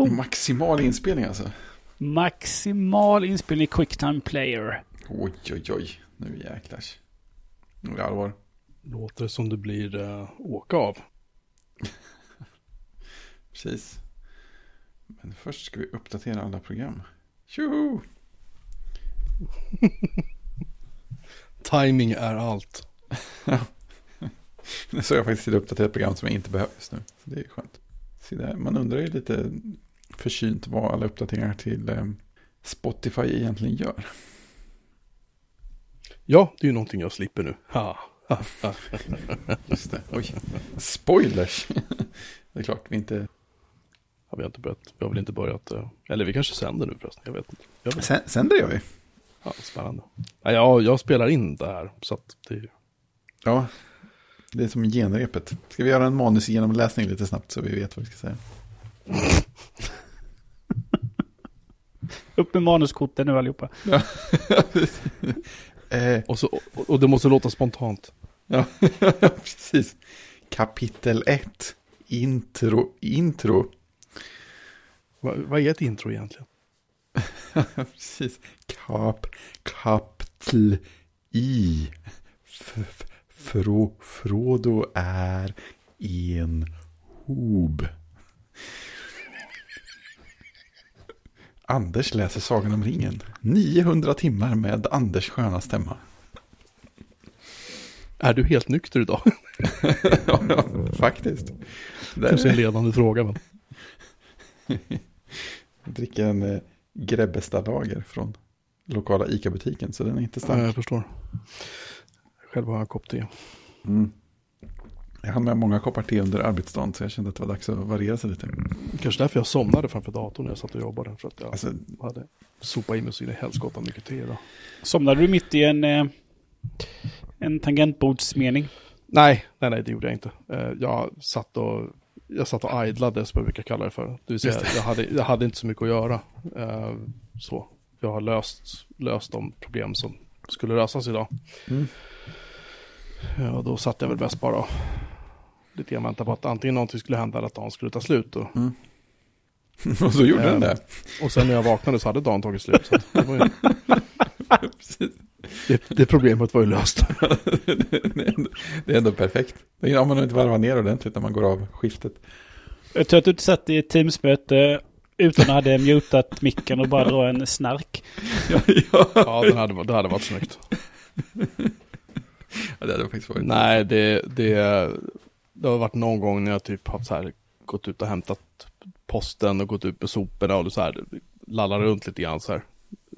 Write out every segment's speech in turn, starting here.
Maximal inspelning alltså. Maximal inspelning QuickTime Player. Oj. Nu jäklars. Nu är det allvar. Låter som det blir åka av. Precis. Men först ska vi uppdatera alla program. Tjoho! Timing är allt. Så jag faktiskt till uppdatera ett program som jag inte behöver just nu. Så det är skönt. Så där, man undrar ju lite försynt vad alla uppdateringar till Spotify egentligen gör. Ja, det är ju någonting jag slipper nu. Just det. Oj. Spoilers. Det är klart vi inte... Ja, vi har väl inte börjat. Eller vi kanske sänder nu förresten. Jag vet inte. Sänder jag ju. Ja, spännande. Ja, jag spelar in det här. Så att det... Ja, det är som genrepet. Ska vi göra en manusgenomläsning lite snabbt så vi vet vad vi ska säga? Upp med manuskorten nu allihopa. Ja. Och det måste låta spontant. Ja, precis. Kapitel 1. Intro. Vad är ett intro egentligen? Precis. Kapitel I. Frodo är en hob. Anders läser Sagan om ringen. 900 timmar med Anders sköna stämma. Är du helt nykter idag? Ja, faktiskt. Det är en ledande fråga. Men. Jag dricker en Grebbestad-lager från lokala ICA-butiken, så den är inte stark. Ja, jag förstår. Själv har jag en kopp te. Mm. Jag hann med många koppar te under arbetsdagen, så jag kände att det var dags att variera sig lite. Kanske därför jag somnade framför datorn när jag satt och jobbade. För att jag hade sopat in mig så in i helskott av mycket te idag. Somnade du mitt i en tangentbordsmening? Nej, det gjorde jag inte. Jag satt och idlade, som jag brukar kalla det för. Det vill säga, jag hade inte så mycket att göra. Så jag har löst de problem som skulle lösas idag. Mm. Ja, då satt jag väl bäst bara lite grann vänta på att antingen någonting skulle hända eller att dagen skulle ta slut. Och så gjorde den det. Och sen när jag vaknade så hade dagen tagit slut. Så det var ju... det problemet var ju löst. Det är ändå perfekt. Om man inte varvar ner ordentligt när man går av skiftet. Jag tror att du inte satt i ett Teamsmöte utan att hade mutat micken och bara dra en snark. Ja, det hade varit snyggt. Ja, det hade faktiskt varit. Nej, det har varit någon gång när jag typ har så här gått ut och hämtat posten och gått ut med soporna och så här lallar runt lite grann så här.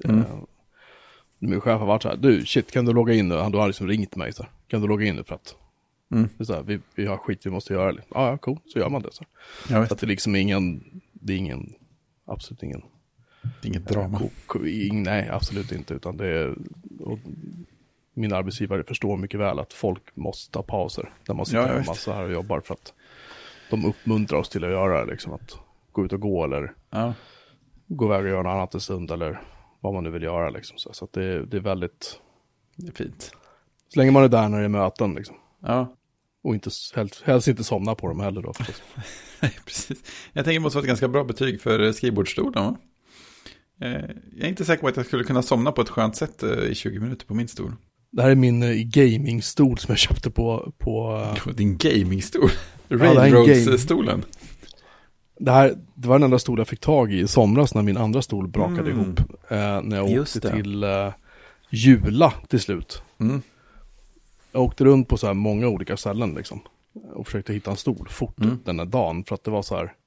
Min chef har varit så här: du, shit, kan du logga in nu? Han har liksom ringt mig så här. Kan du logga in nu för att det är så här, vi har skit vi måste göra. Ja, cool, så gör man det så. Så att det liksom det är ingen absolut ingen. Det är inget drama. Nej, absolut inte, utan det är min arbetsgivare förstår mycket väl att folk måste ta pauser när man sitter hemma så här och jobbar, för att de uppmuntrar oss till att göra liksom, att gå ut och gå eller gå iväg och göra något annat en stund eller vad man nu vill göra liksom. Så att det är väldigt det är fint. Så länge man är där när det är möten liksom. Ja. Och inte, helst inte somna på dem heller då. Nej, precis. Jag tänker det måste vara ett ganska bra betyg för skrivbordsstolen, va? Jag är inte säker på att jag skulle kunna somna på ett skönt sätt i 20 minuter på min stol. Det här är min gamingstol som jag köpte på... Din gamingstol? Railroads-stolen? Det var den enda stol jag fick tag i somras när min andra stol brakade ihop. När jag åkte till Jula till slut. Jag åkte runt på så här många olika ställen liksom. Och försökte hitta en stol fort den här dagen. För att det var så här...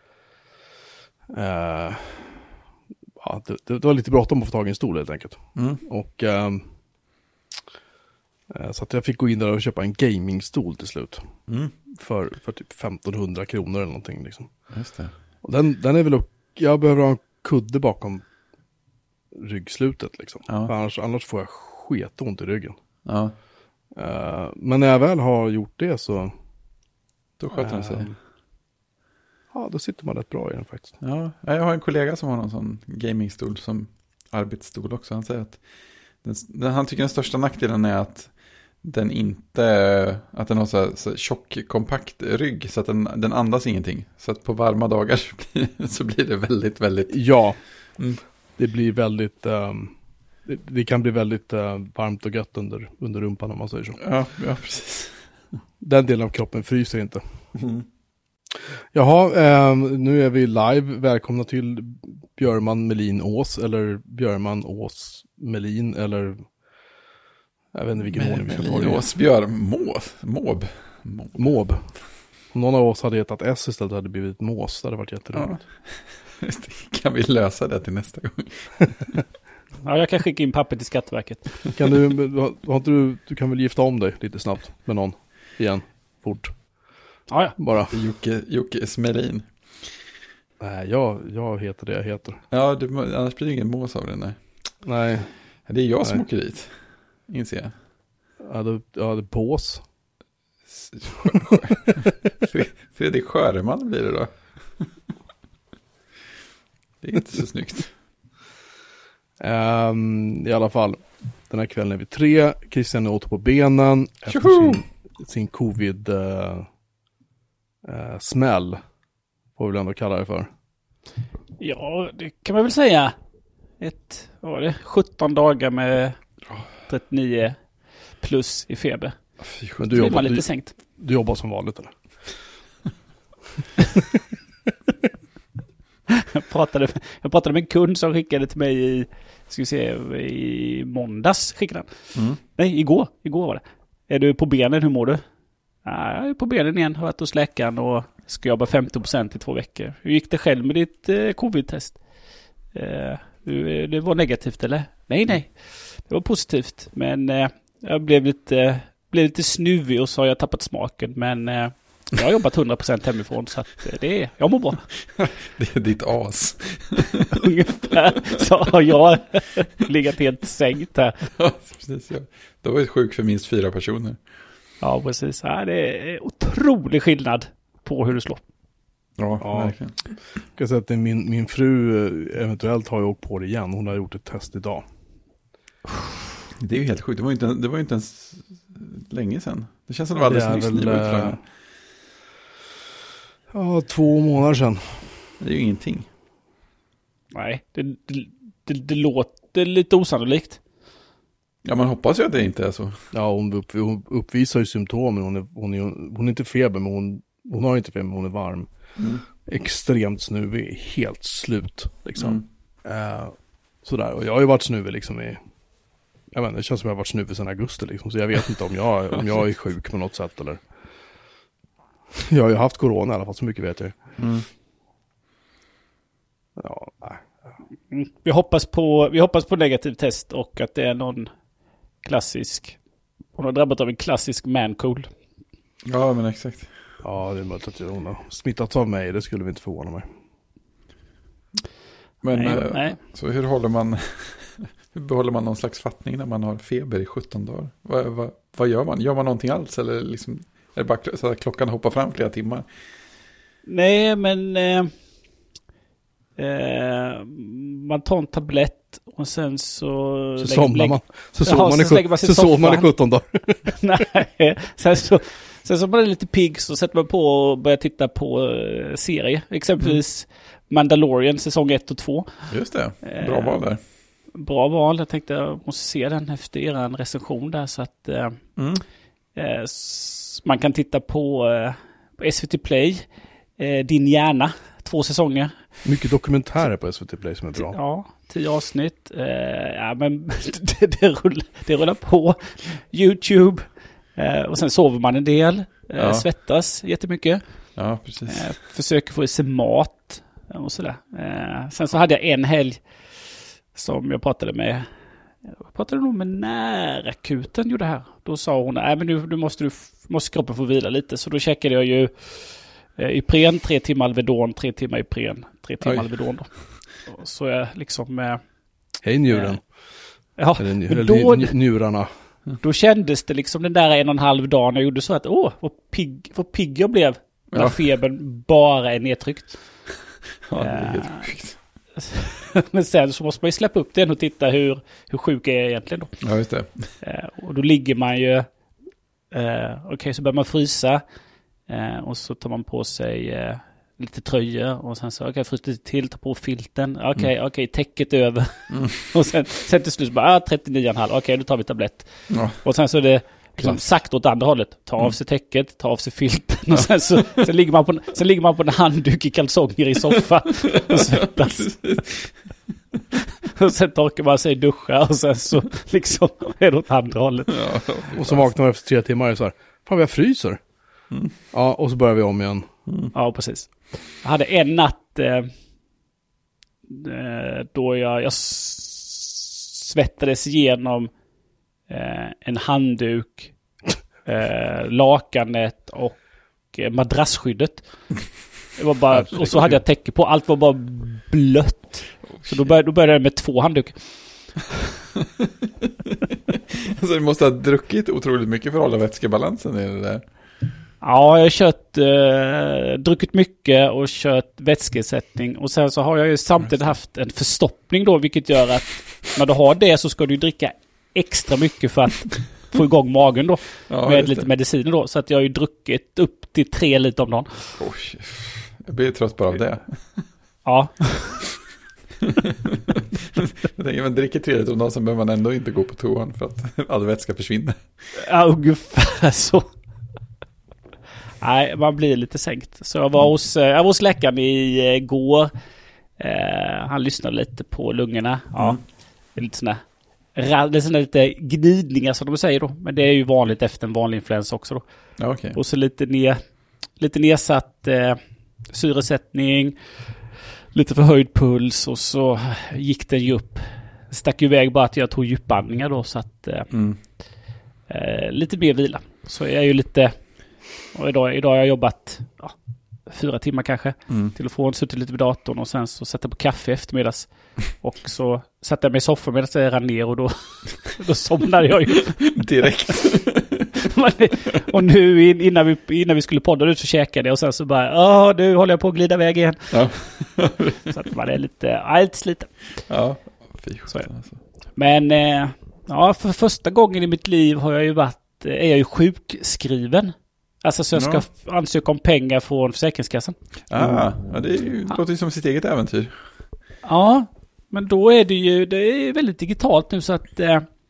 det var lite bråttom att få tag i en stol helt enkelt. Och... så att jag fick gå in där och köpa en gamingstol till slut. För typ 1500 kronor eller någonting liksom. Just det. Och den är väl jag behöver ha en kudde bakom ryggslutet liksom. Ja. Annars får jag sketont i ryggen. Ja. Men när jag väl har gjort det så då sköter den sig. Ja, då sitter man rätt bra i den faktiskt. Ja, jag har en kollega som har någon sån gamingstol som arbetsstol också. Han säger att han tycker den största nackdelen är att den inte, att den har så tjock, kompakt rygg så att den andas ingenting. Så att på varma dagar så blir det väldigt, väldigt... Ja, det blir väldigt, det kan bli väldigt varmt och gött under rumpan om man säger så. Ja, precis. Den delen av kroppen fryser inte. Jaha, nu är vi live. Välkomna till Björman Melin Ås, eller Björman Ås Melin, eller jag vet inte vilken ordning vi ska ta det. Ås Björn Måb. Om någon av oss hade hetat S istället hade det blivit Mås. Det hade varit jätteroligt. Ja. Kan vi lösa det till nästa gång? Ja, jag kan skicka in papper till Skatteverket. Kan du kan väl gifta om dig lite snabbt med någon igen, fort. Ja. Bara. Jocke Smelin. Nej, jag heter det jag heter. Ja, annars blir det ingen mås av det, nej. Det är jag som åker dit, inser jag. Ja, det är bås. Fredrik Sjöreman blir det då. Det är inte så snyggt. I alla fall, den här kvällen är vi 3. Christian är åter på benen efter sin covid smäll, får vi väl ändå kalla det för. Ja, det kan man väl säga. 17 dagar med 39 plus i feber. Men du jobbar lite sänkt. Du jobbar som vanligt, eller? Jag pratade med en kund som skickade till mig i måndags skickade han. Nej, igår var det. Är du på benen, hur mår du? Ja, jag är på benen igen, har varit hos läkaren och ska jobba 50% i 2 veckor. Hur gick det själv med ditt covid-test? Det var negativt, eller? Nej, det var positivt. Men jag blev lite snuvig och så har jag tappat smaken. Men jag har jobbat 100% hemifrån, så att jag mår bra. Det är ditt as. Ungefär så har jag legat helt sänkt här. Ja, precis. Ja. Du har varit sjuk för minst 4 personer. Ja, precis. Ja, det är otrolig skillnad på hur du slår. Ja, verkligen. Jag kan säga att min fru eventuellt har ju åkt på det igen. Hon har gjort ett test idag. Det är ju helt sjukt. Det var ju inte ens länge sedan. Det känns som det var alldeles nyss. Ja, 2 månader sedan. Det är ju ingenting. Nej, det låter lite osannolikt. Ja, man hoppas ju att det inte är så. Ja, hon uppvisar ju symptomen. Hon är inte feber, men hon har inte feber, men hon är varm. Extremt snuvig, helt slut liksom. Sådär, och jag har ju varit snuvig liksom jag vet inte, det känns som jag har varit snuvig sedan augusti liksom, så jag vet inte om jag är sjuk på något sätt eller. Jag har ju haft corona i alla fall, så mycket vet jag. Ja, nej. Vi hoppas på negativ test och att det är någon klassisk. Hon har drabbat av en klassisk man-cold. Ja, men exakt. Ja, det är möjligt att hon har smittats av mig. Det skulle vi inte förvåna mig. Men nej. Så hur behåller man någon slags fattning när man har feber i 17 dagar? Vad gör man? Gör man någonting alls? Eller liksom, är det bara så att klockan hoppar fram flera timmar? Nej, men man tar en tablett och sen så somnar man. Så sover man i 17 dagar. Nej, sen så blir det lite pigg, så sätter man på och börjar titta på serier. Exempelvis Mandalorian säsong 1 och 2. Just det, bra val där. Bra val, jag tänkte jag måste se den efter er recension där, så att man kan titta på SVT Play, Din hjärna, 2 säsonger. Mycket dokumentärer på SVT Play som är bra. Ja, 10 avsnitt. Ja, men det rullar på. YouTube. Och sen sover man en del. Svettas jättemycket. Ja, precis. Försöker få i sig mat och sådär. Sen så hade jag en helg som jag pratade nog med närakuten gjorde här. Då sa hon, nej men nu måste kroppen få vila lite. Så då checkade jag ju Ipren, 3 timmar Alvedon, 3 timmar Ipren, 3 timmar Alvedon då. Så jag liksom... Hej njuren. Ja, eller njurarna. Då kändes det liksom den där 1,5 dagen jag gjorde så att vad pigg jag blev när febern bara är nedtryckt. Ja, det är helt sjukt. Men sen så måste man ju släppa upp den och titta hur sjuk är jag egentligen då. Ja, just det. Och då ligger man ju Okej, så börjar man frysa. Och så tar man på sig lite tröjor. Och sen så, frysa lite till, ta på filten. Okej, täcket över. Och sen till slut bara, 39,5. Okej, då tar vi tablett. Ja. Och sen så är det liksom sagt åt andra hållet. Ta av sig täcket, ta av sig filten. Och sen ligger man på en handduk i kalsonger i soffan. Och svettas. Och sen torkar man sig, duscha. Och sen så liksom är det åt andra hållet. Ja, och så vaknar man efter 3 timmar och så här, fan jag fryser. Ja, och så börjar vi om igen. Ja, precis. Jag hade en natt då jag svettades igenom en handduk, lakanet och madrassskyddet. Det var bara, och så hade jag täcke på. Allt var bara blött. Så då började jag med 2 handdukar. Alltså du måste ha druckit otroligt mycket för att hålla vätskebalansen i det där. Ja, jag har druckit mycket och kört vätskesättning. Och sen så har jag ju samtidigt haft en förstoppning då, vilket gör att när du har det så ska du dricka extra mycket för att få igång magen då. Ja, med lite mediciner då. Så att jag har ju druckit upp till 3 liter om dagen. Jag blir trött bara av det. Ja. Jag tänker, men dricker 3 liter om dagen så behöver man ändå inte gå på toan för att all vätska försvinner. Ja, ungefär så. Nej, man blir lite sänkt. Så jag var hos läkaren igår. Han lyssnade lite på lungorna. Ja, det är lite sådana lite gnidningar som de säger då. Men det är ju vanligt efter en vanlig influensa också då. Ja, okay. Och så lite nedsatt syresättning. Lite förhöjd puls. Och så gick den ju upp. Stack iväg bara att jag tog djupandningar då. Så att lite mer vila. Så jag är ju lite... Och idag har jag jobbat 4 timmar kanske. Telefon, suttit lite vid datorn och sen så satt jag på kaffe eftermiddags. Och så satt jag mig i soffan medan jag rann ner och då somnade jag ju. Direkt. Och nu innan vi skulle podda ut så käkade jag och sen så bara, nu håller jag på att glida iväg igen. Ja. Så att man är lite sliten. Ja, alltså. Men för första gången i mitt liv är jag ju sjukskriven. Alltså så jag ska ansöka om pengar från Försäkringskassan. Ja, det låter ju som sitt eget äventyr. Ja, men då är det är väldigt digitalt nu så att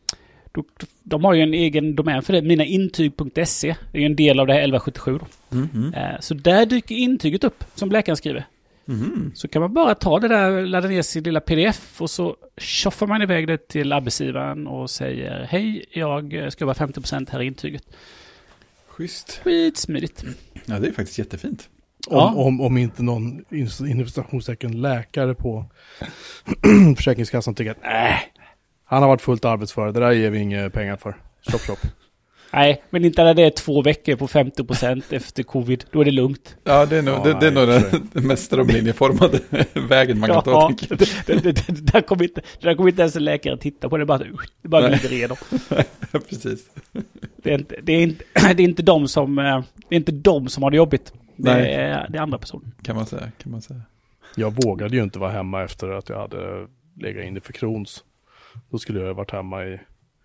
de har ju en egen domän för det. Minaintyg.se är ju en del av det här 1177 då. Så där dyker intyget upp som läkaren skriver. Så kan man bara ta det där, ladda ner sin lilla pdf och så tjoffar man iväg det till arbetsgivaren och säger hej, jag ska vara 50% här i intyget. Schysst. Skitsmidigt. Ja, det är faktiskt jättefint. Om inte någon investationstecken läkare på Försäkringskassan tycker att han har varit fullt arbetsför. Det där ger vi inga pengar för. Stopp. Nej, men inte när det är 2 veckor på 50% efter covid. Då är det lugnt. Ja, det är nog den mest strömlinjeformade vägen man kan ta. Där kommer inte ens en läkare titta på det. Det bara glider igenom. Precis. Det är inte de som har det jobbigt. Det är andra personer. Kan man säga. Jag vågade ju inte vara hemma efter att jag hade legat inne för Crohns. Då skulle jag ha varit hemma i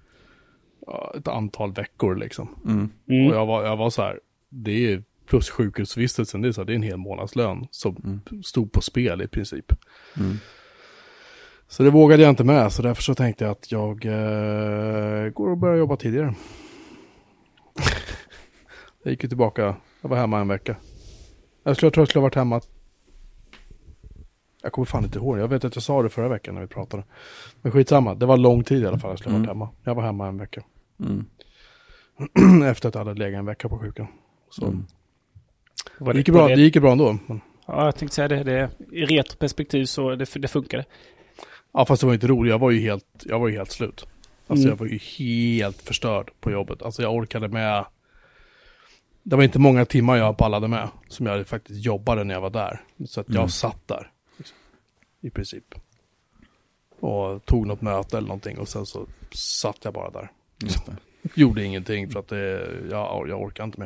ett antal veckor liksom. Och jag var så här, det är plus sjukhusvistelsen, det är en hel månadslön som stod på spel i princip. Så det vågade jag inte med, så därför så tänkte jag att jag går och börjar jobba tidigare. Jag gick ju tillbaka, jag var hemma en vecka. Jag tror jag skulle ha varit hemma. Jag kommer fan inte ihåg. Jag vet att jag sa det förra veckan när vi pratade. Men skitsamma. Det var lång tid i alla fall jag skulle ha varit hemma. Jag var hemma en vecka. Efter att jag hade legat en vecka på sjukan. Så. Det gick bra ändå. Men... Ja, jag tänkte säga det. I retroperspektiv så det funkade. Ja, fast det var inte roligt. Jag var ju helt slut. Alltså jag var ju helt förstörd på jobbet. Alltså jag orkade med... Det var inte många timmar jag pallade med. Som jag faktiskt jobbade när jag var där. Så att jag satt där. I princip. Och tog något möte eller någonting. Och sen så satt jag bara där. Gjorde ingenting för att jag orkar inte mer.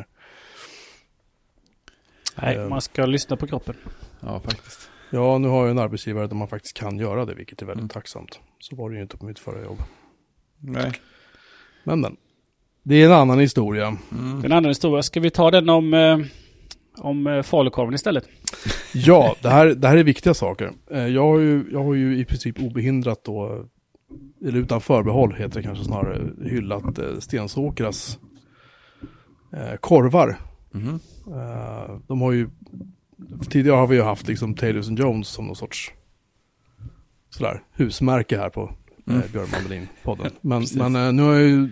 Nej, man ska lyssna på kroppen. Ja, faktiskt. Ja, nu har jag en arbetsgivare där man faktiskt kan göra det. Vilket är väldigt tacksamt. Så var det ju inte på mitt förra jobb. Nej. Men. Det är en annan historia. Mm. En annan historia. Ska vi ta den om falukorven istället? Ja, det här är viktiga saker. Jag har ju i princip obehindrat då, eller utan förbehåll heter det kanske snarare, hyllat Stensåkras korvar. Mm. De har ju, tidigare har vi ju haft liksom Taylors & Jones som någon sorts sådär husmärke här på Björn Mandelin-podden. Men nu har ju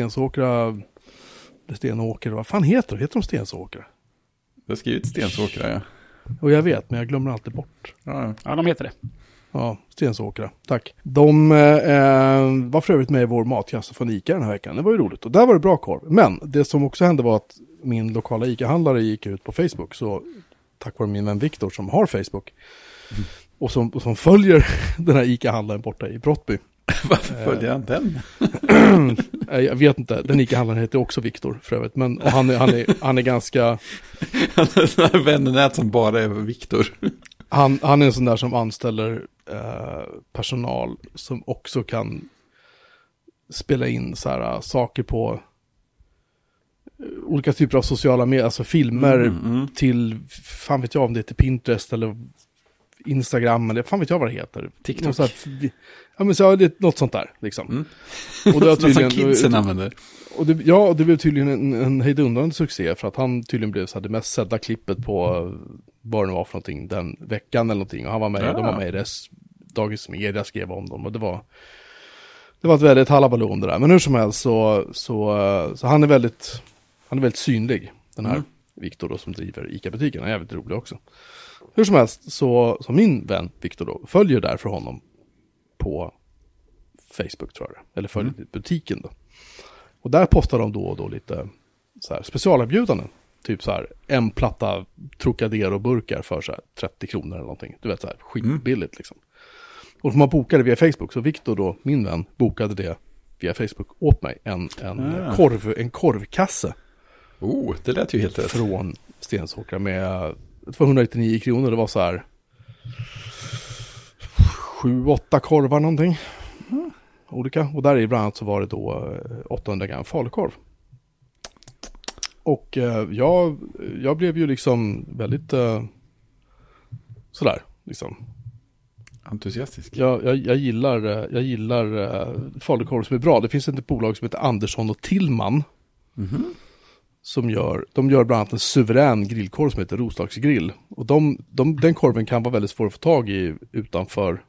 Stenåker, vad fan heter det? Heter de Stensåkra? Det har skrivit Stensåkra, ja. Och jag vet, men jag glömmer alltid bort. Ja, de heter det. Ja, Stensåkra. Tack. De var för övrigt med i vår matkasse från ICA den här veckan. Det var ju roligt. Och där var det bra korv. Men det som också hände var att min lokala ICA-handlare gick ut på Facebook. Så tack vare min vän Viktor som har Facebook. Och som följer den här ICA-handlaren borta i Brottby. Varför följer han den? Jag vet inte. Den ICA-handlaren heter också Viktor för övrigt. Men och han är ganska... Han är en sån här vännernät som bara är Viktor. Han är en sån där som anställer personal som också kan spela in så här saker på olika typer av sociala medier, alltså filmer till, fan vet jag om det heter Pinterest eller Instagram eller fan vet jag vad det heter. TikTok. Ja men så det är något sånt där liksom. Mm. Och det var tydligen kidsen använder. Och det blev tydligen en hejdundrande succé för att han tydligen blev så här det mest sedda klippet på vad det var för någonting den veckan eller någonting. Och han var med, de var med i Dagens Media skrev om dem och det var ett väldigt halabaloo om det där. Men hur som helst så han är väldigt synlig, den här Viktor då som driver ICA-butiken. Han är jävligt rolig också. Hur som helst så min vän Viktor då följer därför honom på Facebook tror jag. Eller följer butiken då. Och där postar de då och då lite så här specialerbjudanden. Typ så här en platta Trocadero-burkar för så här 30 kronor eller någonting. Du vet så här skitbilligt liksom. Och man bokade via Facebook. Så Viktor då, min vän, bokade det via Facebook åt mig. En korvkasse. Det lät ju helt rätt. Från Stensåkra med 299 kronor. Det var så här 7-8 korvar någonting. Olika. Och där i bland annat så var det då 800 gram falukorv. Och jag blev ju liksom väldigt sådär liksom entusiastisk. Jag gillar falukorv som är bra. Det finns ett bolag som heter Andersson och Tillman som gör bland annat en suverän grillkorv som heter Roslagsgrill. Och den korven kan vara väldigt svår att få tag i utanför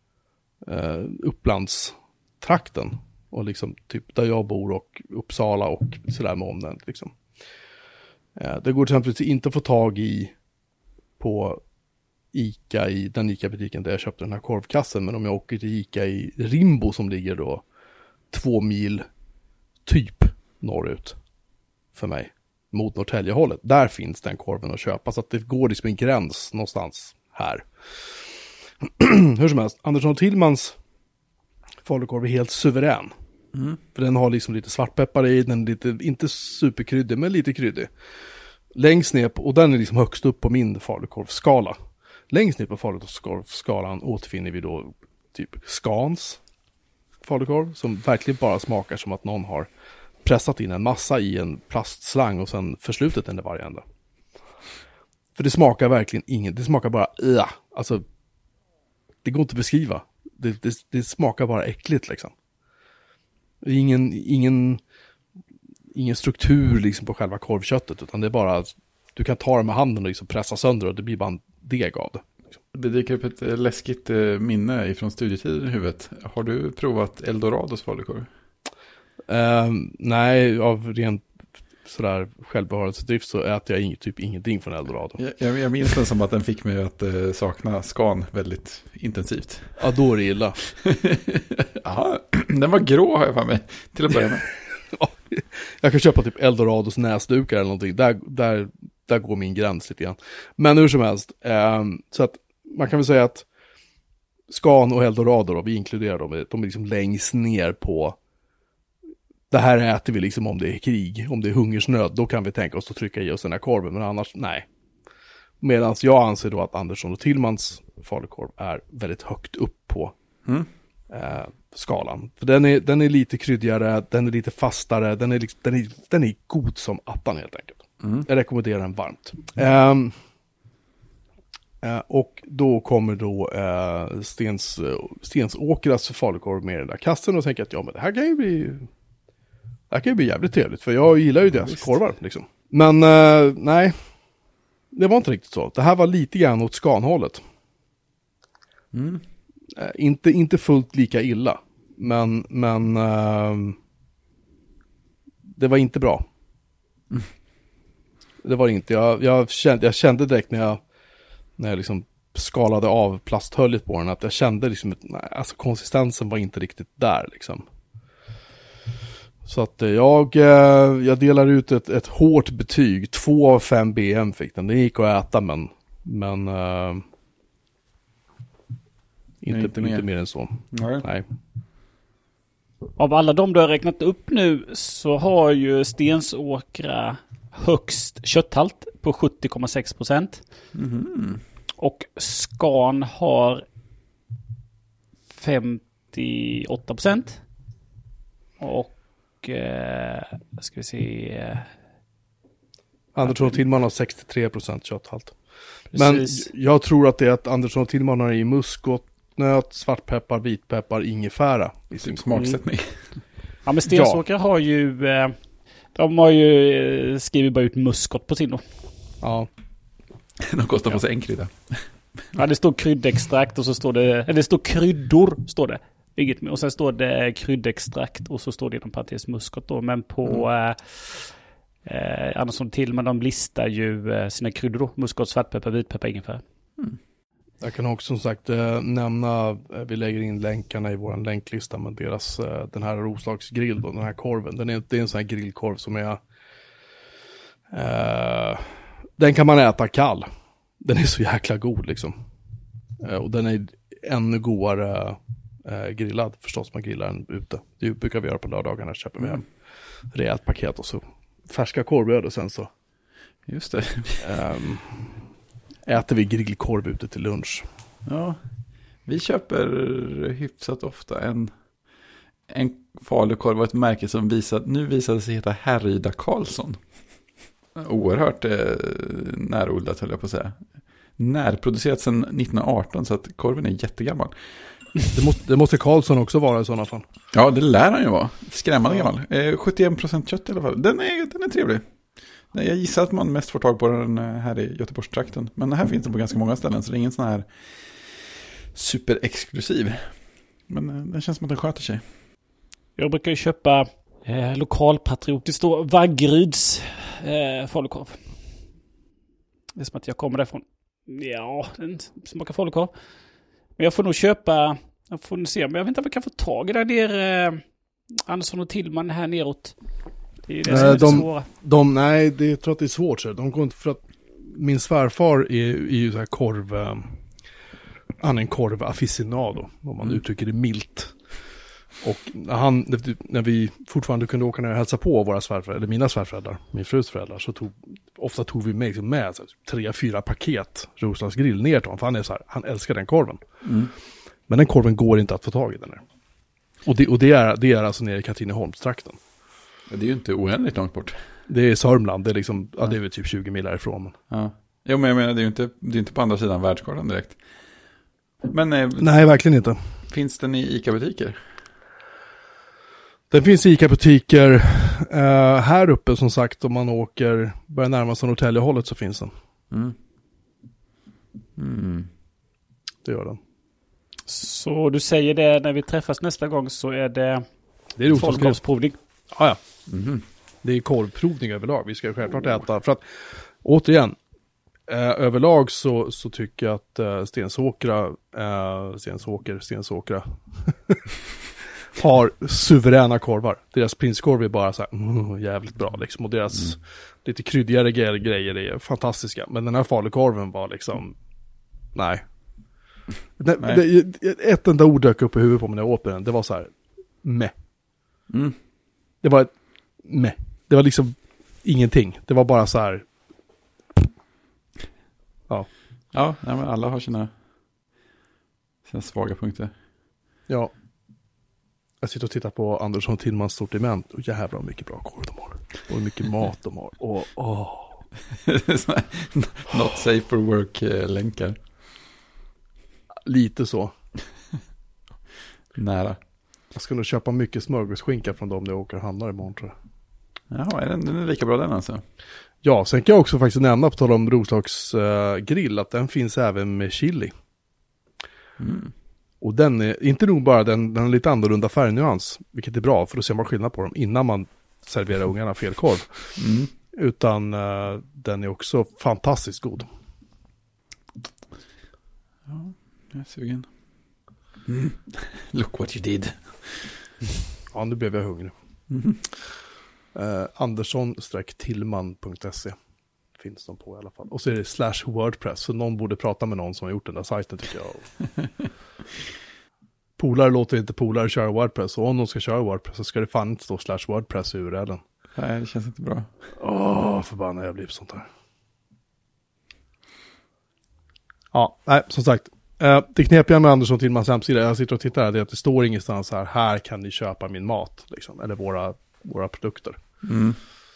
Upplandstrakten och liksom typ där jag bor och Uppsala och sådär med omvänd liksom. Det går till exempel inte att få tag i på ICA i den ICA-butiken där jag köpte den här korvkassen, men om jag åker till ICA i Rimbo som ligger då 2 mil typ norrut för mig mot Norrtäljehållet, där finns den korven att köpa, så att det går liksom en gräns någonstans här. Hur som helst, Andersson och Tillmans falukorv är helt suverän. För den har liksom lite svartpeppar i, den är lite, inte superkryddig men lite kryddig. Längst ner på, och den är liksom högst upp på min falukorvskala. Längst ner på falukorvskalan återfinner vi då typ Scans falukorv som verkligen bara smakar som att någon har pressat in en massa i en plastslang och sen förslutit den i varje ända. För det smakar verkligen inget, det smakar bara alltså det går inte att beskriva. Det smakar bara äckligt liksom. Ingen struktur liksom på själva korvköttet, utan det är bara att du kan ta det med handen och liksom pressa sönder och det blir bara en deg av det. Liksom. Det dyker upp ett läskigt minne ifrån studietiden i huvudet. Har du provat Eldorados falukorv? Nej, av rent sådär självbevarelsedrift så äter jag typ ingenting från Eldorado. Jag minns den som att den fick mig att sakna Scan väldigt intensivt. Ja, då är det illa. Ja, den var grå har jag för mig till att börja med. Jag kan köpa typ Eldorados näsdukar eller någonting. Där går min gräns lite grann. Men hur som helst. Så att man kan väl säga att Scan och Eldorado då, vi inkluderar dem. De är liksom längst ner på det här äter vi liksom om det är krig. Om det är hungersnöd, då kan vi tänka oss att trycka i oss den här korven. Men annars, nej. Medan jag anser då att Andersson och Tillmans falukorv är väldigt högt upp på skalan. För den är lite kryddigare, den är lite fastare, den är god som attan helt enkelt. Jag rekommenderar den varmt. Och då kommer då Stensåkras falukorv med den där kassen och tänker att ja, men det här kan ju bli jävligt trevligt, för jag gillar ju deras korvar liksom. Men nej, det var inte riktigt så. Det här var lite grann åt skanhållet. Inte fullt lika illa, men det var inte bra. Det var det inte. Jag kände direkt när jag liksom skalade av plasthöljet på den att jag kände liksom alltså konsistensen var inte riktigt där liksom. Så att jag delar ut ett hårt betyg. 2 av 5 BM fick den. Det gick att äta men inte mer än så. Nej. Av alla de du har räknat upp nu så har ju Stensåkra högst kötthalt på 70,6%. Och Scan har 58%. Och ska vi se. Andersson och Tillman har 63% kötthalt. Precis. Men jag tror att det är att Andersson och Tillman har i muskotnöt, svartpeppar, vitpeppar, ingefära i sin smaksättning. Ja, men Stensåkra har ju de har ju skrivit bara ut muskot på sin då. Ja. De kostar på sig en krydda. Ja, det står kryddextrakt och så står det står kryddor står det. Inget med. Och sen står det kryddextrakt och så står det inom parentes muskot då. Men på Andersson Tillman, de listar ju sina kryddor då. Muskot, svartpeppar, vitpeppar, ingefära. Jag kan också som sagt nämna, vi lägger in länkarna i vår länklista, men deras, den här Roslagsgrill då, den här korven, det är en sån här grillkorv som är den kan man äta kall. Den är så jäkla god liksom. Och den är ännu godare grillad förstås, man grillar den ute. Det brukar vi göra på lördagarna, köper vi hem rejält paket och så färska korvbröd och sen så just det. Äter vi grillkorv ute till lunch. Ja, vi köper hyfsat ofta en falukorv och ett märke som nu visade sig heta Härryda Karlsson. Oerhört närodlat höll jag på att säga. Närproducerat sedan 1918 så att korven är jättegammal. Det måste Karlsson också vara i sådana fall. Ja, det lär han ju vara. Skrämmande gammal. 71% kött i alla fall. Den är trevlig. Jag gissar att man mest får tag på den här i Göteborgstrakten. Men här finns den på ganska många ställen, så det är ingen sån här superexklusiv. Men den känns som att den sköter sig. Jag brukar ju köpa lokalpatriotiskt då Vagryds falukorv. Det är som att jag kommer därifrån. Ja, den smakar falukorv. Men jag får nog köpa, jag får nog se, men jag vet inte om jag kan få tag i det där Andersson och Tillman här neråt. Det är det som är det svåra. Nej, jag tror att det är svårt. Så. De går inte för att min svärfar är ju så här han är en korv-aficionado, om man uttrycker det milt. Och när vi fortfarande kunde åka ner och hälsa på våra svärföräldrar, eller mina svärföräldrar, min frus föräldrar, så tog vi med 3-4 paket Roslagsgrill ner till honom, för han är så här, han älskar den korven. Men den korven går inte att få tag i den där. Och det är alltså nere i Katrineholmstrakten. Det är ju inte oändligt långt bort. Det är Sörmland, det är liksom, det är väl typ 20 mil härifrån. Men. Ja. Jo, men jag menar, det är ju inte på andra sidan världskartan direkt. Men nej, verkligen inte. Finns den i ICA-butiker? Den finns i ICA-butiker här uppe, som sagt, om man börjar närma sig Norrtäljehållet så finns den. Det gör den. Så du säger det, när vi träffas nästa gång så är det falukorvsprovning. Ja. Det är korvprovning överlag. Vi ska ju självklart äta. För att, återigen, överlag så tycker jag att Stensåkra har suveräna korvar. Deras prinskorv är bara så här, jävligt bra liksom. Och deras lite kryddigare grejer är fantastiska. Men den här falukorven var liksom, nej. Ett enda ord dök upp i huvudet på mig när jag åt den. Det var så här, meh. Det var ett meh. Det var liksom ingenting. Det var bara så här. Ja, men alla har sina svaga punkter. Ja. Jag sitter och tittar på Andersson Tillmans sortiment. Och jävlar vad mycket bra korv de har. Och hur mycket mat de har. Not safe for work-länkar. Lite så. Nära. Jag ska nog köpa mycket smörgåsskinka från dem när jag åker och handlar imorgon, tror jag. Jaha, den är lika bra den alltså? Ja, sen kan jag också faktiskt nämna på tal om Roslags grill att den finns även med chili. Mm. Och den är inte nog bara den är lite annorlunda färgnyans, vilket är bra för att se man skillnad på dem innan man serverar ungarna felkorv. Mm. Utan den är också fantastiskt god. Ja, jag är sugen. Mm. Look what you did. Ja, nu blev jag hungrig. Mm. Andersson-tillman.se finns de på i alla fall. Och så är det /Wordpress. Så någon borde prata med någon som har gjort den där sajten, tycker jag. Polare låter inte polare köra Wordpress. Och om de ska köra Wordpress så ska det fan inte stå /Wordpress i URLen. Nej, det känns inte bra. Förbannad jag blir på sånt här. Ja, nej, som sagt. Det knepiga med Andersson Tillmans hemsida, jag sitter och tittar här, det är att det står ingenstans här kan ni köpa min mat, liksom, eller våra produkter. Mm.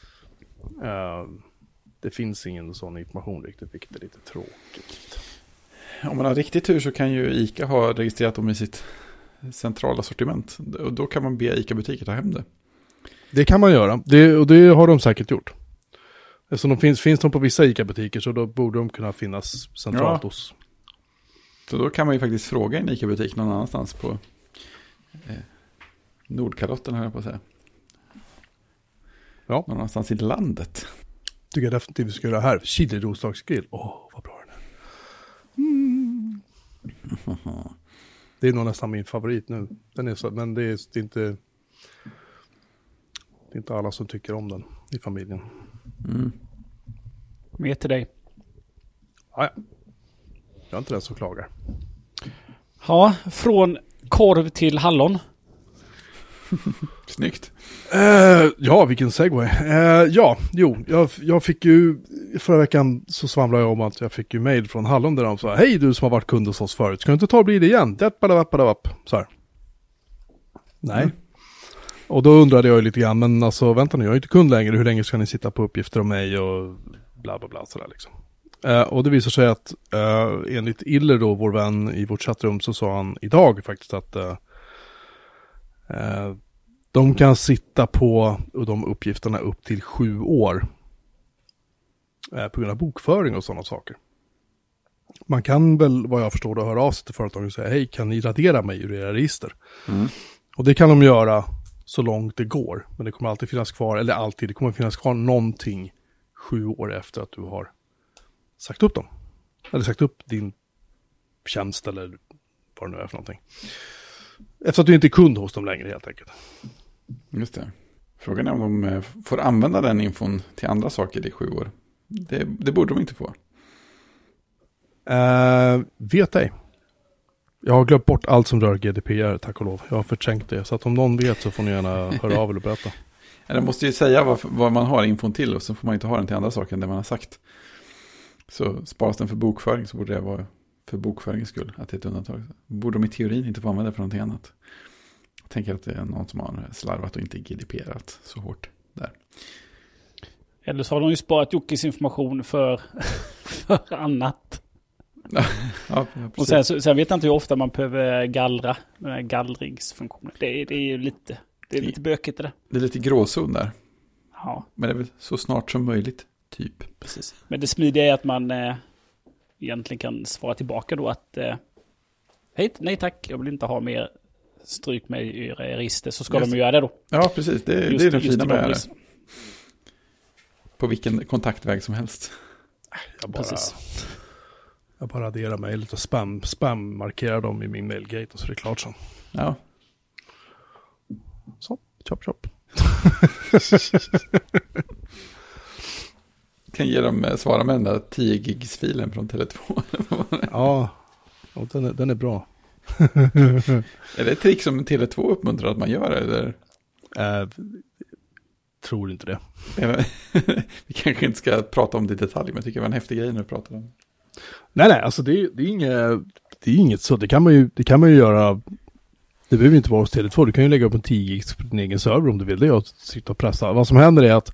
Det finns ingen sån information riktigt, vilket är lite tråkigt. Om man har riktigt tur så kan ju ICA ha registrerat dem i sitt centrala sortiment. Och då kan man be ICA-butiker ta hem det. Det kan man göra, och det har de säkert gjort. Eftersom finns de på vissa ICA-butiker så då borde de kunna finnas centralt hos. Så då kan man ju faktiskt fråga en ICA-butik någon annanstans på Nordkalotten, höll jag på att säga. Ja. Någon annanstans i landet. Tycker jag definitivt vi ska göra här. Chili Roslagsgrill. Vad bra den är. Mm. Det är nog nästan min favorit nu. Den är så, men det är inte alla som tycker om den i familjen. Mm. Med till dig. Ja. Jag är inte den som klagar. Ja, från korv till hallon. Snyggt. Ja, vilken segway. Jag fick ju, förra veckan så svamlade jag om att jag fick ju mejl från Hallon där de sa, hej du som har varit kund hos oss förut, ska du inte ta och bli det igen? Så här. Nej. Mm. Och då undrade jag lite grann, men alltså vänta nu, jag är inte kund längre, hur länge ska ni sitta på uppgifter om mig och bla bla bla sådär liksom. Och det visar sig att enligt Iller då, vår vän i vårt chattrum, så sa han idag faktiskt att de kan sitta på de uppgifterna upp till 7 år på grund av bokföring och sådana saker. Man kan väl, vad jag förstår, då höra av sig till företaget och säga, hej, kan ni radera mig ur era register? Mm. Och det kan de göra så långt det går, men det kommer alltid finnas kvar, eller alltid, det kommer finnas kvar någonting 7 år efter att du har sagt upp dem. Eller sagt upp din tjänst eller vad det nu är för någonting. Efter att du inte är kund hos dem längre helt enkelt. Just det. Frågan är om de får använda den infon till andra saker i 7 år. Det borde de inte få. Vet ej. Jag har glömt bort allt som rör GDPR, tack och lov. Jag har förträngt det. Så att om någon vet så får ni gärna höra av eller berätta. Jag måste ju säga vad man har infon till, och så får man inte ha den till andra saker än det man har sagt. Så sparas den för bokföring, så borde det vara för bokföringens skull att det är ett undantag. Borde de i teorin inte få använda det för någonting annat. Jag tänker att det är någon som har slarvat och inte GDPRat så hårt där. Eller så har de ju sparat Jockes information för annat. Ja, och sen vet jag inte hur ofta man behöver gallra, den här gallringsfunktionen. Det är ju lite, det är lite bökigt det. Det är lite gråzon där. Ja. Men det är väl så snart som möjligt, typ. Precis. Men det smidiga är att man egentligen kan svara tillbaka då att hej, nej tack, jag vill inte ha mer stryk med i register, så ska de göra det då. Ja, precis. Det är den fina med det. På vilken kontaktväg som helst. Jag bara adderar mejlet och spam-markerar dem i min mailgate och så är det klart så. Ja. Så, chop. Kan ge dem svara med den där 10 gigs-filen från Tele2. Ja, och den är bra. Är det ett trick som Tele2 uppmuntrar att man gör, eller? Tror inte det. Vi kanske inte ska prata om det i detalj, men jag tycker det var en häftig grej när du pratar om det. Nej, alltså det är inget så. Det kan man ju göra Det behöver inte vara hos Tele2. Du kan ju lägga upp en 10 gigs på din egen server om du vill det och sitta och pressa. Vad som händer är att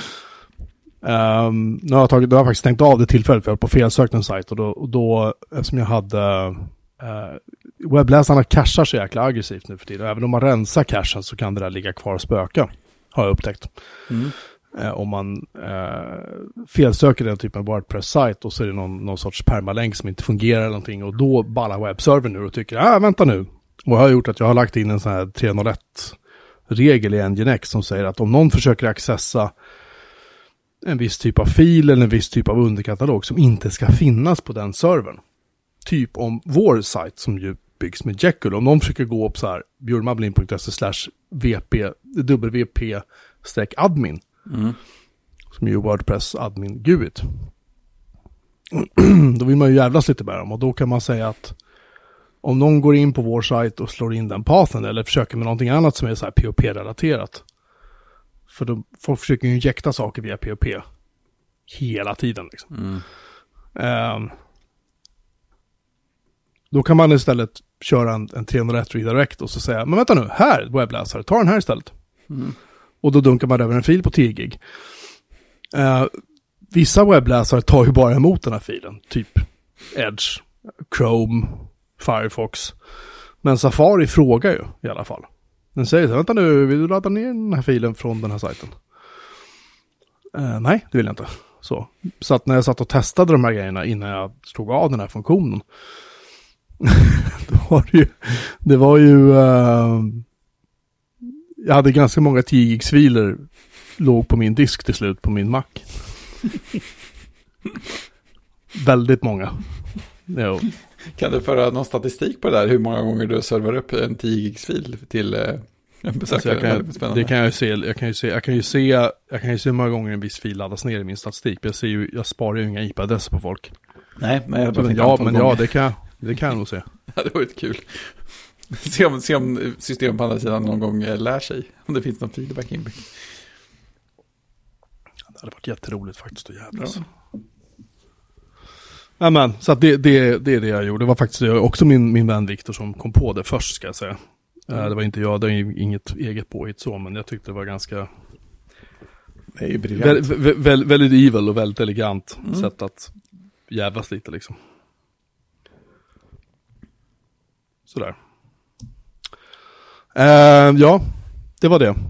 nu har jag faktiskt stängt av det tillfället för jag var på felsökt en sajt och då eftersom jag hade webbläsarna cachar så jäkla aggressivt nu för tiden. Även om man rensar cachen så kan det där ligga kvar och spöka. Har jag upptäckt. Om man felsöker den typen av WordPress-sajt och så är det någon sorts permalänk som inte fungerar eller någonting och då ballar webbservern nu och tycker vänta nu. Och jag har gjort att jag har lagt in en sån här 301-regel i Nginx som säger att om någon försöker accessa en viss typ av fil eller en viss typ av underkatalog som inte ska finnas på den servern. Typ om vår sajt som ju byggs med Jekyll. Om någon försöker gå upp så här bjurmablin.se/wp-admin som ju WordPress admin GUID. Då vill man ju jävlas lite med dem och då kan man säga att om någon går in på vår sajt och slår in den pathen eller försöker med någonting annat som är så här POP-relaterat. För folk försöker ju injekta saker via POP hela tiden liksom. Då kan man istället köra en 301 redirect och så säga, men vänta nu, här webbläsare, ta den här istället. Och då dunkar man över en fil på 10 gig. Vissa webbläsare tar ju bara emot den här filen, typ Edge, Chrome, Firefox. Men Safari frågar ju i alla fall. Den säger så, vänta nu, vill du ladda ner den här filen från den här sajten? Nej, det vill jag inte. Så att när jag satt och testade de här grejerna innan jag slog av den här funktionen det var ju jag hade ganska många 10 gigs filer låg på min disk till slut på min Mac. Väldigt många. Jo. Kan du föra någon statistik på det där? Hur många gånger du servar upp en 10 gigs fil till en besökare? Det kan jag se. Jag kan ju se hur många gånger en viss fil laddas ner i min statistik. Jag sparar ju inga IP-adresser på folk. Nej, men det kan jag nog se. Ja, det var ju kul. Se om systemet på andra sidan någon gång lär sig. Om det finns någon feedback inbyggt. Det hade varit jätteroligt faktiskt att jävlas. Ja, men, så att det är det jag gjorde. Det var faktiskt också min vän Viktor som kom på det först, ska jag säga. Det var inte jag, det är inget eget påhitt så, men jag tyckte det var ganska... Det är ju briljant. Väldigt evil och väldigt elegant sätt att jävlas lite liksom. Sådär. Ja, det var det.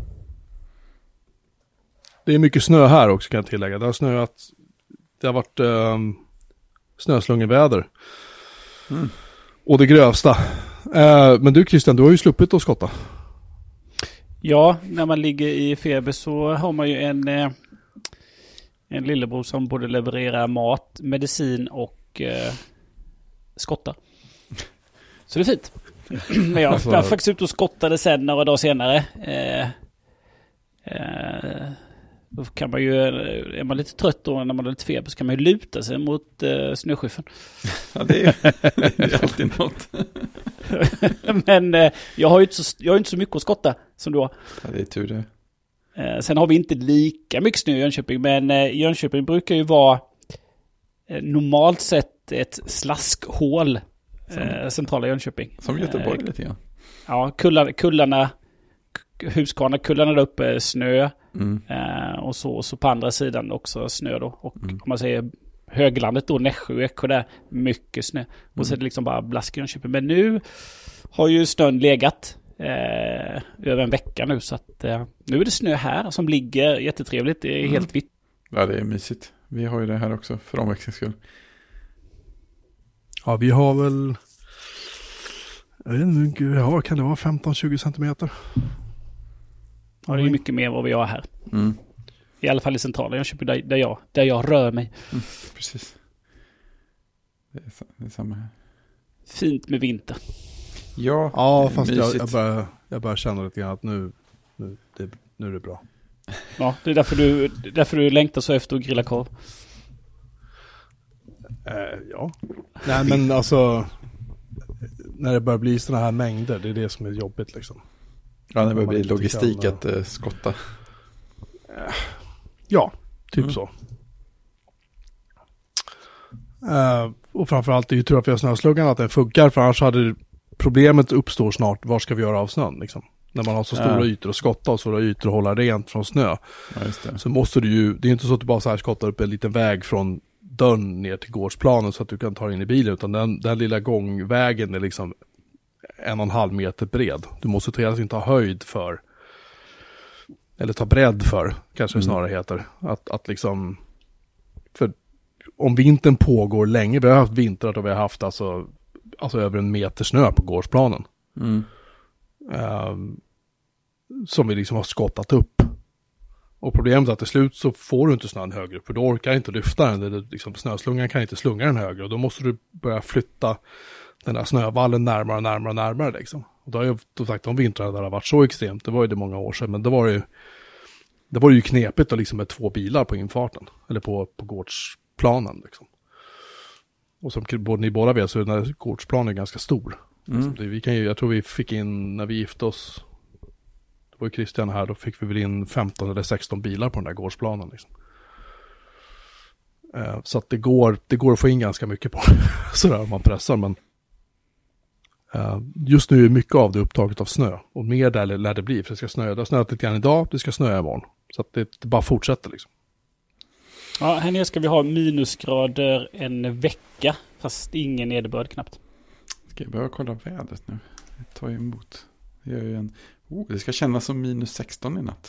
Det är mycket snö här också, kan jag tillägga. Det har snöat. Det har varit snöslungeväder. Och det grövsta. Men du Christian, du har ju sluppit att skotta. Ja, när man ligger i feber så har man ju en lillebror som både levererar mat, medicin och skotta. Så det är fint. Men jag var faktiskt ute och skottade sen några dagar senare. Då kan man ju, är man lite trött då när man har lite feber så kan man ju luta sig mot snöskyffen. Ja, det är alltid något. Men jag har ju inte så mycket att skotta som du har. Ja, det är tur det. Sen har vi inte lika mycket snö i Jönköping, men Jönköping brukar ju vara normalt sett ett slaskhål. Centrala Jönköping. Som Göteborg lite grann. Ja, kullarna Huskvarna-kullarna där uppe snö. Och så på andra sidan också snö då. Och om man säger höglandet då, Nässjö och Eksjö där, mycket snö. Och så är det liksom bara blask i Jönköping. Men nu har ju snön legat över en vecka nu. Så att nu är det snö här som ligger jättetrevligt. Det är helt vitt. Ja, det är mysigt. Vi har ju det här också för omväxlings skull. Ja, vi har väl... Jag vet inte hur mycket vi har. Kan det vara 15-20 centimeter? Ja, det är mycket mer än vad vi har här. I alla fall i centrala Jönköping där jag rör mig. Precis. Det är samma här. Fint med vinter. Ja, fast jag börjar känna lite grann att nu är det bra. Ja, det är därför du längtar så efter att grilla korv. Ja. Nej, men alltså när det börjar bli såna här mängder, det är det som är jobbigt liksom. Ja, det börjar bli logistik att skotta. Ja, typ så. Och framförallt är det ju tur att vi har snösluggan att den funkar, för annars hade problemet uppstår snart, vad ska vi göra av snön liksom? När man har så stora ytor och skotta och stora ytor och hålla rent från snö. Ja, just det. Så måste du ju, det är inte så att du bara så här skottar upp en liten väg från dörren ner till gårdsplanen så att du kan ta in i bilen, utan den lilla gångvägen är liksom 1,5 meter bred. Du måste hela tiden ta höjd för, eller ta bredd för, kanske det snarare heter. Att liksom, för om vintern pågår länge, vi har haft vintrar då vi har haft alltså över 1 meter snö på gårdsplanen. Som vi liksom har skottat upp. Och problemet är att till slut så får du inte snön högre, för då orkar inte lyfta den. Liksom, snöslungan kan inte slunga den högre, och då måste du börja flytta den där snövallen närmare liksom. Och då har ju sagt, de vintrarna där har varit så extremt, det var ju det många år sedan, men det var ju knepigt att liksom med 2 bilar på infarten, eller på gårdsplanen liksom. Och som ni båda vet så är den här gårdsplanen ganska stor. Jag tror vi fick in, när vi gifte oss, det var ju Christian här, då fick vi väl in 15 eller 16 bilar på den där gårdsplanen liksom. Så att det går att få in ganska mycket på sådär om man pressar, men just nu är mycket av det upptaget av snö, och mer där lär det bli, för det ska snöa. Det har snöat lite grann idag, det ska snöa imorgon, så att det bara fortsätter liksom. Ja, här nere ska vi ha minusgrader en vecka, fast ingen nederbörd knappt. Ska jag börja kolla vädret nu? Det tar ju emot. Det ska kännas som minus 16 i natt.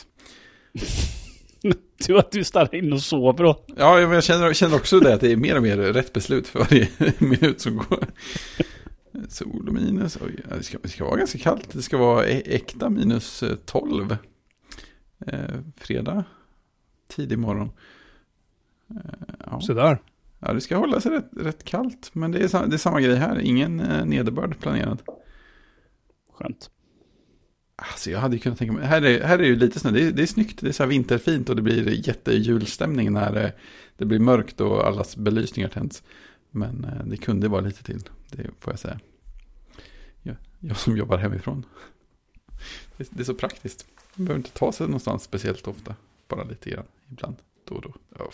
Du att du stannar in och sover då. Ja, jag känner också det, att det är mer och mer rätt beslut för varje minut som går. Sol och minus. Oj, det ska vara ganska kallt. Det ska vara äkta minus 12. Fredag. Tidig morgon. Ja. Så där. Ja, det ska hålla sig rätt kallt. Men det är samma grej här. Ingen nederbörd planerad. Skönt. Alltså jag hade ju kunnat tänka mig. Här är ju lite snö. Det är snyggt. Det är så här vinterfint. Och det blir jättejulstämning när det blir mörkt och allas belysningar tänds. Men det kunde vara lite till. Det får jag säga. Jag som jobbar hemifrån. Det är så praktiskt. Man behöver inte ta sig någonstans speciellt ofta. Bara lite grann. Ibland. Då och då.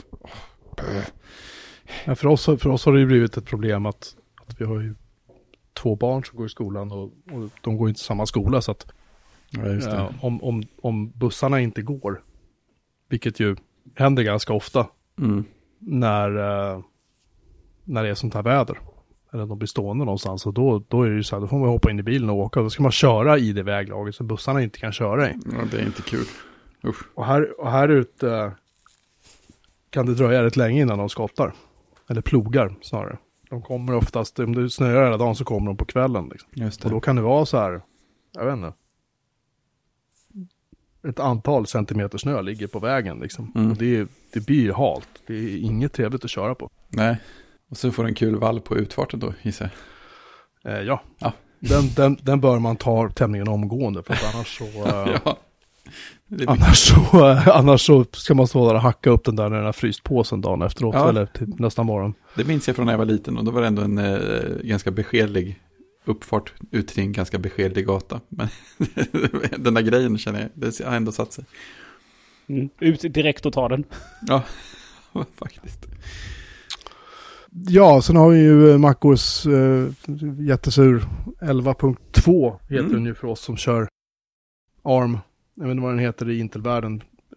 Ja, för oss har det ju blivit ett problem att vi har ju 2 barn som går i skolan och de går inte i samma skola, så att just det. Om bussarna inte går, vilket ju händer ganska ofta när det är sånt här väder, eller de blir stående någonstans, och då är det ju så här, då får man hoppa in i bilen och åka, och då ska man köra i det väglaget som bussarna inte kan köra i. Ja, det är inte kul. Usch. Och här ute kan det dröja rätt länge innan de skottar. Eller plogar snarare. De kommer oftast, om det snöar hela dagen så kommer de på kvällen. Liksom. Just det. Och då kan det vara så här, jag vet inte, ett antal centimeter snö ligger på vägen. Liksom. Och det blir halt. Det är inget trevligt att köra på. Nej. Och så får en kul vall på utfarten då, gissar jag. Ja. Den bör man ta tämligen omgående, för att annars så... Ja. Annars så ska man stå där och hacka upp den där fryst påsen dagen efteråt, eller till nästa morgon. Det minns jag från när jag var liten, och då var det ändå en ganska beskedlig uppfart ut till en ganska beskedlig gata. Men den där grejen känner jag, det har ändå satt sig. Ut direkt och ta den. Ja, faktiskt. Ja, sen har vi ju Mackos jättesur 11.2 heter den ju för oss som kör ARM. Jag vet inte vad den heter i Intel-världen.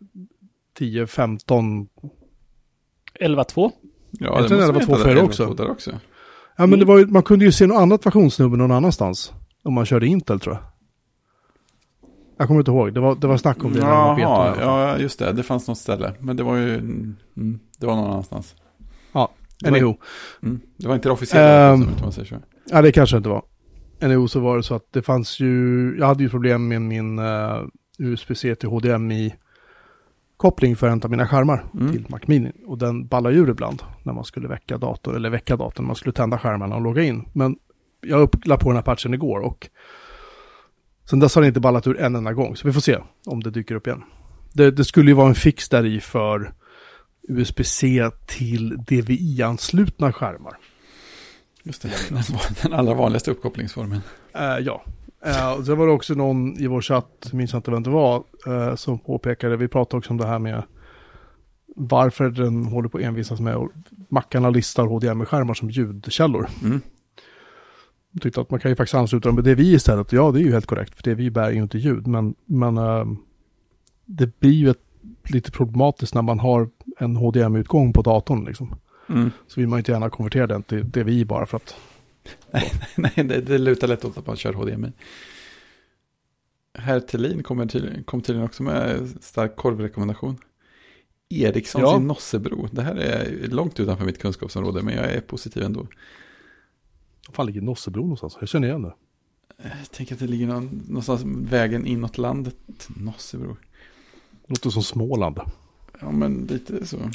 10-15. 11.2? Ja, det måste 11.2 för också. också. Ja, men det var ju, man kunde ju se något annat versionsnummer någon annanstans. Om man körde Intel, tror jag. Jag kommer inte ihåg. Det var snack om det. Ja, just det. Det fanns något ställe. Men det var ju... det var någon annanstans. Ja, anywho. Det var inte det officiella. Om man säger så. Ja, det kanske inte var. Anywho, så var det så att det fanns ju... Jag hade ju problem med min USB-C till HDMI-koppling för en av mina skärmar till Mac Mini. Och den ballar ur ibland när man skulle väcka datorn, när man skulle tända skärmarna och logga in. Men jag la på den här patchen igår, och sen dess har det inte ballat ur en enda gång. Så vi får se om det dyker upp igen. Det skulle ju vara en fix där i för USB-C till DVI-anslutna skärmar. Just det, den allra vanligaste uppkopplingsformen. Ja. Så var det också någon i vår chatt, minns jag inte vem det var, som påpekade, vi pratade också om det här med varför den håller på att envisas med, och Mackarna listar HDMI-skärmar som ljudkällor. Jag tyckte att man kan ju faktiskt ansluta dem med DVI istället. Ja, det är ju helt korrekt, för DVI bär ju inte ljud. Men det blir ju lite problematiskt när man har en HDMI-utgång på datorn liksom. Så vill man inte gärna konvertera den till DVI bara för att... Nej, det lutar lätt åt att man kör HDMI. Herr Thelin kom tydligen också med stark korvrekommendation. Ericssons i Nossebro. Det här är långt utanför mitt kunskapsområde, men jag är positiv ändå. Vad fan ligger Nossebro någonstans? Jag känner igen det. Jag tänker att det ligger någonstans vägen inåt landet. Nossebro. Låter som Småland. Ja, men lite så.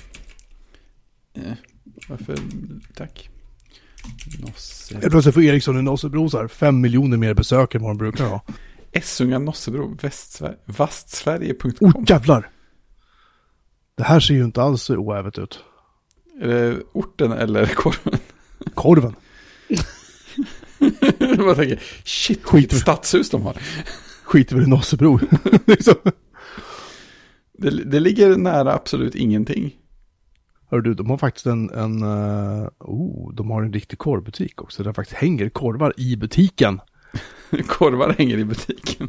Varför? Tack. Nossebro. Jag plötsligt får Ericsson i Nossebro så här 5 miljoner mer besök än vad de brukar ha. Essunga Nossebro, vastsverige.com. Jävlar! Det här ser ju inte alls oävet ut. Är det orten eller korven? Korven. Jag tänker, shit, vilket stadshus de har. Skiter väl i Nossebro. Liksom. Det ligger nära absolut ingenting. Hör du, de har faktiskt de har en riktig korvbutik också. Där faktiskt hänger korvar i butiken. Korvar hänger i butiken.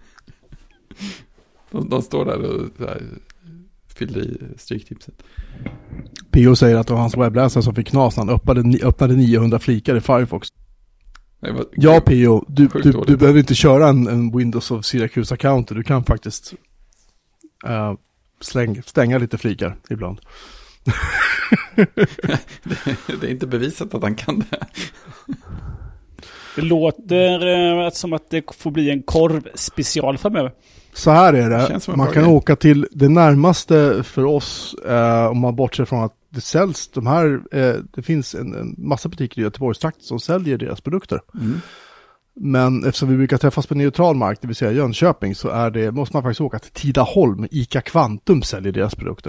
De står där och fyller i stryktipset. P.O. säger att det var hans webbläsare som fick knas när han öppnade 900 flikar i Firefox. Ja, P.O. Du behöver inte köra en Windows of Syracuse-account. Du kan faktiskt stänga lite flikar ibland. Det är inte bevisat att han kan det. Det låter som att det får bli en korvspecial framöver. Så här är det. Man kan åka till det närmaste för oss om man bortser från att det säljs de här. Det finns en massa butiker i Göteborgstrakten som säljer deras produkter. Men eftersom vi brukar träffas på neutral mark, det vill säga Jönköping, så måste man faktiskt åka till Tidaholm. ICA Kvantum säljer deras produkter.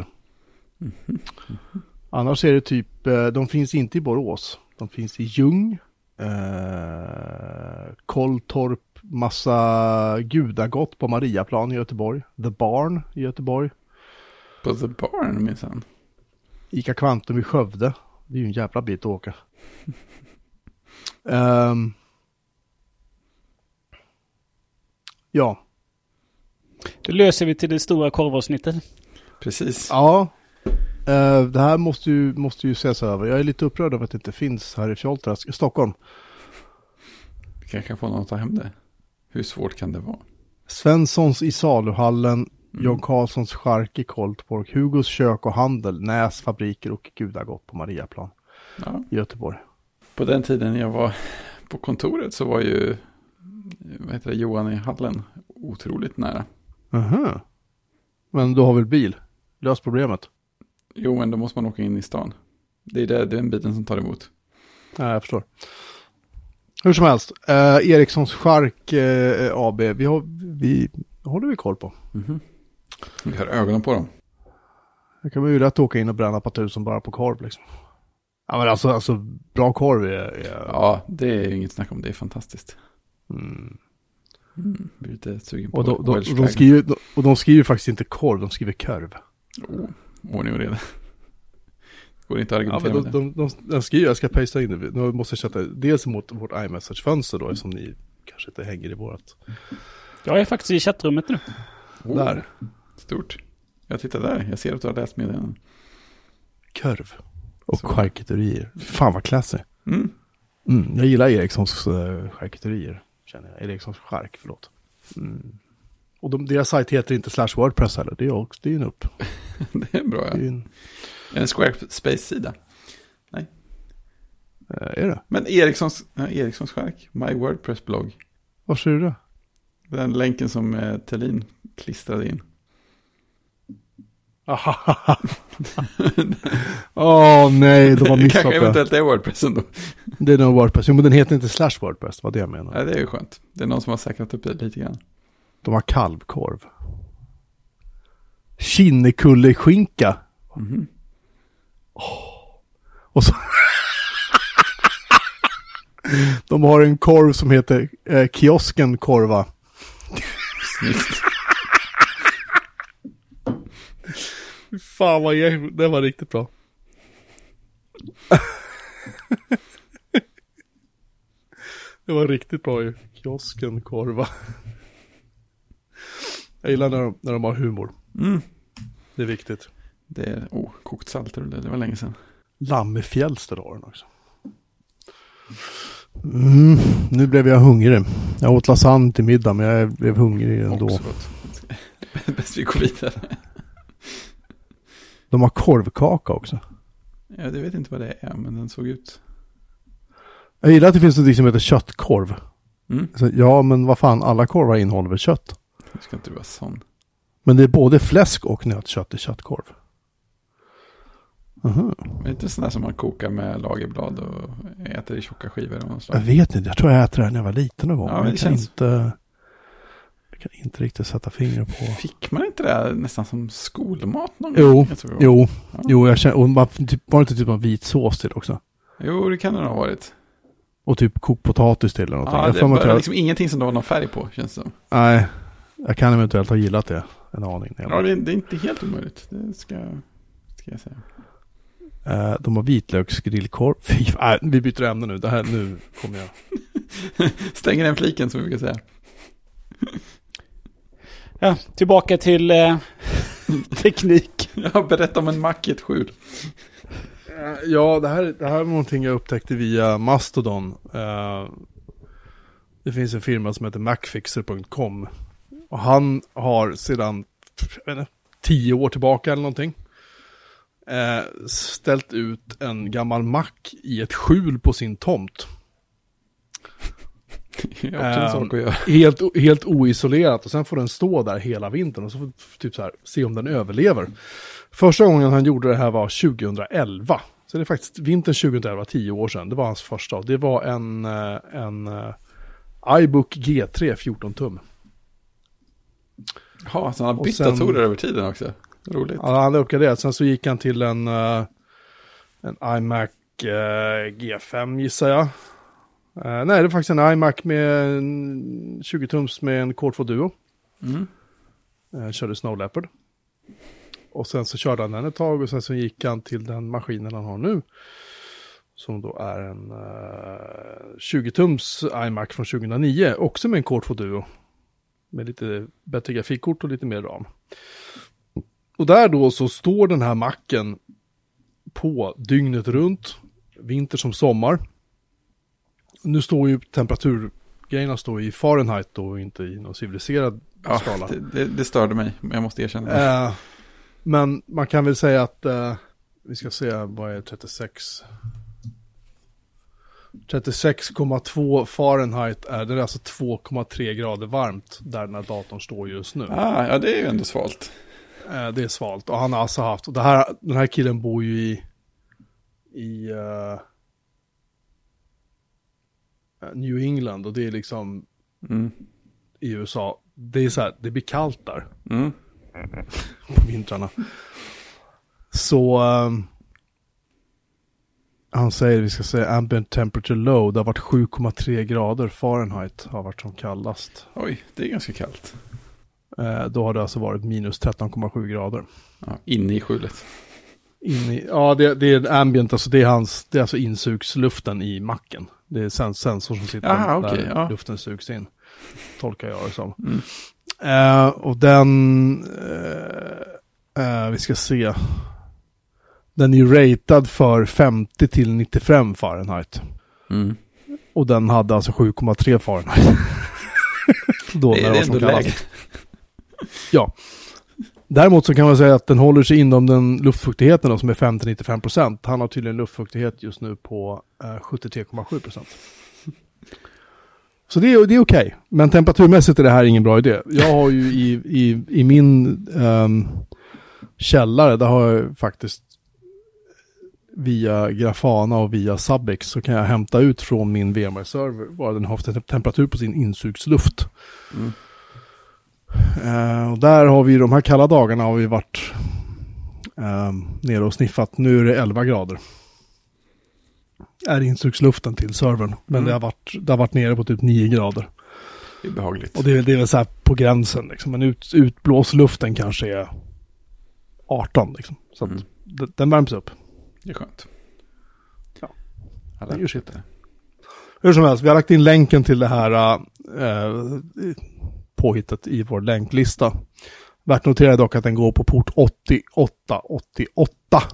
Annars är det typ, de finns inte i Borås. De finns i Ljung, Kolltorp, massa Gudagott på Mariaplan i Göteborg. The Barn i Göteborg. På The Barn minsann. ICA Kvantum i Skövde. Det är ju en jävla bit att åka. Ja. Det löser vi till det stora korvavsnittet. Precis. Ja. Det här måste ju ses över. Jag är lite upprörd över att det inte finns här i Fjolträsk, i Stockholm. Vi kanske kan få någon att ta hem det. Hur svårt kan det vara? Svenssons i Saluhallen, John Karlssons Chark i Kolltorp, Hugos kök och handel, Näs fabriker och Gudagott på Mariaplan i Göteborg. På den tiden jag var på kontoret så var ju Johan i hallen otroligt nära. Aha. Men du har väl bil? Lös problemet. Jo, men då måste man åka in i stan. Det är den biten som tar emot. Ja, jag förstår. Hur som helst, Ericssons Chark AB, vi håller vi koll på. Vi har ögonen på dem. Det kan man ju lätt åka in och bränna på 1000 bara på korv liksom. Ja, men alltså bra korv är... Ja, det är inget snack om, det är fantastiskt. Blir lite sugen på de skriver faktiskt inte korv, de skriver körv. Ordning och reda. Går inte att argumentera med det. De skriver, jag ska pasta in det. Nu måste jag sätta dels mot vårt iMessage-fönster då, eftersom ni kanske inte hänger i vårat. Jag är faktiskt i chattrummet nu. Där. Stort. Jag tittar där. Jag ser att du har läst med den. Korv. Och charkuterier. Fan vad classy. Jag gillar Ericssons charkuterier. Känner jag. Ericssons chark, förlåt. Och deras sajt heter inte /WordPress heller. Det är en upp. Det är bra, ja. Det är en Squarespace-sida. Nej. Är det? Men Ericssons chark. My WordPress-blogg. Var ser du det? Den länken som Thelin klistrade in. Nej, de har missat det. Kanske eventuellt är WordPress ändå. Det är nog WordPress. Jo, men den heter inte /WordPress, vad det jag menar. Nej, det är ju skönt. Det är någon som har säkrat upp det lite grann. De har kalvkorv. Kinnekulleskinka. Och så... De har en korv som heter kiosken korva. Snyggt. Fan vad det var riktigt bra. Det var riktigt bra i kiosken, korva. Jag gillar när de har humor. Det är viktigt. Det är kokt saltrulle, det var länge sedan. Lammefjälls har den också. Nu blev jag hungrig. Jag åt lasagne till middag, men jag blev hungrig ändå. Bäst vi går vidare. De har korvkaka också. Ja, det vet inte vad det är, men den såg ut. Jag gillar att det finns något som heter köttkorv. Så, ja, men vad fan, alla korvar innehåller väl kött? Det ska inte vara sån. Men det är både fläsk och nötkött i köttkorv. Det är inte sådär som man kokar med lagerblad och äter i tjocka skivor. Jag vet inte, jag tror jag äter det när jag var liten någon gång. Ja, jag kan inte riktigt sätta fingret på. Fick man inte det nästan som skolmat någon gång? Jo, jag känner, och var det inte typ av vit sås till också? Jo, det kan det nog ha varit. Och typ kokt potatis till eller någonting. Ja, det var liksom ingenting som det var någon färg på, känns det som. Nej, jag kan eventuellt ha gillat det en aning. Ja, det är inte helt omöjligt. Det ska jag säga. De har vitlöksgrillkorv. Vi byter ämne nu. Nu kommer jag. Stänger den fliken, som vi kan säga. Ja, tillbaka till teknik. Ja, berätta om en mack i ett skjul. Ja, det här är någonting jag upptäckte via Mastodon. Det finns en firma som heter macfixer.com. Och han har sedan 10 år tillbaka eller någonting ställt ut en gammal mack i ett skjul på sin tomt. Helt oisolerat, och sen får den stå där hela vintern och så får typ så här se om den överlever. Första gången han gjorde det här var 2011. Så det är faktiskt vintern 2011, 10 år sedan. Det var hans första. Det var en iBook G3 14 tum. Ja, så han har bytt datorer över tiden också. Roligt. Ja, han uppgraderat. Sen så gick han till en iMac G5 gissar jag. Nej, det är faktiskt en iMac med 20 tums med en Core 2 Duo. Körde Snow Leopard. Och sen så körde han den ett tag och sen så gick han till den maskinen han har nu. Som då är en 20 tums iMac från 2009. Också med en Core 2 Duo. Med lite bättre grafikkort och lite mer ram. Och där då så står den här macken på dygnet runt. Vinter som sommar. Nu står ju temperaturgrejerna står i Fahrenheit då och inte i någon civiliserad skala. Det störde mig, men jag måste erkänna det. Men man kan väl säga att vi ska se, vad är 36,2 Fahrenheit är det, alltså 2,3 grader varmt där den här datorn står just nu. Ja, det är ju ändå svalt. Det är svalt, och han har alltså haft, och den här killen bor ju i New England, och det är liksom i USA. Det är så här, det blir kallt där på vintrarna. Så han säger, vi ska säga ambient temperature low, det har varit 7,3 grader Fahrenheit har varit som kallast. Oj, det är ganska kallt. Då har det alltså varit minus 13,7 grader. Ja, inne i skjulet. Ja, det är ambient, alltså det är alltså insugsluften i macken. Det är sensor som sitter där luften sugs in. Tolkar jag det som. Och den vi ska se. Den är ratad för 50 till 95 Fahrenheit. Och den hade alltså 7,3 Fahrenheit. Då det är ändå läge. Ja. Däremot så kan man säga att den håller sig inom den luftfuktigheten då, som är 50-95%. Han har tydligen luftfuktighet just nu på 73,7%. Så det är okej. Men temperaturmässigt är det här ingen bra idé. Jag har ju i min källare, där har jag faktiskt via Grafana och via Zabbix så kan jag hämta ut från min VMware-server vad den har för temperatur på sin insugsluft. Och där har vi de här kalla dagarna har vi varit nere och sniffat. Nu är det 11 grader. Är insugsluften till servern. Men det har varit nere på typ 9 grader. Det är behagligt. Och det är väl så här på gränsen liksom. Men utblåsluften kanske är 18 liksom. Så att den värms upp. Det är skönt. Ja. Alla ursäkter. Hur som helst, vi har lagt in länken till det här påhittet i vår länklista. Värt notera dock att den går på port 8888.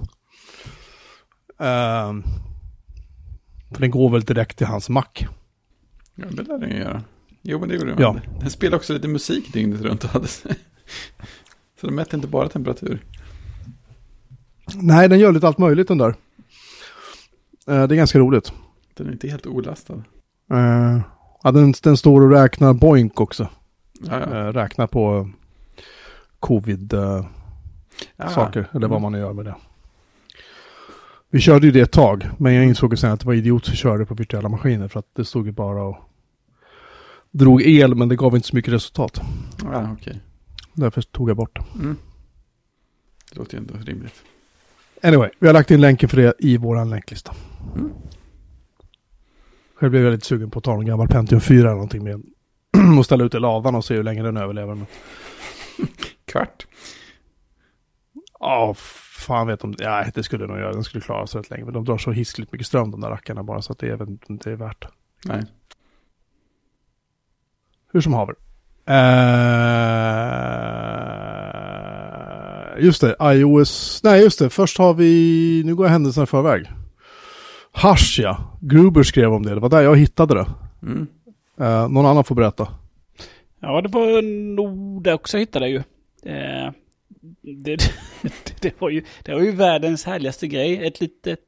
För den går väl direkt till hans Mac. Ja, det lär den göra. Jo, men det gjorde den. Ja. Den spelar också lite musik dygnet runt. Så den mäter inte bara temperatur. Nej, den gör lite allt möjligt den där. Det är ganska roligt. Den är inte helt olastad. Ja, den står och räknar Boink också. Ja. Räknar på covid-saker. Eller vad man nu gör med det. Vi körde ju det ett tag. Men jag insåg sen att det var idiot som körde på virtuella maskiner. För att det stod ju bara och drog el. Men det gav inte så mycket resultat. Ja, okej. Därför tog jag bort det. Det låter ju ändå rimligt. Anyway, vi har lagt in länken för det i våran länklista. Själv blev jag lite sugen på att ta en gammal Pentium 4 eller någonting med och ställa ut i ladan och se hur länge den överlever. Men... Kvart. Ja, fan vet om ja, det skulle nog göra. Den skulle klara sig rätt länge. Men de drar så hiskligt mycket ström de där rackarna bara så att det är inte värt det. Nej. Hur som haver. Just det, iOS. Nej, just det. Först har vi, nu går jag händelserna i förväg. Hash, ja. Gruber skrev om det. Det var där jag hittade det. Någon annan får berätta. Ja, det var nog det också jag hittade ju. Det var ju världens härligaste grej. Ett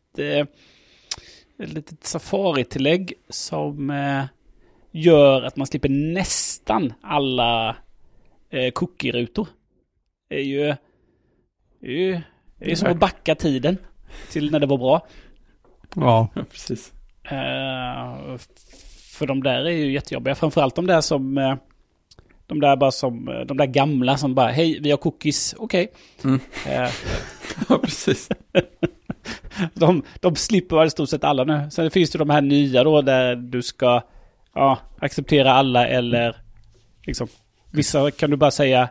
litet Safari-tillägg som gör att man slipper nästan alla cookie-rutor. Det är ju som att backa tiden till när det var bra. Ja, precis. För de där är ju jättejobbiga. Framförallt de där gamla som bara, hej, vi har cookies, okej. Ja, precis. De slipper i stort sett alla nu. Sen finns det de här nya då där du ska acceptera alla eller liksom, vissa kan du bara säga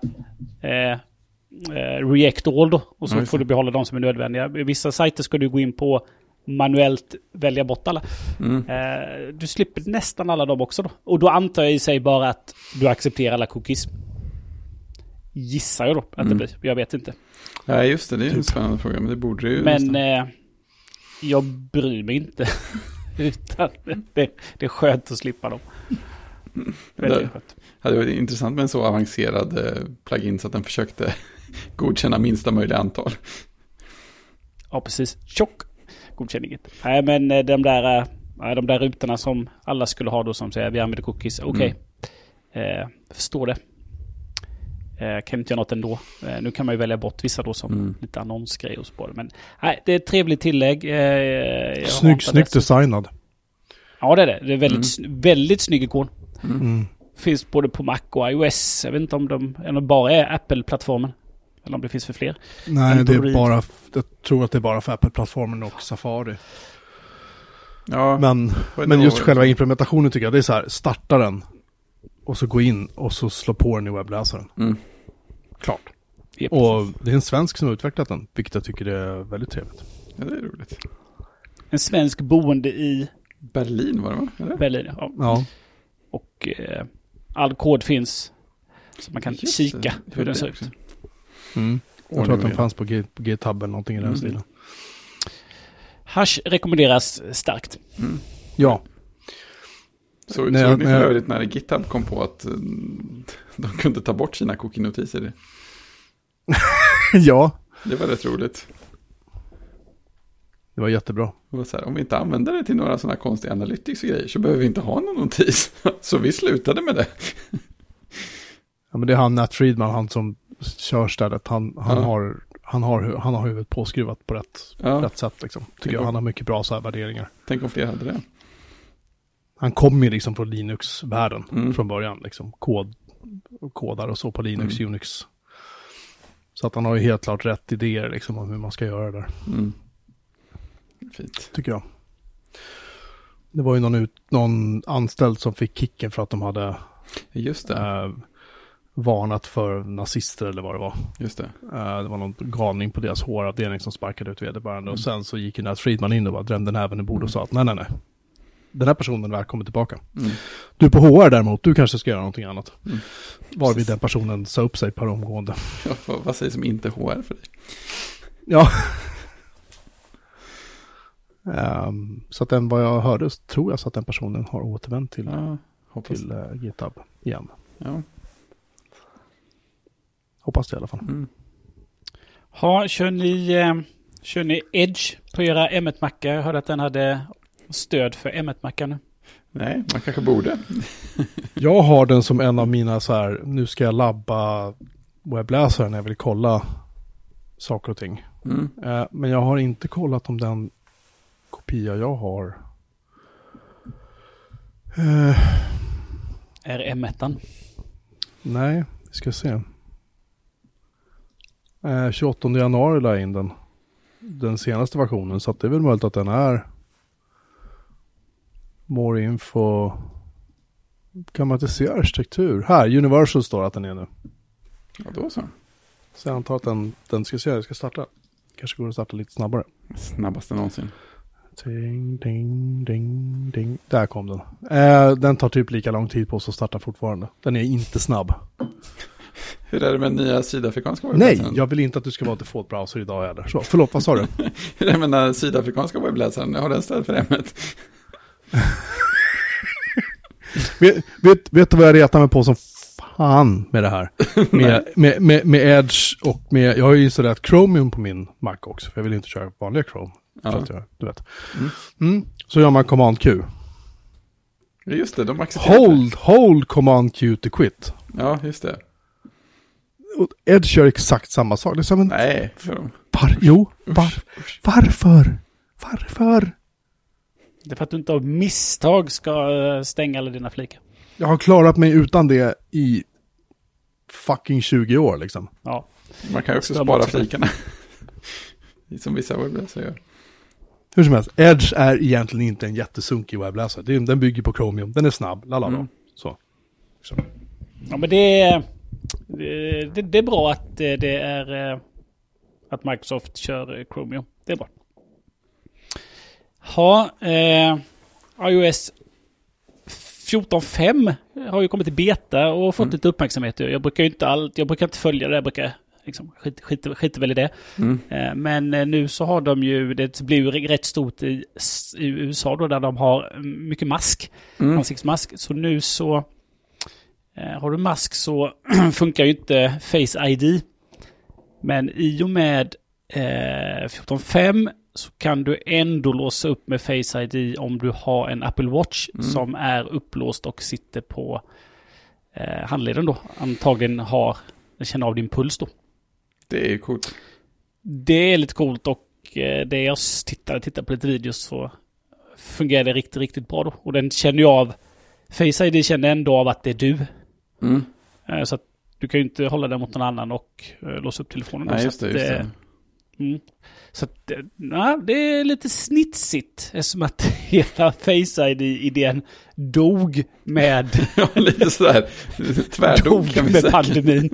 reject all då och så får du behålla de som är nödvändiga. I vissa sajter ska du gå in på manuellt välja bort alla. Du slipper nästan alla dem också då. Och då antar jag i sig bara att du accepterar alla cookies. Gissar jag då att det blir. Jag vet inte. Ja, just det. Det är en spännande fråga. Men det borde ju... Men jag bryr mig inte. Utan det är skönt att slippa dem. Väldigt skönt. Det hade varit intressant med en så avancerad plugin så att den försökte godkänna minsta möjliga antal. Ja, precis. Tjock. Godkänn inget. Nej, men de där rutorna som alla skulle ha då som säger vi använder cookies. Okej. Förstår det. Kan inte göra något ändå. Nu kan man ju välja bort vissa då som lite annonsgrejer och så på det. Men nej, det är ett trevligt tillägg. Snyggt designad. Ja, det är det. Det är väldigt snygg ikon. Finns både på Mac och iOS. Jag vet inte om de bara är Apple-plattformen. Eller om det finns för fler. Nej, det är bara, jag tror att det är bara för Apple-plattformen och Safari. Ja, men just själva implementationen tycker jag, det är så här, starta den och så gå in och så slå på den i webbläsaren. Klart. Yep. Och det är en svensk som har utvecklat den, vilket jag tycker är väldigt trevligt. Ja, det är roligt. En svensk boende i Berlin var det va? Eller? Berlin, ja. Och all kod finns så man kan kika hur den ser ut. Jag tror att den fanns på GitHub eller någonting i den stilen. Hash rekommenderas starkt. Ja. Så ni för övrigt när GitHub kom på att de kunde ta bort sina cookie-notiser? Ja. Det var rätt roligt. Det var jättebra. Det var så här, om vi inte använder det till några sådana konstiga analytics och grejer så behöver vi inte ha någon notis. Så vi slutade med det. Ja, men det är han Nat Friedman, han som kör stället. Han har huvudet påskruvat på rätt sätt liksom. Tycker jag. Han har mycket bra så här värderingar. Tänk om fler hade det. Han kom ju liksom från Linux-världen från början liksom. Kodar och så på Linux, Unix. Så att han har ju helt klart rätt idéer liksom om hur man ska göra det där. Fint. Tycker jag. Det var ju någon anställd som fick kicken för att de hade just det. Varnat för nazister eller vad det var. Just det. Det var någon galning på deras håravdelning som sparkade ut vederbörande. Och sen så gick ju Nat Friedman in och bara drämde näven i bordet och sa att nej. den här personen väl kommer tillbaka. Du på HR däremot, du kanske ska göra någonting annat. Varvid den personen sa upp sig per omgående. Ja, vad säger som inte HR för dig? Ja. Så att vad jag hörde så tror jag så att den personen har återvänt till GitHub igen. Ja. Hoppas det i alla fall. Kör ni Edge på era M1-mackar? Jag hörde att den hade stöd för M1-mackar nu. Nej, man kanske borde. Jag har den som en av mina så här, nu ska jag labba webbläsaren när jag vill kolla saker och ting. Men jag har inte kollat om den kopia jag har Är M1-an? Nej, vi ska se. 28 januari la jag in den senaste versionen, så att det är väl möjligt att den är more info. Kan man inte se arkitektur? Här, Universal står att den är nu. Ja, då så. Så jag antar att den ska starta. Kanske går att starta lite snabbare. Snabbaste någonsin. Ding, ding, ding, ding. Där kom den. Den tar typ lika lång tid på sig att starta fortfarande. Den är inte snabb. Hur är det med nya sydafrikanska webbläsaren? Nej, jag vill inte att du ska vara default-browser idag heller. Så, förlåt, vad sa du? Hur är det med den sydafrikanska webbläsaren? Har den stöd för M1? vet du vad jag retar mig på som fan med det här? med Edge och med... Jag har ju installerat Chromium på min Mac också. För jag vill inte köra vanliga Chrome. För att du vet. Så gör man Command Q. Just det, de accepterar Hold Command Q to quit. Ja, just det. Och Edge kör exakt samma sak. Det är som en... Nej, för dem. Varför? Det är för att du inte av misstag ska stänga alla dina flikar. Jag har klarat mig utan det i fucking 20 år liksom. Ja. Man kan ju också spara flikarna. Som vissa webbläsare gör. Hur som helst, Edge är egentligen inte en jättesunkig webbläsare. Den bygger på Chromium. Den är snabb. Så. Ja, men det är bra att det är att Microsoft kör Chromium. Det är bra. iOS 14.5 har ju kommit till beta och fått lite uppmärksamhet. Jag brukar inte följa det. Jag brukar liksom skiter väl i det. Men nu så har de ju, det blir ju rätt stort i USA då, där de har mycket ansiktsmask. Så nu så har du mask så funkar ju inte Face ID. Men i och med 14.5 så kan du ändå låsa upp med Face ID om du har en Apple Watch som är upplåst och sitter på handleden då. Antagligen känner av din puls då. Det är coolt. Det är lite coolt, och det jag tittar på lite videos så fungerar det riktigt, riktigt bra då. Och den känner ju av, Face ID känner ändå av att det är du. Så att du kan ju inte hålla den mot någon annan och låsa upp telefonen. Nej, just det. Så att, det är lite snitsigt, eftersom att hela Face ID-idén dog med ja, lite sådär tvärdog kan vi säga. Med pandemin.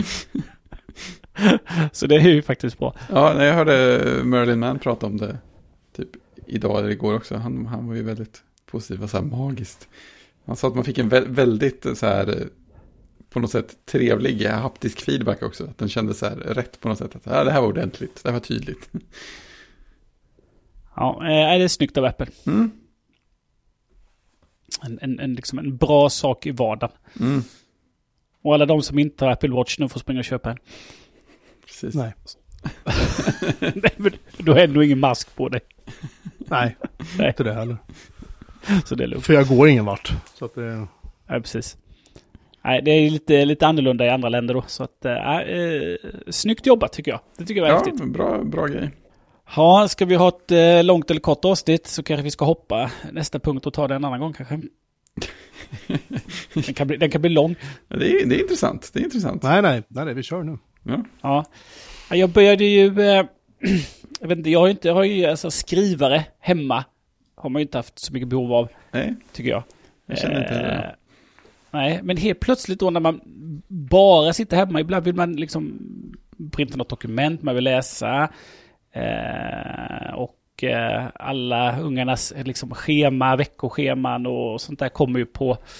Så det är ju faktiskt bra. Ja, när jag hörde Merlin Mann prata om det typ idag eller igår också, han var ju väldigt positiv och så här magiskt. Han sa att man fick en väldigt så här på något sätt trevlig haptisk feedback också. Att den kändes så här rätt på något sätt. Att det här var ordentligt, det här var tydligt. Ja, är det snyggt av Apple. Liksom en bra sak i vardagen. Och alla de som inte har Apple Watch nu får springa och köpa en. Precis. Nej. Du har ändå ingen mask på dig. Nej, inte det heller. Så det är lugnt. För jag går ingen vart. Så att det... Ja, precis. Nej, det är lite annorlunda i andra länder då. Så att, snyggt jobbat tycker jag. Det tycker jag är häftigt. Bra grej. Ja, ska vi ha ett långt eller kort avsnitt så kanske vi ska hoppa nästa punkt och ta det en annan gång kanske. Den kan bli lång. Ja, det är intressant. Det är intressant. Nej, vi kör nu. Ja. Jag började ju... jag vet inte, jag har ju alltså, skrivare hemma. Har man ju inte haft så mycket behov av. Nej. Tycker jag. Jag känner inte det. Nej, men helt plötsligt då när man bara sitter hemma, ibland vill man liksom printa något dokument man vill läsa. Och och alla ungarnas liksom veckoscheman och sånt där kommer ju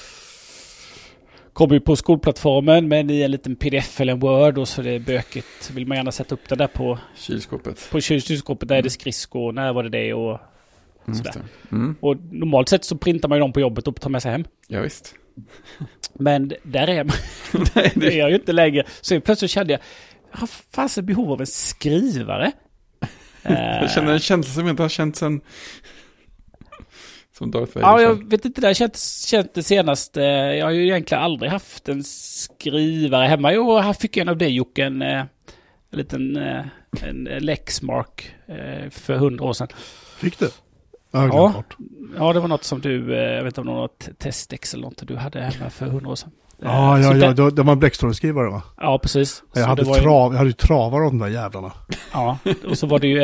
på skolplattformen, men i en liten pdf eller en word, och så det är bökigt. Vill man gärna sätta upp det där på kylskåpet. På kylskåpet, där är det skridskor, när var det och sådär. Mm. Och normalt sett så printar man ju dem på jobbet och tar med sig hem. Ja, visst. Men där är man. Nej, det är jag ju inte längre. Så plötsligt kände jag har fast ett behov av en skrivare. Jag känner en känsla som jag inte har känt sen som Darth Vader. Ja, jag vet inte, det har känt det senast. Jag har ju egentligen aldrig haft en skrivare hemma. Jag fick en av dig, Jocke, en liten en Lexmark för 100 år sedan. Fick du? Ja, det var något som du, jag vet inte om något Testex eller något du hade hemma för 100 år sedan. Ja, det var en bläckstråleskrivare, va? Ja, precis. Jag hade ju travar av de där jävlarna. Ja, och så var det ju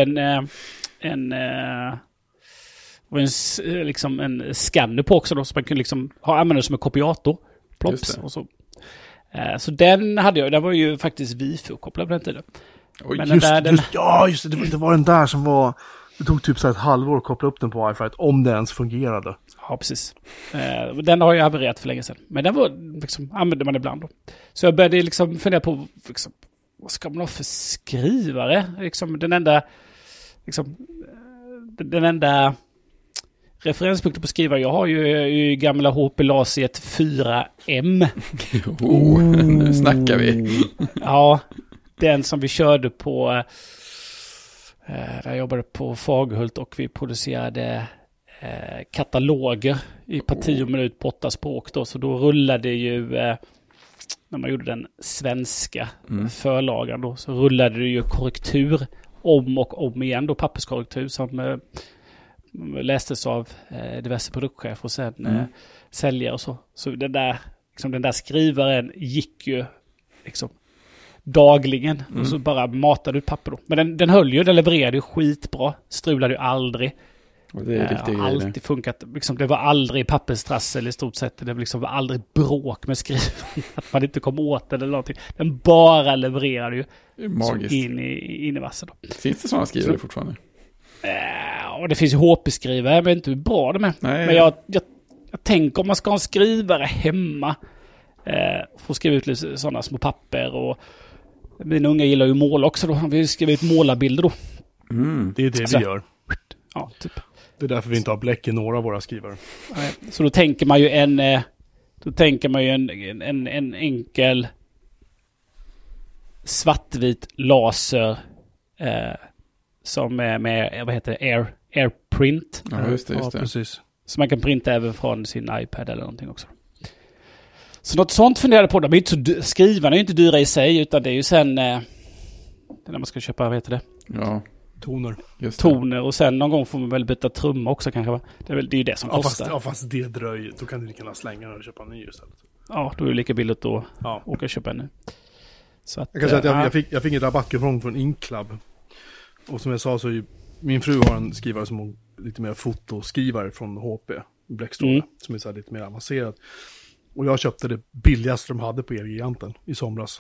liksom en scanner på också då, så man kunde liksom använda det som en kopiator. Plops. Och så den hade jag, den var ju faktiskt wifi-kopplad på den tiden. Oj, men just det, det var den där som var, det tog typ så ett halvår att koppla upp den på wifi om det ens fungerade. Ja, precis. Den har jag havererat för länge sedan. Men den var liksom, använde man ibland då. Så jag började liksom fundera på liksom, vad ska man ha för skrivare? Liksom, den enda referenspunkten på skrivare jag har ju gamla HP Laziet 4M. Nu snackar vi. Ja, den som vi körde på där jag jobbade på Fagerhult, och vi producerade kataloger i parti och minut på 8 språk då. Så då rullade ju när man gjorde den svenska förlagan då, så rullade det ju korrektur om och om igen då, papperskorrektur som lästes av diverse produktchefer och sen säljare och så. Så den där skrivaren gick ju liksom dagligen och så bara matade ut papper då. Men den höll ju, den levererade ju skitbra, strulade ju aldrig. Och det är har alltid funkat. Liksom, det var aldrig papperstrassel i stort sett. Det liksom var aldrig bråk med skrivaren. Att man inte kom åt den eller någonting. Den bara levererade ju in i vassen. Då. Finns det sådana skrivare fortfarande? Och det finns ju HP-skrivare. Jag vet inte hur bra de är. Nej, men jag tänker om man ska ha en skrivare hemma. Få skriva ut lite sådana små papper. Och mina unga gillar ju mål också då. Vi skriver ut målarbilder då. Det är det vi gör. Ja, typ. Det är därför vi inte har bläck i några av våra skrivare. Så då tänker man ju en enkel svartvit laser som är med, vad heter det, AirPrint. Ja, just det. Precis. Så man kan printa även från sin iPad eller någonting också. Så något sånt funderade på. De är inte så, skrivarna är ju inte dyra i sig, utan det är ju sen när man ska köpa, vad heter det? Ja. Toner, och sen någon gång får man väl byta trumma också kanske, va? Det är ju det som kostar. Fast det dröjer. Då kan du lika gärna slänga den och köpa en ny istället. Ja, då är det lika billigt att åka och köpa en ny. Så att, jag kan säga att jag fick en rabattkupong från Inklubb. Och som jag sa så är min fru har en skrivare som hon lite mer fotoskrivare från HP, Blackstone, som är så här lite mer avancerad. Och jag köpte det billigaste de hade på Elgiganten i somras.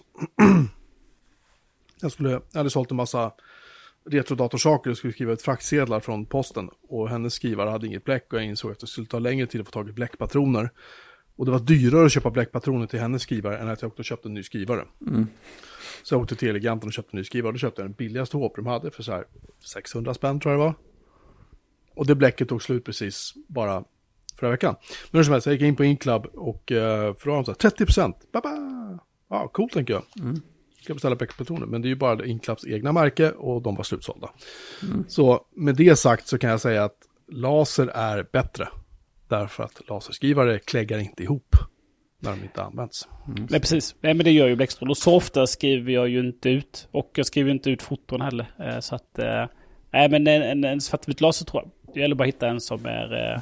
Jag hade sålt en massa retrodatorsaker och skulle skriva ut fraktsedlar från posten. Och hennes skrivare hade inget bläck och jag insåg att det skulle ta längre tid att få tag i bläckpatroner. Och det var dyrare att köpa bläckpatroner till hennes skrivare än att jag åkte och köpte en ny skrivare. Så jag åkte till Eleganten och köpte en ny skrivare. Och då köpte jag den billigaste HP de hade för så här 600 spänn tror jag det var. Och det bläcket tog slut precis bara förra veckan. Men hur som helst, jag gick in på Inklubb och för då har de så här 30%. Baba! Ja, coolt tänker jag. Ska beställa bläckpatroner. Men det är ju bara Inklubbs egna märke och de var slutsålda. Så med det sagt så kan jag säga att laser är bättre. Därför att laserskrivare kläggar inte ihop när de inte används. Nej, precis. Nej, men det gör ju Blackstone. Och så ofta skriver jag ju inte ut. Och jag skriver inte ut foton heller. Så att, nej, men en svartvit laser tror jag. Det gäller bara att hitta en som är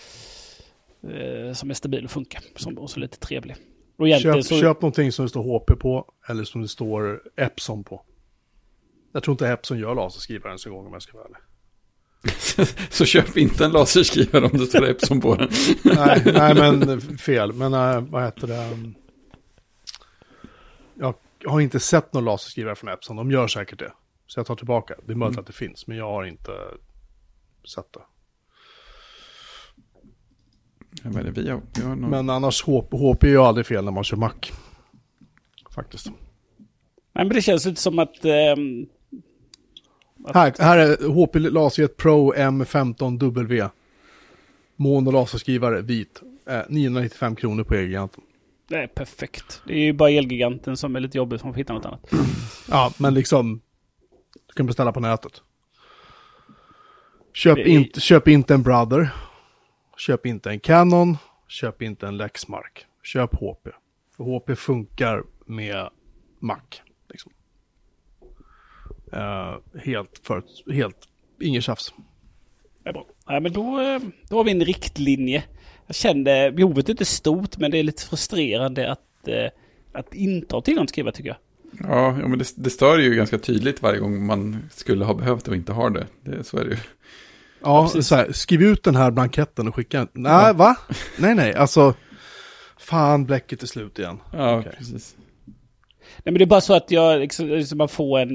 stabil och funkar. Som också är lite trevlig. Och köp någonting som det står HP på. Eller som det står Epson på. Jag tror inte Epson gör laserskrivare ens en gång om jag ska vara ärlig. Så köp inte en laserskrivare om det står Epson på den. nej, men fel. Men vad heter det? Jag har inte sett någon laserskrivare från Epson. De gör säkert det. Så jag tar tillbaka. Det är möjligt att det finns. Men jag har inte sätta. Jag vet inte, vi har någon... Men annars HP är ju aldrig fel när man kör Mac. Faktiskt. Nej, men det känns lite som att... Här är HP Laserjet Pro M15W. Mono laserskrivare, vit. 995 kronor på Elgiganten. Det är perfekt. Det är ju bara Elgiganten som är lite jobbigt, som får hitta något annat. Ja, men liksom... Du kan beställa på nätet. Köp inte en Brother. Köp inte en Canon. Köp inte en Lexmark. Köp HP. För HP funkar med Mac. Liksom. Helt int tjafs. Det är bra. Ja, men då har vi en riktlinje. Jag kände, behovet är inte stort, men det är lite frustrerande att inte ha tillgång till skriva, tycker jag. Ja, men det stör ju ganska tydligt varje gång man skulle ha behövt och inte har det. Så är det ju. Ja, så här, skriv ut den här blanketten och skicka. Nej, va? Nej, alltså fan, bläcket är slut igen. Ja, okay. Precis. Nej, men det är bara så att jag liksom man får en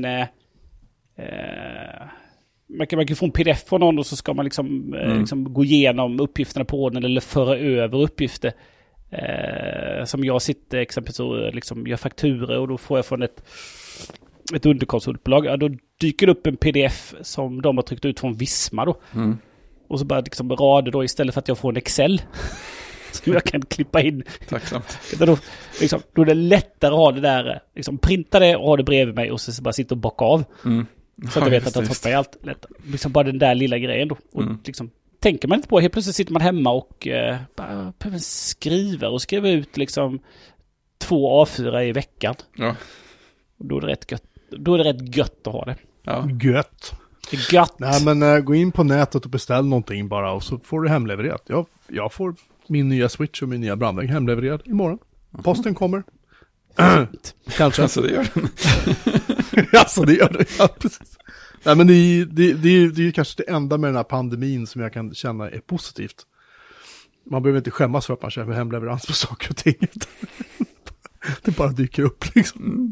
man kan få en pdf från någon och så ska man liksom gå igenom uppgifterna på den eller föra över uppgifter. Som jag sitter exempelvis och liksom gör fakturer och då får jag från ett underkonsultbolag. Ja, då dyker det upp en pdf som de har tryckt ut från Visma då. Och så bara liksom rader då istället för att jag får en Excel som jag kan klippa in. Tacksamt. Då är det lättare att ha det där, liksom printa det och ha det bredvid mig och så bara sitta och bocka av. Så att jag vet att jag tar allt lätt. Liksom bara den där lilla grejen då. Och liksom tänker man inte på, helt plötsligt sitter man hemma och bara skriver ut liksom 2 A4 i veckan. Ja. Och då är det rätt gött. Då är det rätt gött att ha det. Ja. Gött. Det är gött. Nej, men gå in på nätet och beställ någonting bara och så får du hemlevererat. Jag får min nya Switch och min nya brandvägg hemlevererad imorgon. Posten kommer. Kanske. Alltså det gör den. Alltså det gör det, ja, precis. Nej, men det är ju kanske det enda med den här pandemin som jag kan känna är positivt. Man behöver inte skämmas för att man köper hemleverans på saker och ting. Det bara dyker upp liksom.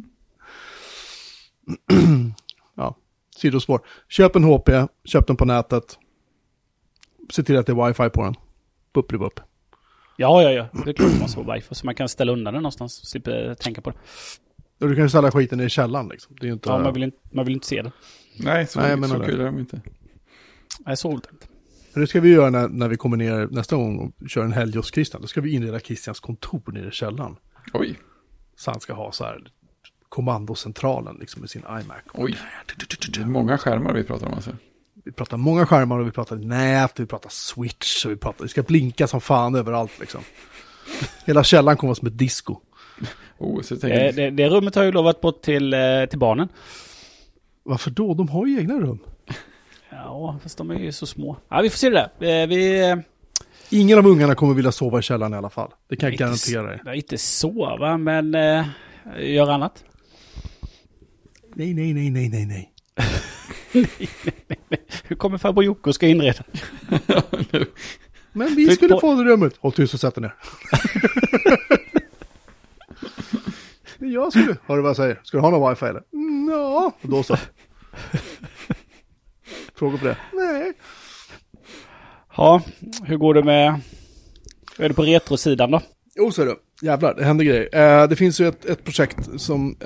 Ja, sidospår. Köp en HP, köp den på nätet. Se till att det är wifi på den. Bupp. Ja. Det är klart man måste ha wifi så man kan ställa undan den någonstans och slippa tänka på det. Och du kan ju ställa skiten i källaren liksom. Det är ju inte... Ja, man vill inte se det. Nej, så kul är de inte. Nej, så inte. Det ska vi göra när vi kommer ner nästa gång och kör en helg hos Christian. Då ska vi inreda Christians kontor nere i källaren. Oj. Så han ska ha så här kommandocentralen liksom med sin iMac. Oj. Det är många skärmar vi pratar om alltså. Vi pratar många skärmar och vi pratar nät, vi pratar switch och vi ska blinka som fan överallt liksom. Hela källaren kommer som ett disco. Så det rummet har ju lovat bort till barnen. Varför då? De har ju egna rum. Ja, fast de är ju så små. Ja, vi får se det där. Ingen av ungarna kommer vilja sova i källaren i alla fall. Det kan jag garantera dig. Nej, inte sova, men gör annat. Nej. Nej. Hur kommer farbror Jocke och ska inreda? Men vi skulle få det rummet. Håll tyst och sätt ner. Jag skulle. Hör du vad jag säger? Ska du ha någon wifi eller? Ja, och då så. Fråga på det? Nej. Ja, hur går det med... Hur är det på retrosidan då? Jo, så är det. Jävlar, det händer grejer. Det finns ju ett projekt som...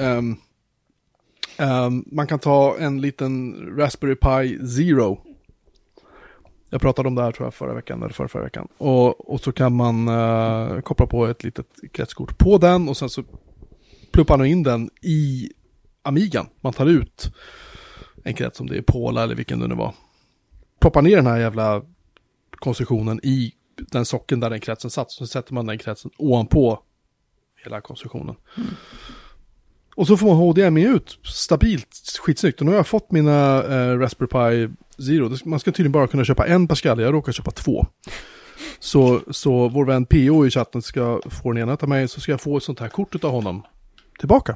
man kan ta en liten Raspberry Pi Zero. Jag pratade om det här tror jag förra veckan eller förra veckan. Och så kan man koppla på ett litet kretskort på den och sen så pluppar man in den i Amigan. Man tar ut en krets, om det är Pola eller vilken det nu var. Proppar ner den här jävla konstruktionen i den socken där den kretsen satt. Så sätter man den kretsen ovanpå hela konstruktionen. Och så får man HDMI ut stabilt, skitsnyggt. Och nu har jag fått mina Raspberry Pi Zero. Man ska tydligen bara kunna köpa en Pascal. Jag råkar köpa 2. Så vår vän PO i chatten ska få den ena av mig. Så ska jag få ett sånt här kort av honom tillbaka.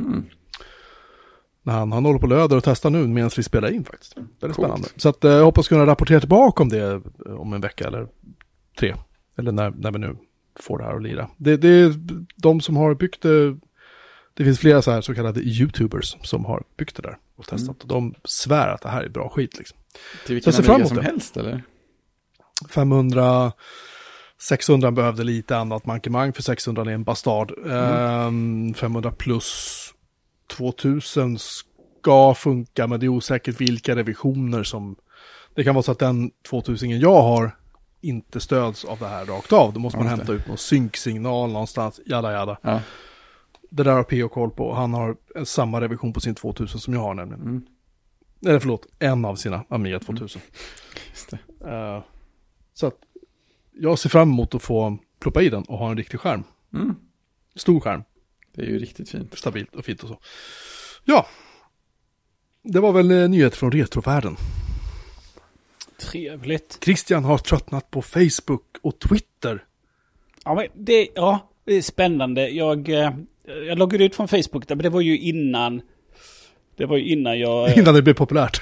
När han håller på löder och testar nu medan vi spelar in faktiskt. Det är spännande. Så att, jag hoppas kunna rapportera tillbaka om det om en vecka eller 3. Eller när vi nu får det här att lira. Det är de som har byggt det. Det finns flera så kallade YouTubers som har byggt det där. och testat. Och de svär att det här är bra skit liksom. Till vilken Amiga som helst eller? 500, 600 behövde lite annat mankemang, för 600 är en bastard. 500 plus 2000 ska funka, men det är osäkert vilka revisioner som... Det kan vara så att den 2000 jag har inte stöds av det här rakt av. Då måste man hämta ut någon synksignal någonstans, jada. Ja. Det där har P.O. koll på. Han har samma revision på sin 2000 som jag har nämligen. Eller förlåt, en av sina Amiga 2000. Just det. Så att jag ser fram emot att få ploppa i den och ha en riktig skärm. Stor skärm. Det är ju riktigt fint. Stabilt och fint och så. Ja. Det var väl nyheter från retrovärlden. Trevligt. Christian har tröttnat på Facebook och Twitter. Ja, men det är spännande. Jag loggade ut från Facebook, men det var ju innan... Det var ju innan jag... Innan det blev populärt.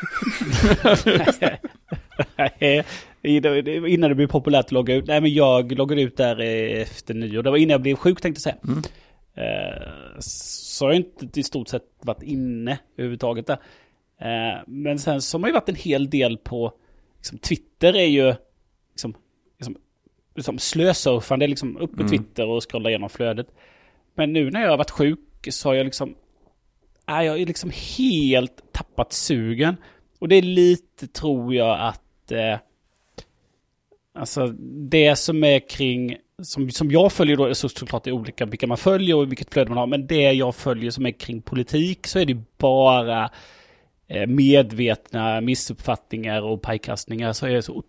Innan det blev populärt att logga ut. Nej, men jag loggade ut där efter nyår. Det var innan jag blev sjuk, tänkte jag säga. Så har jag inte i stort sett varit inne överhuvudtaget där. Men sen så har man ju varit en hel del på... Liksom, Twitter är ju... Liksom slösurfande, liksom upp på Twitter och scrolla igenom flödet. Men nu när jag har varit sjuk så har jag liksom... Jag är liksom helt tappat sugen. Och det är lite, tror jag, att alltså det som är kring som jag följer då är såklart det är olika vilka man följer och vilket flöde man har, men det jag följer som är kring politik så är det bara medvetna missuppfattningar och pajkastningar, så är det så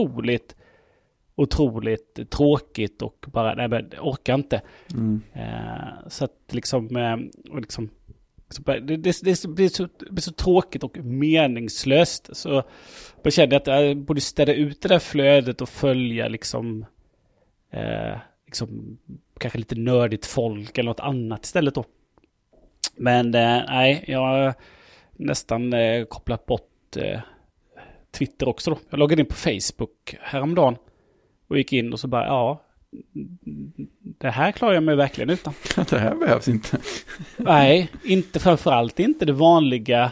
otroligt tråkigt och bara nej, jag orkar inte. Så att liksom det blir så tråkigt och meningslöst. Så jag kände att jag borde städa ut det där flödet och följa liksom kanske lite nördigt folk eller något annat istället då. Men nej, jag har nästan kopplat bort Twitter också då. Jag loggade in på Facebook häromdagen och gick in och så bara, det här klarar jag mig verkligen utan. Det här behövs inte. Nej, inte framförallt inte det vanliga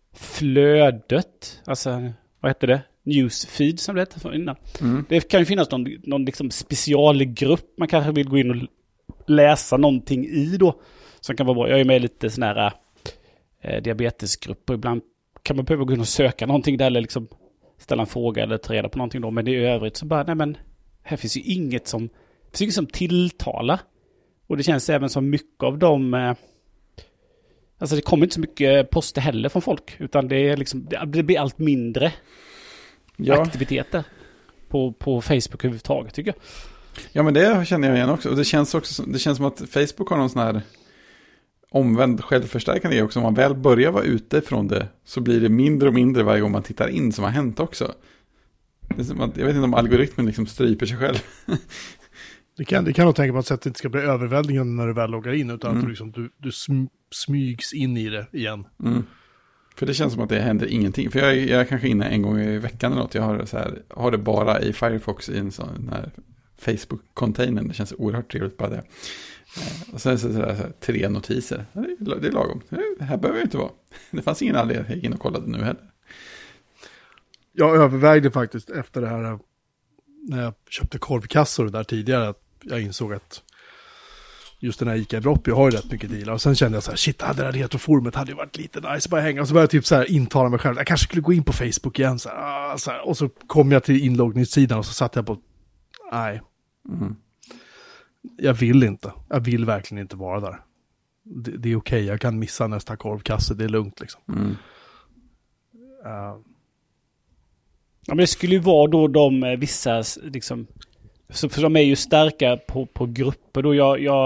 flödet. Alltså, vad heter det? Newsfeed som det hette innan. Det kan ju finnas någon liksom specialgrupp man kanske vill gå in och läsa någonting i då. Som kan vara bra. Jag är med i lite sån här diabetesgrupper. Ibland kan man behöva gå in och söka någonting där eller liksom ställa en fråga eller ta reda på någonting då. Men i övrigt så bara, nej men här finns ju inget som tilltalar. Och det känns även som mycket av dem... Alltså det kommer inte så mycket poster heller från folk. Utan det är liksom, det blir allt mindre aktiviteter på Facebook överhuvudtaget, tycker jag. Ja, men det känner jag igen också. Och det känns som att Facebook har någon sån här omvänd självförstärkande också. Om man väl börjar vara ute från det så blir det mindre och mindre varje gång man tittar in som har hänt också. Det är som att, jag vet inte om algoritmen liksom stryper sig själv. Det kan nog tänka på att det inte ska bli överväldigande när du väl loggar in, utan att du smygs in i det igen. För det känns som att det händer ingenting. För jag är kanske inne en gång i veckan eller något. Jag har det bara i Firefox i en sån här Facebook-containern. Det känns oerhört trevligt bara det. Och sen så 3 notiser. Det är lagom. Det här behöver ju inte vara. Det fanns ingen anledning att jag gick in och kollade nu heller. Jag övervägde faktiskt efter det här när jag köpte korvkassor där tidigare att jag insåg att just den här ICA Bropp, jag har ju rätt mycket dealar. Och sen kände jag så här, shit, det här retroforumet hade ju varit lite nice bara hänga. Och så började jag typ så här intala mig själv, jag kanske skulle gå in på Facebook igen. Så här. Och så kom jag till inloggningssidan och så satt jag på, nej. Jag vill inte. Jag vill verkligen inte vara där. Det är okej, jag kan missa nästa korvkasse, det är lugnt liksom. Ja, men det skulle ju vara då de vissa liksom, för de är ju starka på grupper då.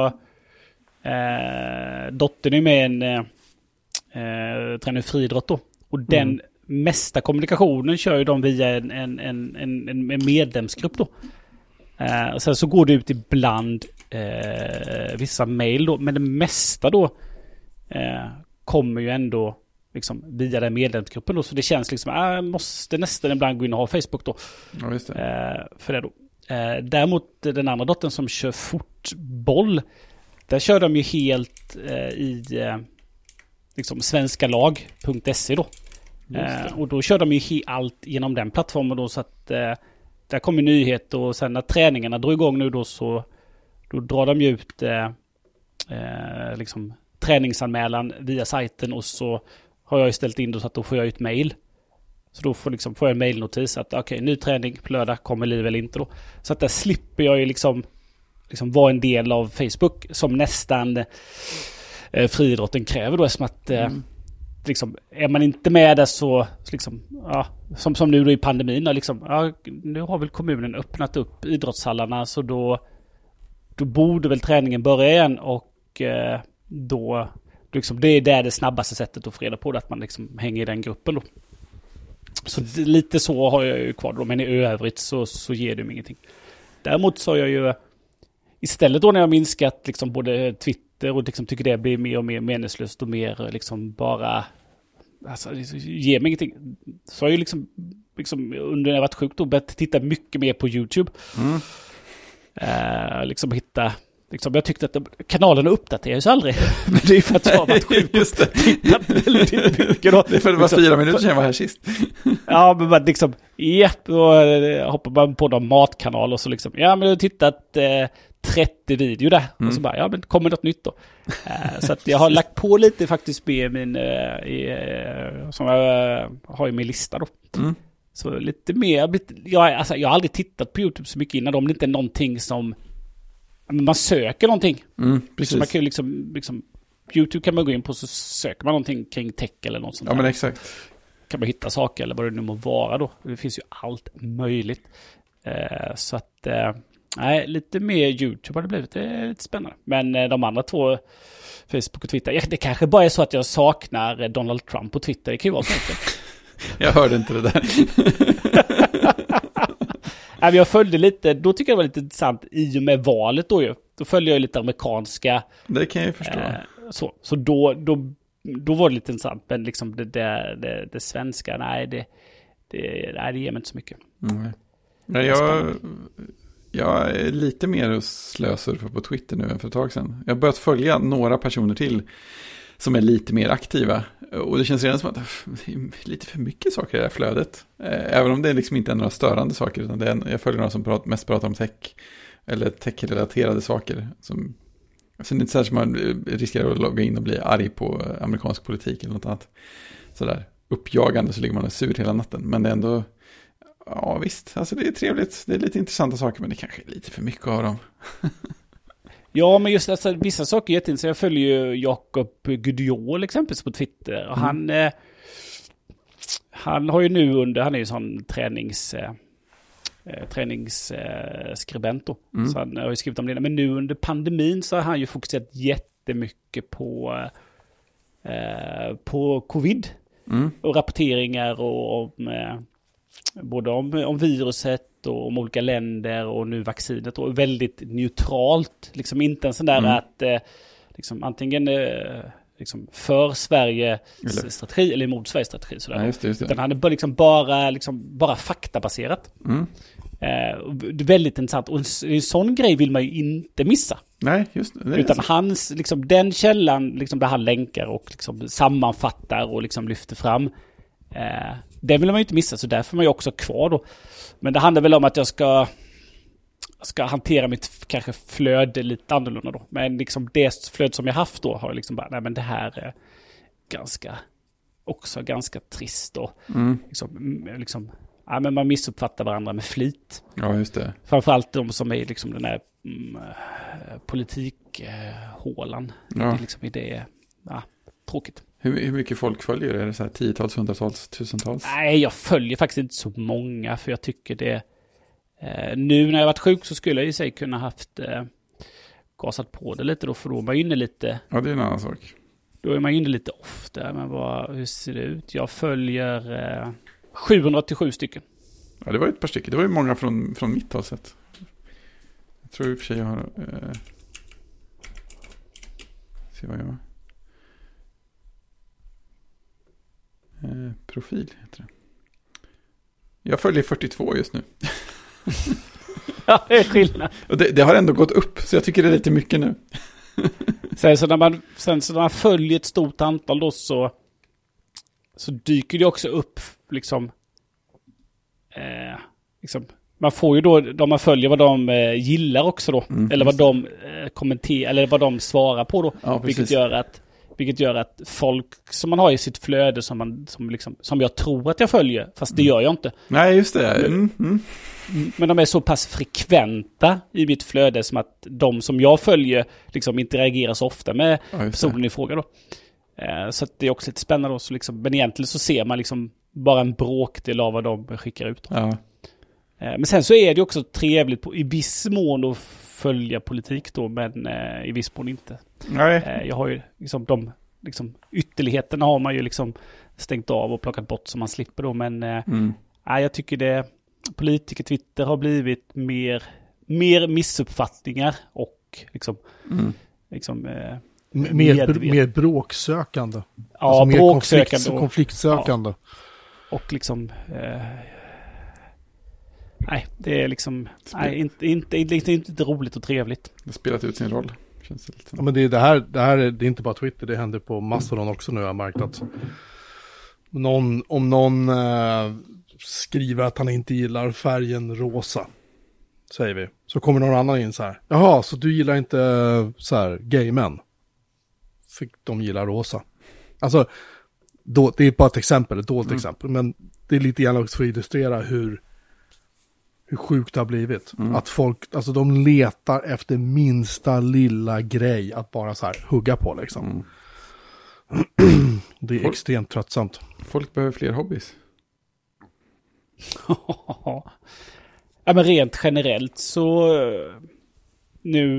Dottern är med en tränar friidrott då. Och den mesta kommunikationen kör ju de via en medlemsgrupp då. Sen så går det ut ibland vissa mejl då. Men det mesta då kommer ju ändå liksom via den medlemsgruppen då. Så det känns liksom, jag måste nästan ibland gå in och ha Facebook då. Ja, just det. För det då. Däremot den andra dottern som kör fotboll, där kör de ju helt liksom svenskalag.se då. Och då kör de ju allt genom den plattformen då, så att där kommer nyheter, och sen när träningarna drar igång nu då, så då drar de ju ut liksom träningsanmälan via sajten, och så har jag ställt in då, så att då får jag ett mail. Så då får jag en mailnotis att okej, ny träning på lördag, kommer liv eller inte då. Så att där slipper jag ju liksom vara en del av Facebook, som nästan friidrotten kräver då, eftersom att liksom, är man inte med där så liksom, ja, som nu då i pandemin då, liksom, ja, nu har väl kommunen öppnat upp idrottshallarna, så då borde väl träningen börja igen, och då liksom, det är där det snabbaste sättet att få reda på det, att man liksom hänger i den gruppen då. Så lite så har jag ju kvar då, men i övrigt så ger det mig ingenting. Däremot så har jag ju istället då, när jag minskat liksom både Twitter och liksom tycker det blir mer och mer meningslöst och mer liksom bara alltså ger mig ingenting, så har jag ju liksom under när jag varit sjuk då börjat titta mycket mer på YouTube. Liksom hitta liksom, jag tyckte att kanalen uppdateras aldrig. Men det är för att jag har varit sjuk. Just det. Tittat väldigt mycket då. Det är för att det var 4 minuter sedan jag var här sist. Ja, men man liksom, då hoppar man på någon matkanal och så liksom, ja men jag har tittat 30 video där. Och så bara, ja men kommer något nytt då. Så att jag har lagt på lite faktiskt med min, som jag har i min lista då. Så lite mer, jag har aldrig tittat på YouTube så mycket innan, om det inte är någonting som man söker någonting. Precis. Så man kan ju liksom YouTube kan man gå in på, så söker man någonting kring tech eller något sånt. Ja, men exakt. Kan man hitta saker eller vad det nu må vara då. Det finns ju allt möjligt. Så att nej, lite mer YouTube har det blivit. Det är lite spännande. Men de andra två, Facebook och Twitter, det kanske bara är så att jag saknar Donald Trump på Twitter. Det kan ju vara så enkelt. Jag hörde inte det där. Jag följde lite, då tycker jag det var lite intressant i och med valet då ju. Då följde jag lite amerikanska. Det kan jag ju förstå. Så då var det lite intressant, men liksom det svenska, nej det ger mig inte så mycket. Jag är lite mer slösurfar på Twitter nu än för ett tag sedan. Jag har börjat följa några personer till som är lite mer aktiva. Och det känns redan som att det är lite för mycket saker i det här flödet. Även om det liksom inte är några störande saker. Utan jag följer några som mest pratar om tech. Eller tech-relaterade saker. Så det är inte så här som man riskerar att logga in och bli arg på amerikansk politik eller något annat. Sådär uppjagande, så ligger man och sur hela natten. Men det är ändå, ja visst, alltså det är trevligt. Det är lite intressanta saker, men det kanske är lite för mycket av dem. Ja, men just alltså, vissa saker är jätteintressanta. Jag följer ju Jakob Gudiol exempelvis på Twitter. Och han har ju nu han är ju sån träningsskribent då. Så han har ju skrivit om det. Men nu under pandemin så har han ju fokuserat jättemycket på covid. Och rapporteringar och både om viruset och om olika länder och nu vaccinet, och väldigt neutralt, liksom inte en sån där att liksom antingen liksom för Sverige strategi eller emot Sveriges strategi sådär. Ja, just det. Utan han är bara faktabaserat. Det är väldigt intressant, och en sån grej vill man ju inte missa. Nej, just det. Utan hans liksom den källan liksom där han länkar och liksom sammanfattar och liksom lyfter fram, det vill man ju inte missa, så därför är man ju också kvar då. Men det handlar väl om att jag ska hantera mitt kanske flöde lite annorlunda då. Men liksom det flöde som jag haft då har liksom bara, nej men det här är ganska trist och liksom ja, men man missuppfattar varandra med flit. Ja, just det. Framförallt de som är liksom den här politikhålan. Ja. Det är liksom tråkigt. Hur mycket folk följer? Är det så här 10-tals, 100-tals, 1000-tals? Nej, jag följer faktiskt inte så många, för jag tycker det nu när jag varit sjuk så skulle jag i sig kunna haft gasat på det lite då, för då är man inne lite. Ja, det är en annan sak. Då är man inne lite ofta, men hur ser det ut? Jag följer 787 stycken. Ja, det var ett par stycken. Det var ju många från mitt håll sett. Jag tror i och för sig jag har se vad jag har. Profil heter det. Jag följer 42 just nu. Ja, det är skillnad. Och det har ändå gått upp, så jag tycker det är lite mycket nu. Sen så när man följer ett stort antal då så dyker det också upp liksom man får ju då de man följer vad de gillar också då, eller vad de kommenterar eller vad de svarar på då, vilket gör att folk som man har i sitt flöde som jag tror att jag följer, fast det gör jag inte. Nej, just det. Men de är så pass frekventa i mitt flöde som att de som jag följer liksom interagerar så ofta med personen i fråga då. Så att det är också lite spännande då, så liksom, men egentligen så ser man liksom bara en bråkdel av vad de skickar ut. Ja. Men sen så är det också trevligt i viss mån att följa politik då, men i viss mån inte. Nej. Jag har ju de ytterligheterna har man ju liksom stängt av och plockat bort så man slipper då, men jag tycker politiker-Twitter har blivit mer missuppfattningar och mer bråksökande. Ja, alltså mer bråksökande konfliktsökande. Och det är inte roligt och trevligt. Det har spelat ut sin roll. Känns det lite. Ja, men det är inte bara Twitter, det händer på Mastodon också nu. Jag har märkt att om någon skriver att han inte gillar färgen rosa, säger vi, så kommer någon annan in så här: jaha, så du gillar inte så här gay män? För de gillar rosa. Alltså, det är bara ett exempel, ett dåligt exempel, men det är lite grann också för att illustrera hur sjukt det har blivit. Att folk, alltså de letar efter minsta lilla grej att bara så här hugga på liksom. Det är extremt tröttsamt. Folk behöver fler hobbies. Ja, men rent generellt så nu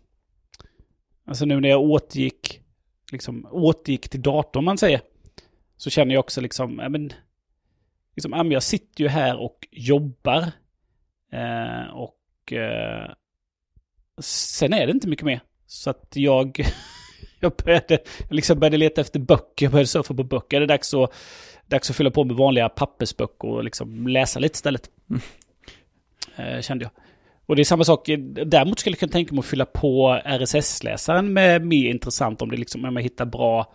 när jag återgick till datorn, man säger, så känner jag också jag sitter ju här och jobbar och sen är det inte mycket mer, så att jag började leta efter böcker, jag började surfa på böcker. Det är dags att fylla på med vanliga pappersböcker och läsa lite istället. Kände jag. Och det är samma sak, däremot skulle jag kunna tänka mig att fylla på RSS-läsaren med mer intressant om man hittar bra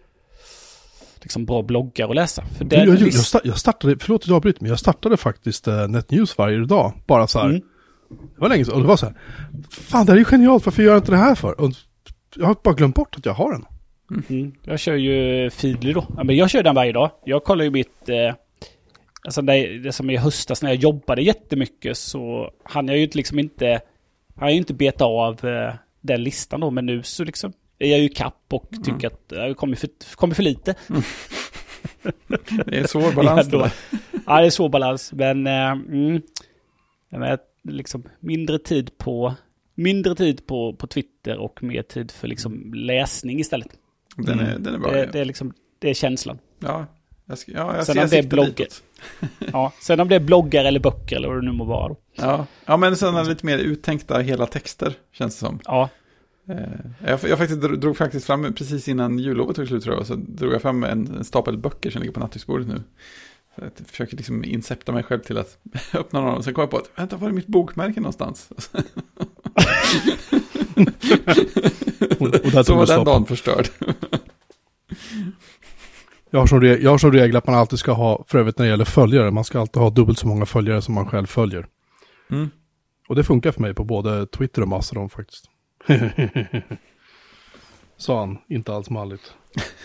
bloggar att läsa. För jag startade, förlåt att jag avbryter, men jag startade faktiskt NetNews varje dag. Bara så här. Det var länge sedan. Och det var så här: fan, det är ju genialt, varför gör jag inte det här för? Och jag har bara glömt bort att jag har den. Jag kör ju Feedly då. Ja, men jag kör den varje dag. Jag kollar ju mitt det som i höstas när jag jobbade jättemycket, så hann jag ju inte beta av den listan då, men nu så är jag ju kapp och tycker att jag kommer för lite. Det är en svår balans då. Ja, det är svår balans, men mindre tid på Twitter och mer tid för läsning istället. Den är bra. Det är känslan. Ja, jag sen om det är bloggar. Ja, sen om det är bloggar eller böcker eller vad det nu må vara då. Ja, men sen är det lite mer uttänkta hela texter, känns det som. Ja. Jag drog faktiskt fram, precis innan jullovet tog slut, tror jag, så drog jag fram en stapel böcker som ligger på nattduksbordet nu. Jag försöker incepta mig själv till att öppna någon, och sen kom jag på att, vänta, var är mitt bokmärke någonstans? och så var den dagen förstörd. Jag har som regel att man alltid ska ha, för övrigt när det gäller följare, man ska alltid ha dubbelt så många följare som man själv följer. Och det funkar för mig på både Twitter och Mastodon faktiskt. Sa han, inte alls malligt.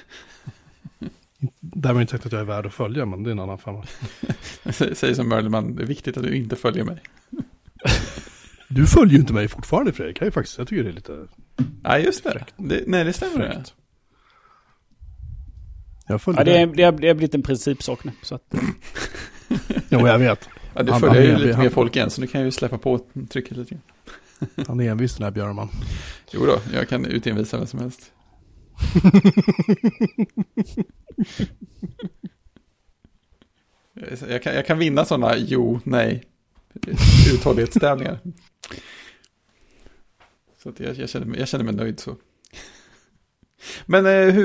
Därmed inte sagt att jag är värd att följa, men det är en annan femma. Säger som Merleman, det är viktigt att du inte följer mig. Du följer ju inte mig fortfarande, Fredrik. Jag tycker det är lite... Nej, just det. Det stämmer. Det. Det har blivit en principsak nu. Så att... Jo, jag vet. Ja, du följer ju lite mer folk än, så nu kan jag ju släppa på trycket lite. Han är envis, den här Björnman. Jo då, jag kan utenvisa vem som helst. Jag kan vinna sådana uthållighetstävlingar. Så att jag känner mig nöjd så. Men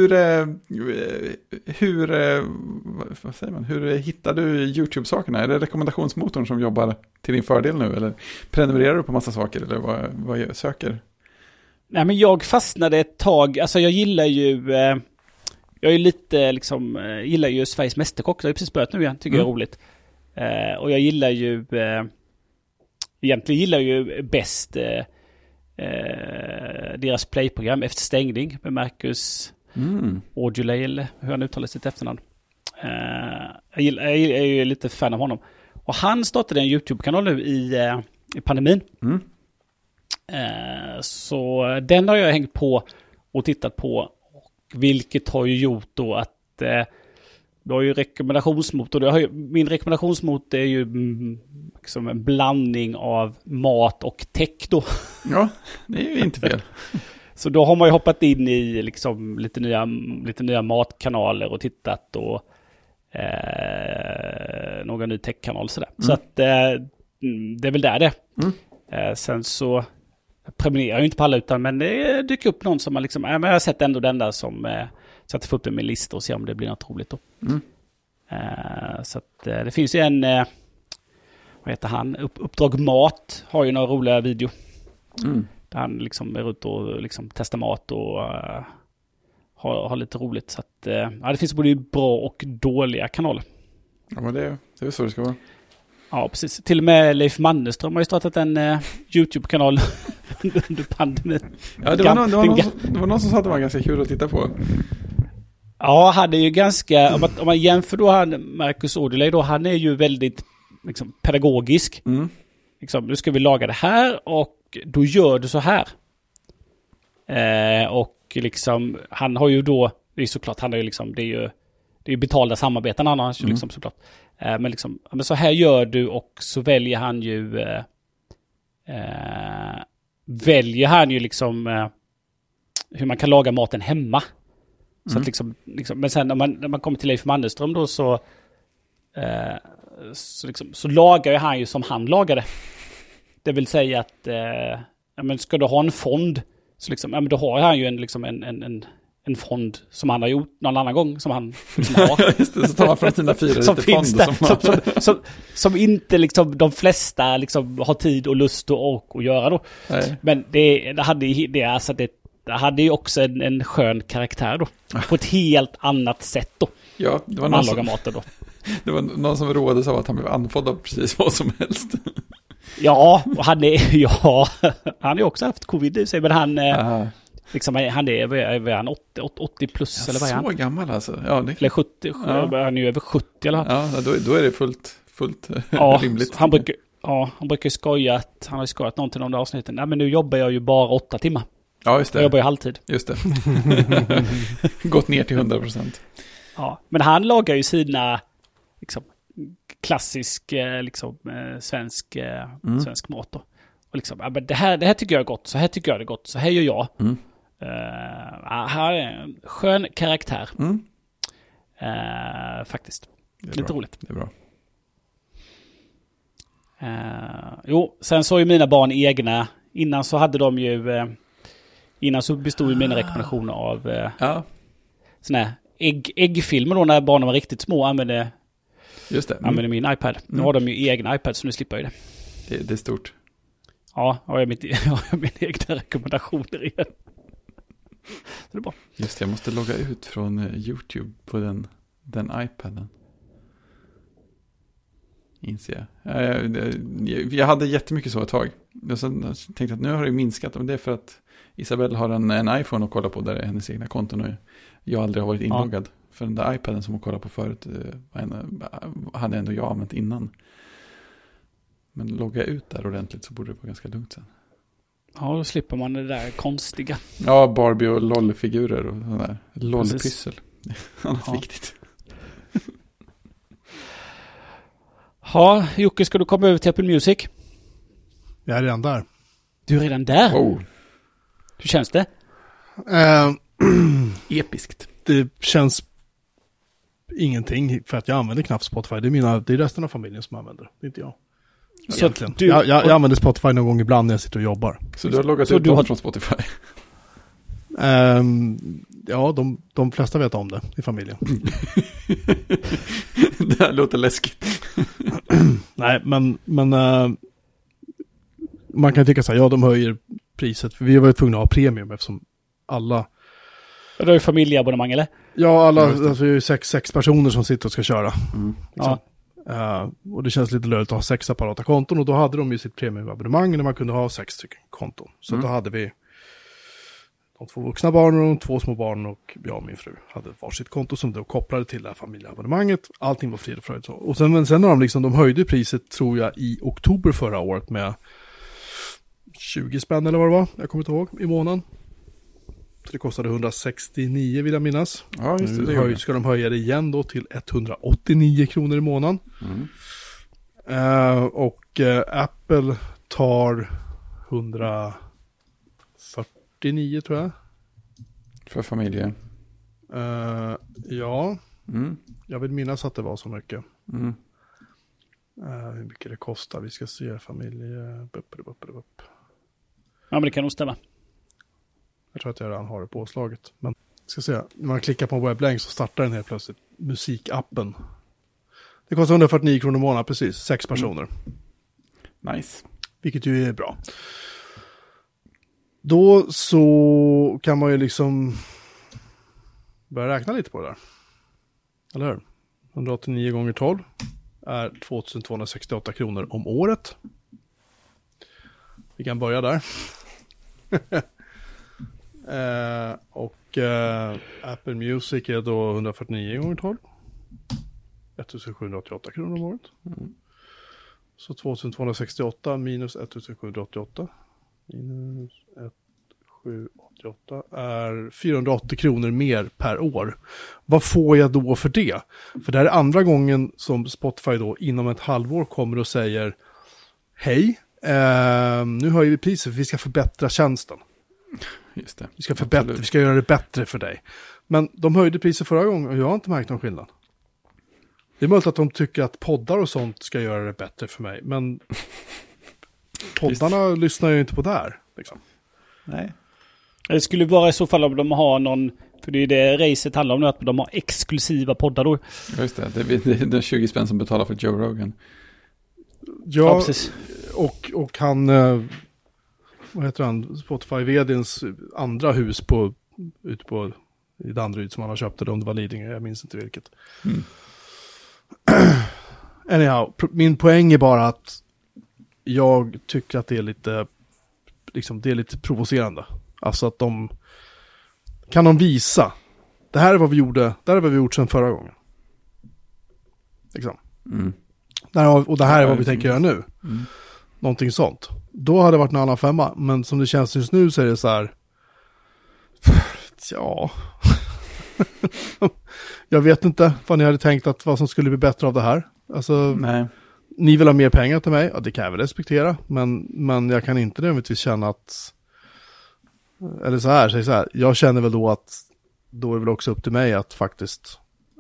vad säger man? Hur hittar du YouTube-sakerna? Är det rekommendationsmotorn som jobbar till din fördel nu? Eller prenumererar du på massa saker? Eller vad söker? Nej, men jag fastnade ett tag. Alltså jag gillar ju... jag är lite liksom... gillar ju Sveriges Mästerkock. Det har ju precis börjat nu igen. Tycker jag är roligt. Och jag gillar ju... egentligen gillar jag ju bäst... deras playprogram Efter stängning med Marcus Aujalay, eller hur han uttalar sitt efternamn. Jag är ju lite fan av honom. Och han startade en YouTube-kanal nu i pandemin. Så den har jag hängt på och tittat på. Vilket har ju gjort då att du har ju rekommendationsmotor. Min rekommendationsmotor är ju liksom en blandning av mat och tech då. Ja, det är ju inte fel. Så då har man ju hoppat in i liksom lite nya matkanaler och tittat och någon ny techkanal sådär. Så att det är väl där det. Sen så prenumererar jag ju inte på alla, utan men det dyker upp någon som man liksom, men jag har sett ändå den där som så att jag får upp i min lista och se om det blir något roligt då. Så att det finns ju en vad heter han? Uppdrag Mat har ju några roliga video. Där han liksom är ute och liksom testar mat och har lite roligt. Så att det finns både bra och dåliga kanaler. Ja, men det är så det ska vara. Ja, precis. Till och med Leif Mannerström har ju startat en YouTube-kanal under pandemin. Ja, det var någon som sa att det var ganska kul att titta på. Ja, han är ju ganska... Om man jämför då Marcus Aujalay då, han är ju väldigt liksom, pedagogisk. Liksom, nu ska vi laga det här och då gör du så här. Och liksom, han har ju då... Det är såklart, han har ju liksom... Det är ju betalda samarbeten annars liksom, såklart. Men liksom, men så här gör du, och så väljer han ju liksom hur man kan laga maten hemma. Så att liksom, men sen när man kommer till Leif Mannerström då så lagar ju han ju som han lagade. Det vill säga att men ska du ha en fond så liksom, men då har han ju en fond som han har gjort någon annan gång som han liksom har. Just det, så tar man från sina 4 lite fonder som inte liksom de flesta liksom har tid och lust att göra då. Nej. Men det hade ju också en skön karaktär då. På ett helt annat sätt då. Ja, det var någon som maten då. Det var någon som roades av att han blev andfådd av precis vad som helst. Ja, och han har ju också haft covid i sig, men han liksom, han är han 80 plus, eller vad är han? Så gammal alltså. Ja, eller 70, han är ju över 70 eller vad? Ja, då är det fullt rimligt. Han brukar ju skoja att han har skojat någonting om det avsnitten. Nej, men nu jobbar jag ju bara 8 timmar. Ja, just det. Jag jobbar ju halvtid. Just det. Gått ner till 100%. Ja, men han lagar ju sina liksom klassisk liksom svensk mat då. Och liksom, men det här tycker jag är gott, så här tycker jag det är gott, så här gör jag. Här är en skön karaktär. Faktiskt. Lite bra. Roligt. Det är bra. Jo, sen så är ju mina barn egna. Innan så hade de ju innan så bestod ju mina rekommendationer av såna här äggfilmer då, när barnen var riktigt små använde min iPad. Nu har de ju egna iPad, så nu slipper jag ju det är stort. Ja, jag har mina egna rekommendationer igen. Så det är bra. Just det, jag måste logga ut från YouTube på den iPaden. Inser jag. Jag hade jättemycket så ett tag. Och sen tänkte jag att nu har det minskat. Och det är för att Isabelle har en iPhone att kolla på där det är hennes egna konton. Och jag aldrig har varit inloggad. För den där iPaden som hon kollade på förut hade ändå jag använt innan. Men logga ut där ordentligt så borde det vara ganska lugnt sen. Ja, då slipper man det där konstiga. Ja, Barbie och LOL-figurer och sådär. LOL-pyssel. Annat viktigt. Ja, Jocke, ska du komma över till Apple Music? Jag är redan där. Du är redan där? Oh. Hur känns det? Episkt. Det känns ingenting, för att jag använder knappt Spotify. Det är resten av familjen som använder, det är inte jag. Så jag använder Spotify någon gång ibland när jag sitter och jobbar. Så du har loggat ut dem från Spotify? Ja, de flesta vet om det i familjen. Det här låter läskigt. Nej, men man kan tycka så här, ja, de höjer priset. För vi var ju tvungna att ha premium eftersom alla... Det är ju familjeabonnemang eller? Ja, alla, alltså det är ju sex personer som sitter och ska köra. Ja. Och det känns lite löjligt att ha 6 separata konton. Och då hade de ju sitt premiumabonnemang när man kunde ha 6 stycken konton. Så då hade vi de 2 vuxna barnen och de 2 små barnen och jag och min fru hade varsitt konto som då kopplade till det här familjeabonnemanget. Allting var frid och fröjd. Och sen när de höjde priset tror jag i oktober förra året med 20 spänn eller vad det var. Jag kommer inte ihåg i månaden. Så det kostade 169 vill jag minnas. Ja, just det. Nu ska de höja det igen då till 189 kronor i månaden. Och Apple tar 149 tror jag. För familjer. Ja, jag vill minnas att det var så mycket. Hur mycket det kostar. Vi ska se Ja, men det kan nog stämma. Jag tror att jag redan har det påslaget. Men ska se, när man klickar på en webblänk så startar den helt plötsligt musikappen. Det kostar 149 kronor i månaden, precis. 6 personer. Nice. Vilket ju är bra. Då så kan man ju liksom börja räkna lite på det där. Eller hur? 189 gånger 12 är 2268 kronor om året. Vi kan börja där. Och Apple Music är då 149 gånger 12. 1788 kronor om året. Så 2268 minus 1788 minus 1788 är 480 kronor mer per år. Vad får jag då för det? För det här är andra gången som Spotify då inom ett halvår kommer och säger hej, nu höjer vi priset för vi ska förbättra tjänsten. Just det. Vi ska göra det bättre för dig. Men de höjde priset förra gången och jag har inte märkt någon skillnad. Det är möjligt att de tycker att poddar och sånt ska göra det bättre för mig. Men poddarna lyssnar ju inte på där. Liksom. Nej. Det skulle vara i så fall om de har någon... För det är det racet handlar om nu, att de har exklusiva poddar då. Just det. Det är 20 spänn som betalar för Joe Rogan. Ja, precis. Och han... vad heter han? Spotify-vdns andra hus ute på i Danderyd som han har köpt, eller om det var Lidingö, jag minns inte vilket. Anyhow, min poäng är bara att jag tycker att det är lite liksom, det är lite provocerande. Alltså att kan de visa det här är vad vi gjorde, det här är vad vi gjort sedan förra gången. Liksom. Och det här är vad vi tänker göra nu. Någonting sånt. Då hade det varit en annan femma. Men som det känns just nu så är det så här. Ja. Jag vet inte vad ni hade tänkt att vad som skulle bli bättre av det här. Alltså, nej. Ni vill ha mer pengar till mig. Ja, det kan jag väl respektera. Men jag kan inte nödvändigtvis känna att... Eller så här. Jag känner väl då att då är det väl också upp till mig att faktiskt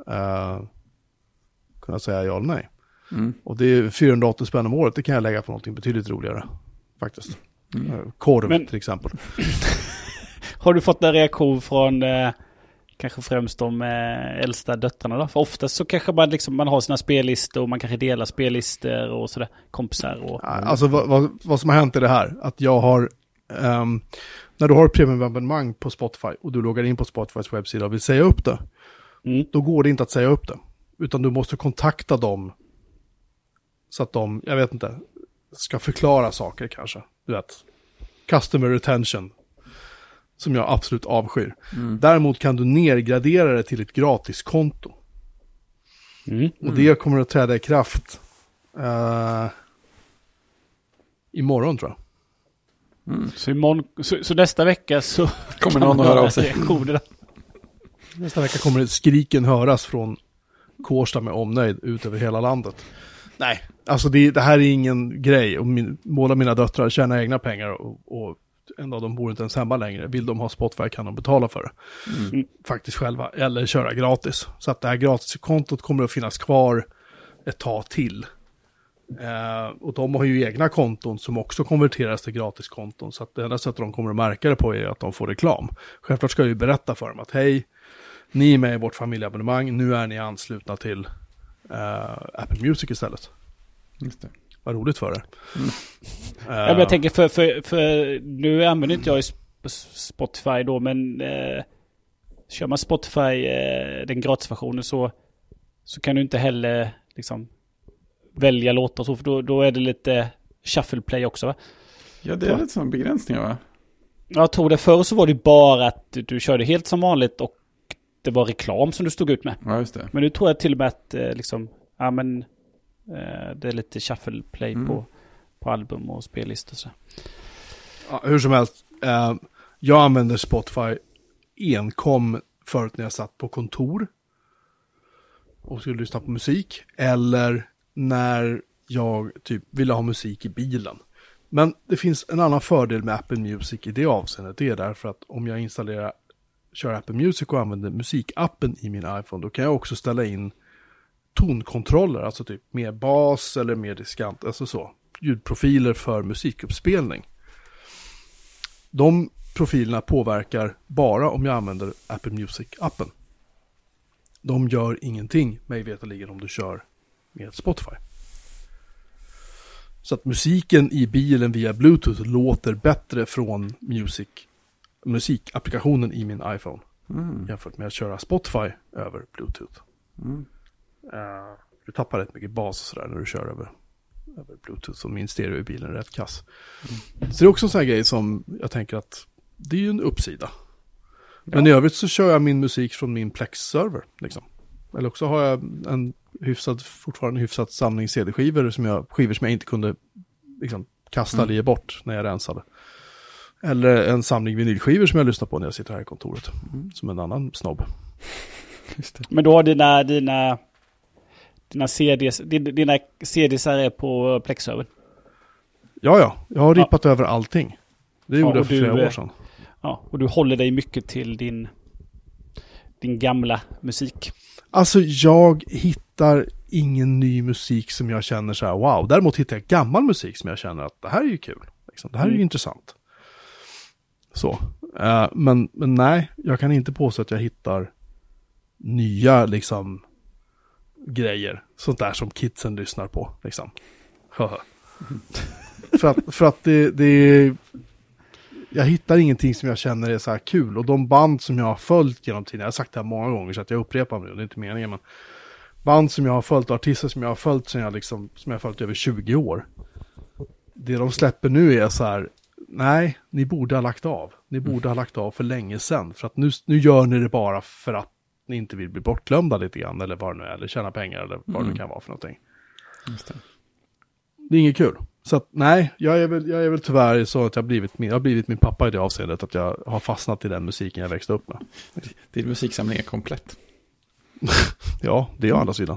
kunna säga ja eller nej. Och det är 480 spänn om året. Det kan jag lägga på någonting betydligt roligare. Faktiskt. Korv till exempel. Har du fått en reaktion från kanske främst de äldsta döttrarna då? För oftast så kanske man har sina spellistor och man kanske delar spellistor och sådär, kompisar. Och... Alltså vad som har hänt är det här. Att jag har... när du har ett premiumabonnemang på Spotify och du loggar in på Spotifys webbsida och vill säga upp det. Då går det inte att säga upp det. Utan du måste kontakta dem så att de, jag vet inte, ska förklara saker kanske. Du vet, customer retention som jag absolut avskyr. Däremot kan du nedgradera det till ett gratiskonto. Och det kommer att träda i kraft imorgon tror jag. Så imorgon, så nästa vecka så kommer någon att höra av sig. Nästa vecka kommer skriken höras från Kårsta med omnöjd ut över hela landet. Nej, alltså det här är ingen grej. Och båda mina döttrar tjänar egna pengar och en av dem bor inte ens hemma längre. Vill de ha Spotify kan de betala för det. Faktiskt själva. Eller köra gratis. Så att det här gratiskontot kommer att finnas kvar ett tag till. Och de har ju egna konton som också konverteras till gratiskonton. Så att det enda sättet de kommer att märka det på är att de får reklam. Självklart ska jag ju berätta för dem att hej, ni är med i vårt familjeabonnemang. Nu är ni anslutna till Apple Music istället. Just det. Vad roligt för er. Ja, men jag tänker för nu använder inte jag Spotify då, men kör man Spotify den gratisversionen så kan du inte heller liksom välja låtar så, för då är det lite shuffle play också, va? Ja, det är lite som begränsningar, va? Jag tror det förr så var det bara att du körde helt som vanligt och det var reklam som du stod ut med. Ja, just det. Men nu tror jag till och med att liksom, ja men det är lite shuffle play på album och spellistor så. Ja, hur som helst, jag använder Spotify enkom förut när jag satt på kontor och skulle lyssna på musik, eller när jag typ ville ha musik i bilen. Men det finns en annan fördel med Apple Music i det avseendet. Det är därför att om jag kör Apple Music och använder musikappen i min iPhone, då kan jag också ställa in tonkontroller, alltså typ mer bas eller mer diskant, alltså så, ljudprofiler för musikuppspelning. De profilerna påverkar bara om jag använder Apple Music-appen. De gör ingenting, mig veterligen, om du kör med Spotify. Så att musiken i bilen via Bluetooth låter bättre från musikapplikationen i min iPhone jämfört med att köra Spotify över Bluetooth. Du tappar rätt mycket bas och sådär när du kör över Bluetooth, så min stereo i bilen är rätt kass. Så det är också en sån här grej som jag tänker att det är ju en uppsida. Ja. Men i övrigt så kör jag min musik från min Plex-server liksom. Eller också har jag fortfarande hyfsat samling CD-skivor som jag inte kunde liksom kasta eller ge bort när jag rensade. Eller en samling vinylskivor som jag lyssnar på när jag sitter här i kontoret. Som en annan snobb. Just det. Men då har dina CDs är på Plex-servern? Ja. Jag har rippat över allting. Det gjorde jag för flera år sedan. Ja, och du håller dig mycket till din gamla musik. Alltså jag hittar ingen ny musik som jag känner så här wow. Däremot hittar jag gammal musik som jag känner att det här är ju kul. Liksom. Det här är ju intressant. Så. Men nej, jag kan inte påstå att jag hittar nya liksom grejer. Sånt där som kidsen lyssnar på. Liksom. för att det jag hittar ingenting som jag känner är så här kul. Och de band som jag har följt genom tiden, jag har sagt det här många gånger så att jag upprepar mig, det är inte meningen, men band som jag har följt, artister som jag har följt som jag har följt över 20 år. Det de släpper nu är så här, nej, ni borde ha lagt av. Ni borde ha lagt av för länge sedan. För att nu gör ni det bara för att ni inte vill bli bortglömda lite grann, eller vad det nu är, eller tjäna pengar, eller vad det kan vara för någonting. Just det. Det är inget kul. Så att, nej, jag är väl tyvärr så att jag har blivit min pappa i det avseendet, att jag har fastnat i den musiken jag växte upp med. Din musiksamling är komplett. Ja, det är å andra sidan.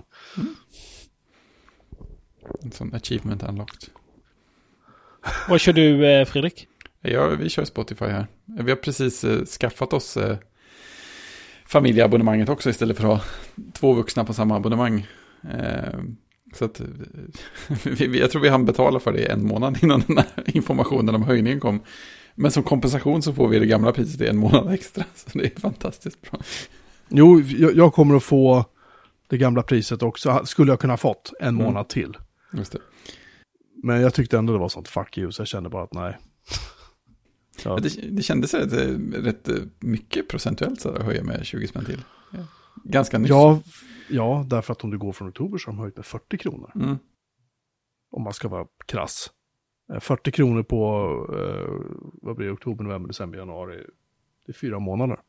En sån achievement unlocked. Vad kör du, Fredrik? Ja, vi kör Spotify här. Vi har precis skaffat oss familjeabonnemanget också istället för att ha 2 vuxna på samma abonnemang. Så att jag tror vi hann betala för det 1 månad innan den här informationen om höjningen kom. Men som kompensation så får vi det gamla priset i 1 månad extra. Så det är fantastiskt bra. Jo, jag kommer att få det gamla priset också. Skulle jag kunna fått 1 månad till. Just det. Men jag tyckte ändå det var sånt fuck you, så jag kände bara att nej. Ja. Det kändes rätt mycket procentuellt så att höja med 20 spänn till. Ja. Ganska nyss. Ja, därför att om du går från oktober så har de höjt med 40 kronor. Om man ska vara krass. 40 kronor på vad blir det, oktober, november, december, januari. Det är 4 månader.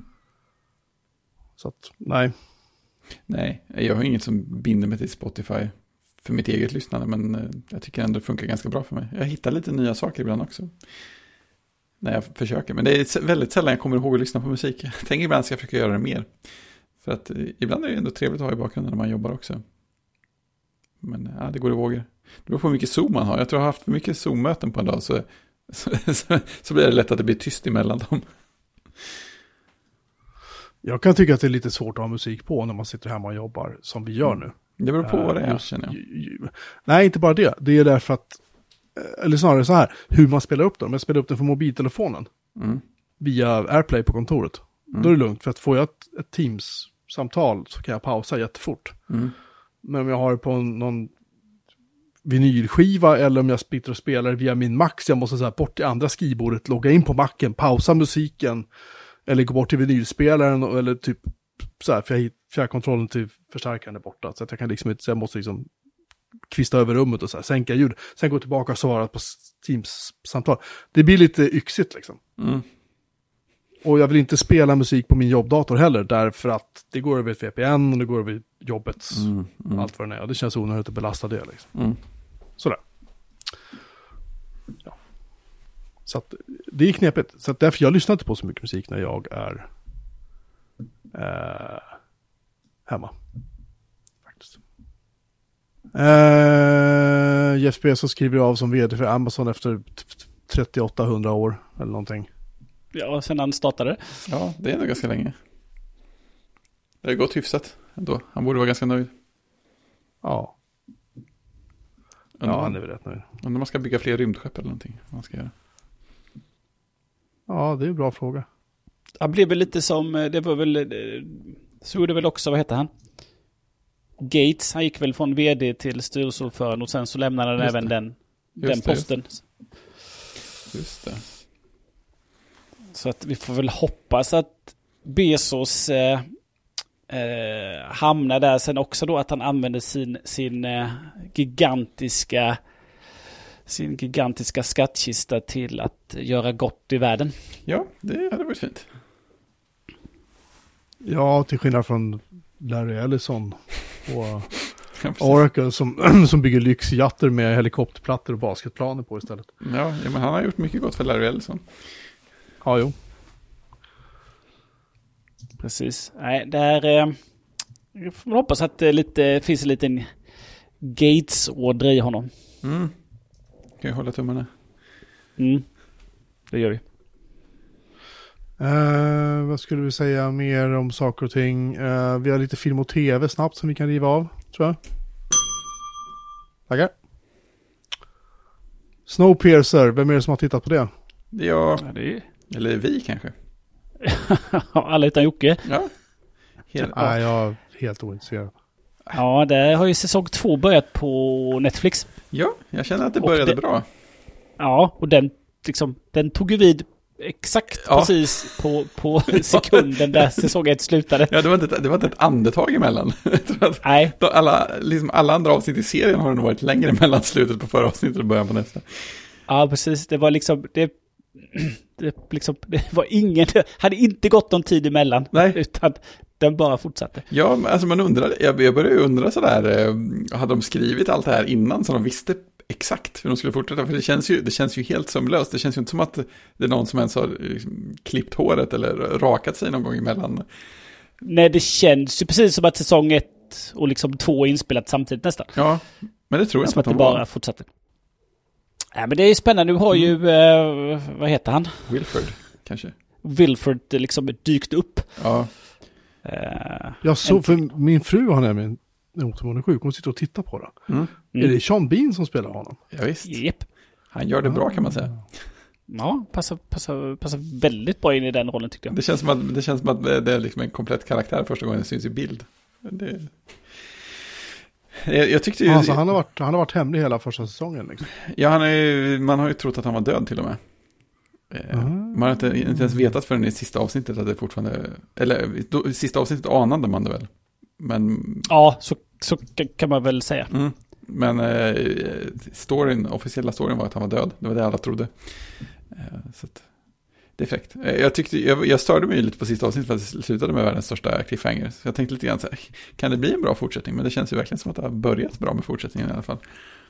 Så att, nej. Nej, jag har inget som binder mig till Spotify för mitt eget lyssnande, men jag tycker ändå det funkar ganska bra för mig. Jag hittar lite nya saker ibland också. När jag försöker, men det är väldigt sällan jag kommer ihåg att lyssna på musik. Jag tänker ibland ska jag försöka göra det mer. För att ibland är det ändå trevligt att ha i bakgrunden när man jobbar också. Men ja, det går i vågor. Det beror på hur mycket Zoom man har. Jag tror jag har haft för mycket Zoom-möten på en dag, så blir det lätt att det blir tyst emellan dem. Jag kan tycka att det är lite svårt att ha musik på när man sitter hemma och jobbar som vi gör nu. Det beror på vad det är, känner jag. Nej, inte bara det. Det är därför att, eller snarare så här, hur man spelar upp den. Om jag spelar upp den från mobiltelefonen via AirPlay på kontoret, då är det lugnt. För att får jag ett Teams-samtal så kan jag pausa jättefort. Men om jag har det på någon vinylskiva eller om jag sitter och spelar via min Mac. Jag måste så här bort till andra skrivbordet, logga in på Macen, pausa musiken eller gå bort till vinylspelaren eller typ så här fjärrkontrollen till förstärkaren är borta. Så att jag kan liksom inte, så jag måste liksom kvista över rummet och så här, sänka ljud. Sen gå tillbaka och svara på Teams-samtal. Det blir lite yxigt liksom. Mm. Och jag vill inte spela musik på min jobbdator heller, därför att det går över ett VPN och det går över jobbets allt vad det är. Och det känns onödigt att belasta det liksom. Sådär. Ja. Så att det är knepigt. Så att därför jag lyssnar inte på så mycket musik när jag är hemma. Faktiskt. Jeff Bezos skriver av som vd för Amazon efter 3800 år eller någonting. Ja, sen han startade. Ja, det är nog ganska länge. Det har gått hyfsat ändå. Han borde vara ganska nöjd. Ja. Ja, han är väl rätt nöjd. Om man ska bygga fler rymdskepp eller någonting. Vad man ska göra. Ja, det är en bra fråga. Han blev väl lite som, det var väl, så gjorde väl också, vad heter han? Gates, han gick väl från vd till styrelseordförande och sen så lämnade han även den posten. Just det. Så att vi får väl hoppas att Bezos hamnar där sen också då, att han använder sin gigantiska skattkista till att göra gott i världen. Ja, det hade varit fint. Ja, till skillnad från Larry Ellison och Oracle som bygger lyxjatter med helikopterplattor och basketplaner på istället. Ja, men han har gjort mycket gott för Larry Ellison. Ja, jo. Precis. Nej, där får man hoppas att det finns en liten Gates-order i honom. Kan jag hålla tummarna? Det gör vi. Vad skulle vi säga mer om saker och ting? Vi har lite film och tv snabbt som vi kan riva av, tror jag. Tackar. Snowpiercer, vem är det som har tittat på det? Det är jag. Ja, det är... Eller vi kanske. Alla utan Jocke. Ja. Nej, jag är helt ointresserad. Ja, det har ju säsong 2 börjat på Netflix. Ja, jag känner att det började bra. Ja, och den tog ju vid exakt precis på sekunden där säsong 1 slutade. Ja, det var inte ett andetag emellan. Nej. Alla andra avsnitt i serien har nog varit längre mellan slutet på förra avsnittet och början på nästa. Ja, precis. Det var liksom... Det var ingen... Det hade inte gått någon tid emellan. Nej. Utan den bara fortsatte. Ja, alltså man undrar... Jag började ju undra sådär... Hade de skrivit allt det här innan så de visste exakt hur de skulle fortsätta? För det känns ju helt sömlöst. Det känns ju inte som att det är någon som ens har liksom klippt håret eller rakat sig någon gång emellan. Nej, det känns ju precis som att säsong 1 och liksom 2 är inspelat samtidigt nästan. Ja, men det tror jag som att de bara fortsatte. Ja, men det är ju spännande. Nu har ju, vad heter han? Wilford, kanske. Wilford liksom dykt upp. Ja. Jag såg, för min fru har nämligen, hon är sjuk, hon sitter och tittar på det. Är det Sean Bean som spelar honom? Ja, visst. Yep. Han gör det bra kan man säga. Ja, passar väldigt bra in i den rollen tycker jag. Det känns som att det är liksom en komplett karaktär första gången det syns i bild. Jag tyckte ju... Alltså, han har varit hemlig hela första säsongen. Liksom. Ja, man har ju trott att han var död till och med. Man har inte ens vetat förrän i sista avsnittet att det fortfarande... Eller i sista avsnittet anade man det väl. Men... Ja, så kan man väl säga. Men officiella storyn var att han var död. Det var det alla trodde. Så att, det är fräckt. Jag störde mig lite på sista avsnittet för att det slutade med världens största cliffhanger. Så jag tänkte lite grann så här, kan det bli en bra fortsättning? Men det känns ju verkligen som att det har börjat bra med fortsättningen i alla fall.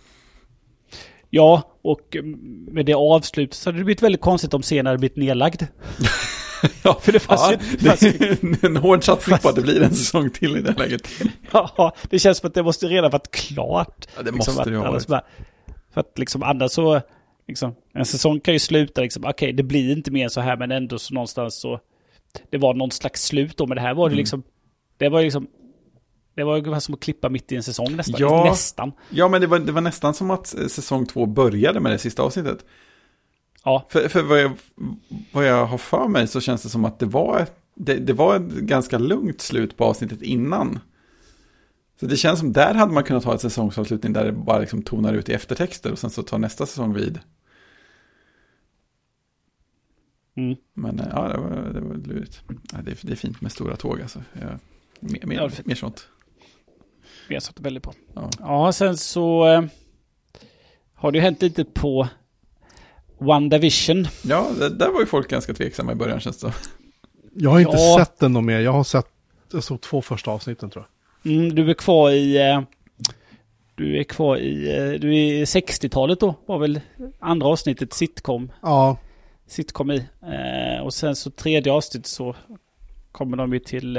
Ja, och med det avslutet så hade det blivit väldigt konstigt om scenen hade blivit nedlagd. Ja, för det är en hård satsning på att det blir en säsong till i det läget. Ja, det känns som att det måste redan varit klart. Ja, det måste det ju ha varit. För att liksom annars så... Liksom, en säsong kan ju sluta liksom, okej, det blir inte mer så här, men ändå så någonstans så det var någon slags slut då, men det här var det liksom det var som att klippa mitt i en säsong nästan. Ja, nästan. Ja, men det var nästan som att säsong 2 började med det sista avsnittet. Ja. För vad jag har för mig så känns det som att det var ett ganska lugnt slut på avsnittet innan. Så det känns som där hade man kunnat ha ett säsongsavslutning där det bara liksom tonar ut i eftertexter och sen så tar nästa säsong vid. Men ja, det var lurigt. Ja, det är fint med stora tåg alltså. Mer sånt. Vi har satt väldigt på. Ja, sen så har det ju hänt lite på WandaVision. Ja, där var ju folk ganska tveksamma i början, känns det. Jag har inte sett den någon mer. Jag såg 2 första avsnitten, tror jag. Du är kvar i 60-talet då, var väl andra avsnittet sitcom. Ja. Sitcom i. Och sen så tredje avsnitt så kommer de ju till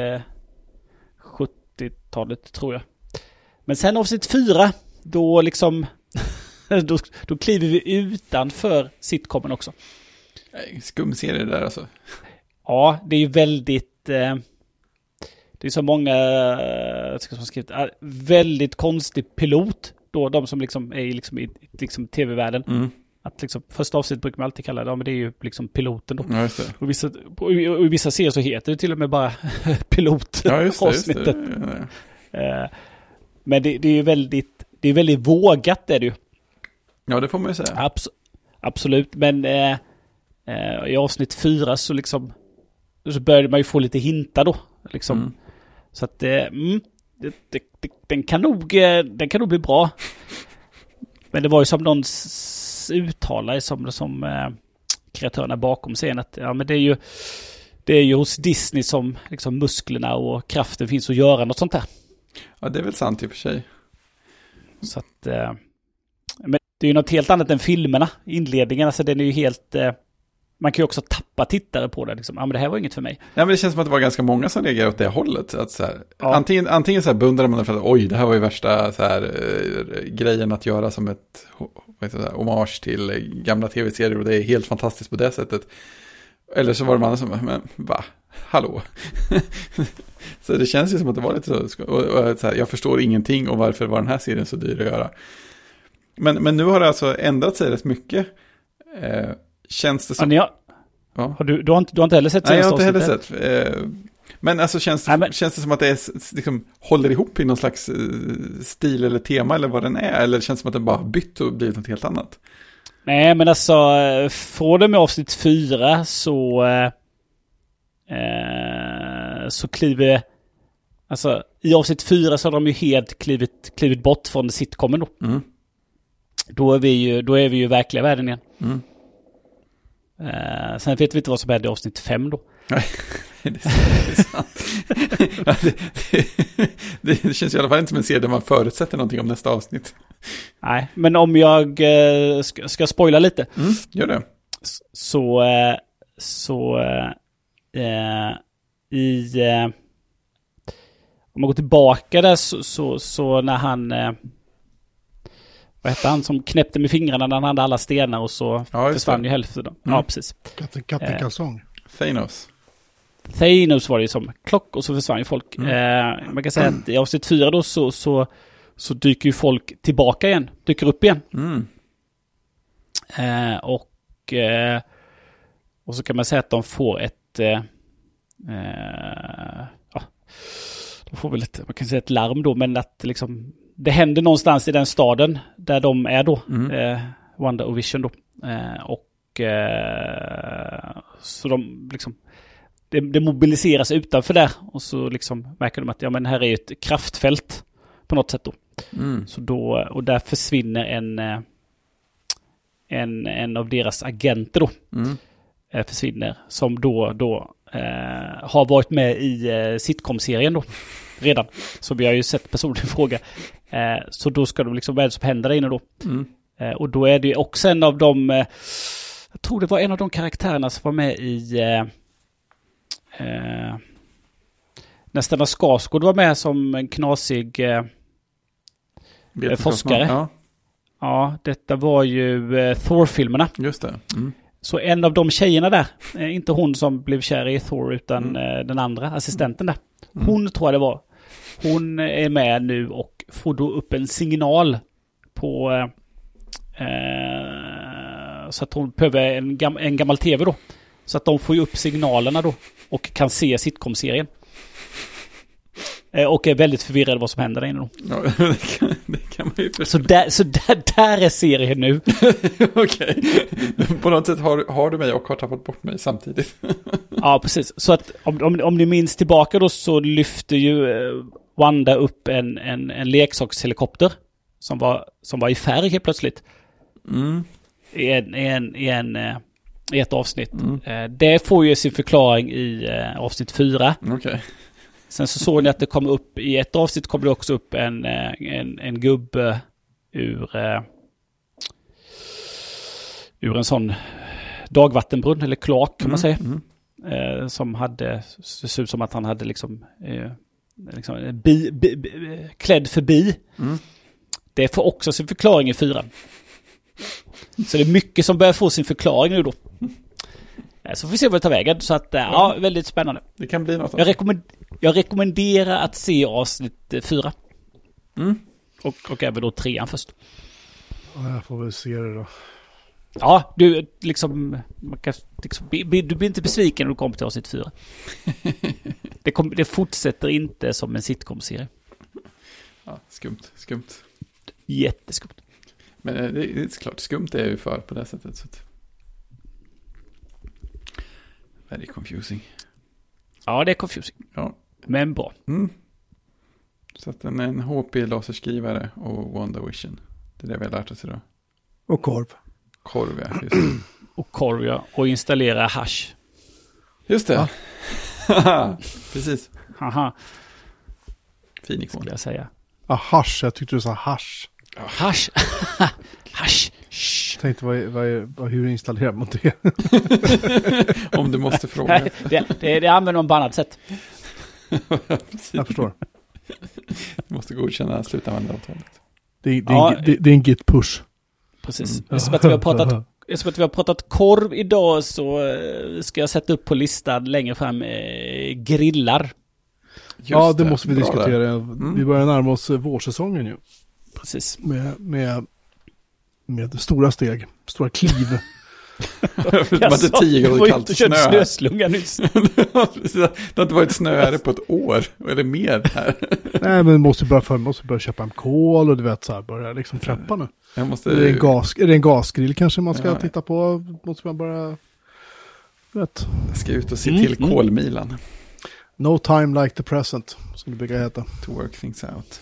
70-talet, tror jag. Men sen avsnitt 4, då liksom då kliver vi utanför sitcomen också. Skumserie där alltså. Ja, det är ju väldigt det är så många som skrivit väldigt konstig pilot då, de som liksom är liksom i liksom tv-världen. Att liksom första avsnitt brukar man alltid kalla det, men det är ju liksom piloten då. Ja, just det. Och i vissa serier så heter det till och med bara pilot. Ja, just avsnittet. Det. Men det är ju väldigt vågat är det ju. Ja, det får man ju säga. Absolut, men i avsnitt 4 så liksom så började man ju få lite hintar då liksom. Så att den kan nog bli bra. Men det var ju som någon uttalade som kreatörerna bakom scenen att ja, men det är ju hos Disney som liksom musklerna och kraften finns att göra något sånt här. Ja, det är väl sant i och för sig. Så att men det är ju något helt annat än filmerna. Inledningen, alltså den är ju helt man kan ju också tappa tittare på det liksom. Ja, men det här var inget för mig. Ja, men det känns som att det var ganska många som reagerade åt det hållet. Att så här, antingen så här beundrar man det för att oj, det här var ju värsta så här, grejen att göra som ett hommage till gamla tv-serier och det är helt fantastiskt på det sättet. Eller så var det man som, men va? Hallå? Så det känns ju som att det var lite så. Och så här, jag förstår ingenting och varför var den här serien så dyr att göra. Men nu har det alltså ändrat sig rätt mycket. Känns det som... Ja. Du har inte heller sett? Nej, jag har inte heller sett. Men alltså känns det som att det är, liksom, håller ihop i någon slags stil eller tema eller vad den är? Eller känns det som att den bara bytt och blivit något helt annat? Nej, men alltså från det med avsnitt 4 så kliver... Alltså i avsnitt 4 så har de ju helt klivit bort från sitcomen då. Då är vi ju verkliga världen igen. Sen vet vi inte vad som händer i avsnitt 5 då. Nej, det är sant. Ja, det känns i alla fall inte som en serie där man förutsätter någonting om nästa avsnitt. Nej, men om jag ska spoila lite. Gör det. Om man går tillbaka där så när han vad hette han som knäppte med fingrarna när han hade alla stenar och så försvann ju hälften. Ja, precis. Katten Kalsong. Thanos var det ju som klock och så försvann ju folk. Man kan säga att i avsnitt 4 då så dyker ju folk tillbaka igen. Dyker upp igen. Och så kan man säga att de får ett de får väl man kan säga ett larm då, men att liksom det händer någonstans i den staden där de är då, Wanda och Vision då. Så de liksom det mobiliseras utanför där och så liksom märker de att ja, men här är ju ett kraftfält på något sätt då. Så då, och där försvinner en av deras agenter då. Försvinner som då har varit med i sitcom-serien då redan. Så vi har ju sett personen i fråga. Så då ska de liksom, vad är det som händer där inne då? Och då är det också en av de, jag tror det var en av de karaktärerna som var med i nästan av Skarsgård var med som en knasig forskare. Ja, detta var ju Thor-filmerna. Just det. Så en av de tjejerna där, inte hon som blev kär i Thor utan den andra assistenten där. Hon tror jag det var. Hon är med nu och får då upp en signal på så att hon behöver en gammal tv då. Så att de får ju upp signalerna då och kan se sitcom-serien. Och är väldigt förvirrad vad som händer där inne då. Ja, det kan man ju förstå. Så där är serien nu. Okej. På något sätt har du mig och har tappat bort mig samtidigt. Ja, precis. Så att om ni minns tillbaka då så lyfter ju Wanda upp en leksakshelikopter som var i färg helt plötsligt. Mm. I ett avsnitt. Det får ju sin förklaring i avsnitt 4. Okay. Sen så såg ni att det kom upp i ett avsnitt kommer det också upp en gubbe ur en sån dagvattenbrunn eller kloak kan man säga. Som hade såg ut som att han hade liksom klädd förbi. Det får också sin förklaring i 4. Så det är mycket som börjar få sin förklaring nu då. Så får vi se vad det tar vägen. Så att, ja, väldigt spännande. Det kan bli något. Jag rekommenderar att se avsnitt 4. Och även då 3 först. Ja, jag får väl se det då. Ja, du liksom, du blir inte besviken när du kommer till avsnitt 4. Det fortsätter inte som en sitcom-serie. Ja, skumt. Jätteskumt. Men det är såklart, skumt är ju för på det sättet. Så att... Very confusing. Ja, det är confusing. Ja. Men bra. Så att en HP-laserskrivare och WandaVision. Det är det vi har lärt oss idag. Och korv. Korv, ja. Just det. Och korv, ja. Och installera hash. Just det. Ja. Precis. Haha. Fin ikon. Skulle jag säga. Ah, hash. Jag tyckte du sa hash. Hash. Hash. Jag tänkte, hur installerar man det? Om du måste fråga. Det använder man på annat sätt. Jag förstår. Du måste godkänna slutanvändaravtalet. Det är en git-push. Precis. Som att vi har pratat korv idag så ska jag sätta upp på listan längre fram grillar. Ja, det måste vi diskutera. Vi börjar närma oss vårsäsongen ju. Precis. Med stora steg, stora kliv. Det var inte 10 grader kallt snö. Snöslunga nyss. Det har inte varit snö här på ett år eller mer här. Nej, men måste börja köpa en kol och du vet så här börja liksom trappa nu. Är det en gasgrill kanske man ska titta på? Måste man bara vet. Jag ska ut och se till kolmilan. No time like the present, som det brukar heta. To work things out.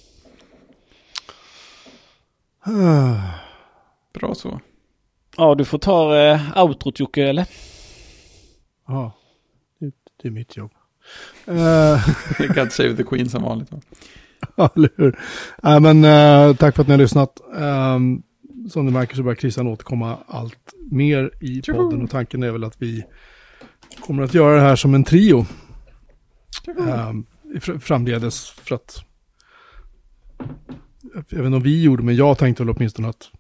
Bra så. Ja, du får ta outrot, Jocke, eller? Ja, det är mitt jobb. God save the queen som vanligt. Ja, eller hur? Tack för att ni har lyssnat. Som ni märker så börjar Christian återkomma allt mer i podden. Och tanken är väl att vi kommer att göra det här som en trio. Framledes för att även om vi gjorde, men jag tänkte väl åtminstone att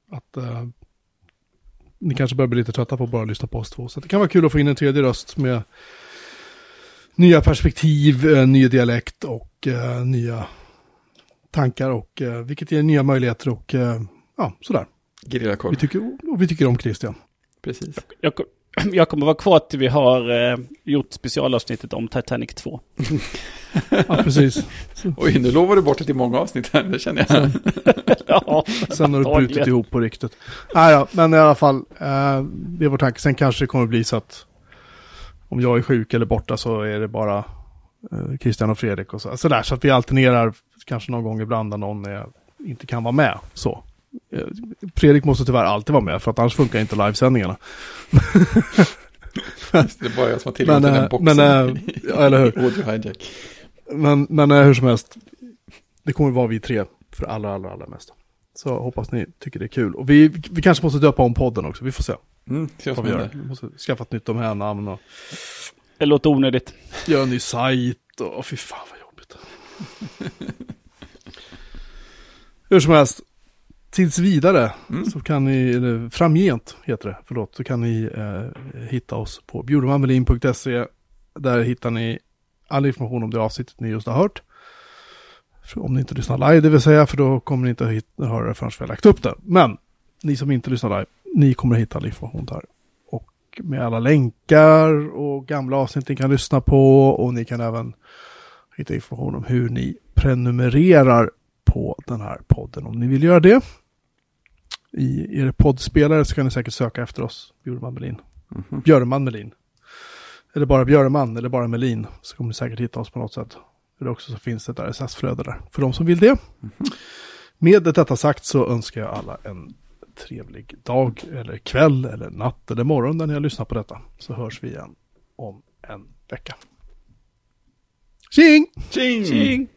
ni kanske börjar bli lite trötta på att bara lyssna på oss två. Så det kan vara kul att få in en tredje röst med nya perspektiv, ny dialekt och nya tankar och vilket ger nya möjligheter och sådär. Grillakorv. Vi tycker om Christian. Precis. Jag kommer vara kvar till vi har gjort specialavsnittet om Titanic 2. Ja, precis. Oj, nu lovar du bort det i många avsnitt här, det känner jag. Sen har du brutit ihop på riktigt. Ja, men i alla fall, det är vår tanke. Sen kanske det kommer bli så att om jag är sjuk eller borta så är det bara Christian och Fredrik och så där. Så att vi alternerar kanske någon gång ibland när någon inte kan vara med. Så. Fredrik måste tyvärr alltid vara med för att annars funkar inte livesändningarna. Det är bara jag som har tillgång till den boxen. Eller hur? Audio hijack. Men hur som helst, det kommer vara vi tre för allra mesta. Så hoppas ni tycker det är kul. Och vi kanske måste döpa om podden också, vi får se. Vi måste skaffa ett nytt namn och... Det låter onödigt. Göra en ny sajt och fy fan vad jobbigt. Hur som helst, tills vidare så kan ni, eller framgent heter det, så kan ni hitta oss på bjudermanvelin.se. Där hittar ni all information om det avsnittet ni just har hört. Om ni inte lyssnar live, det vill säga, för då kommer ni inte att höra det förrän vi har lagt upp det. Men ni som inte lyssnar live, ni kommer att hitta all information där. Och med alla länkar och gamla avsnitt ni kan lyssna på, och ni kan även hitta information om hur ni prenumererar på den här podden om ni vill göra det. I er poddspelare så kan ni säkert söka efter oss, Björman Melin. Eller bara Björman eller bara Melin, så kommer ni säkert hitta oss på något sätt. Eller också så finns det ett RSS-flöde där för de som vill det. Med detta sagt så önskar jag alla en trevlig dag eller kväll eller natt eller morgon när ni har lyssnat på detta. Så hörs vi igen om en vecka. Tjing! Tjing!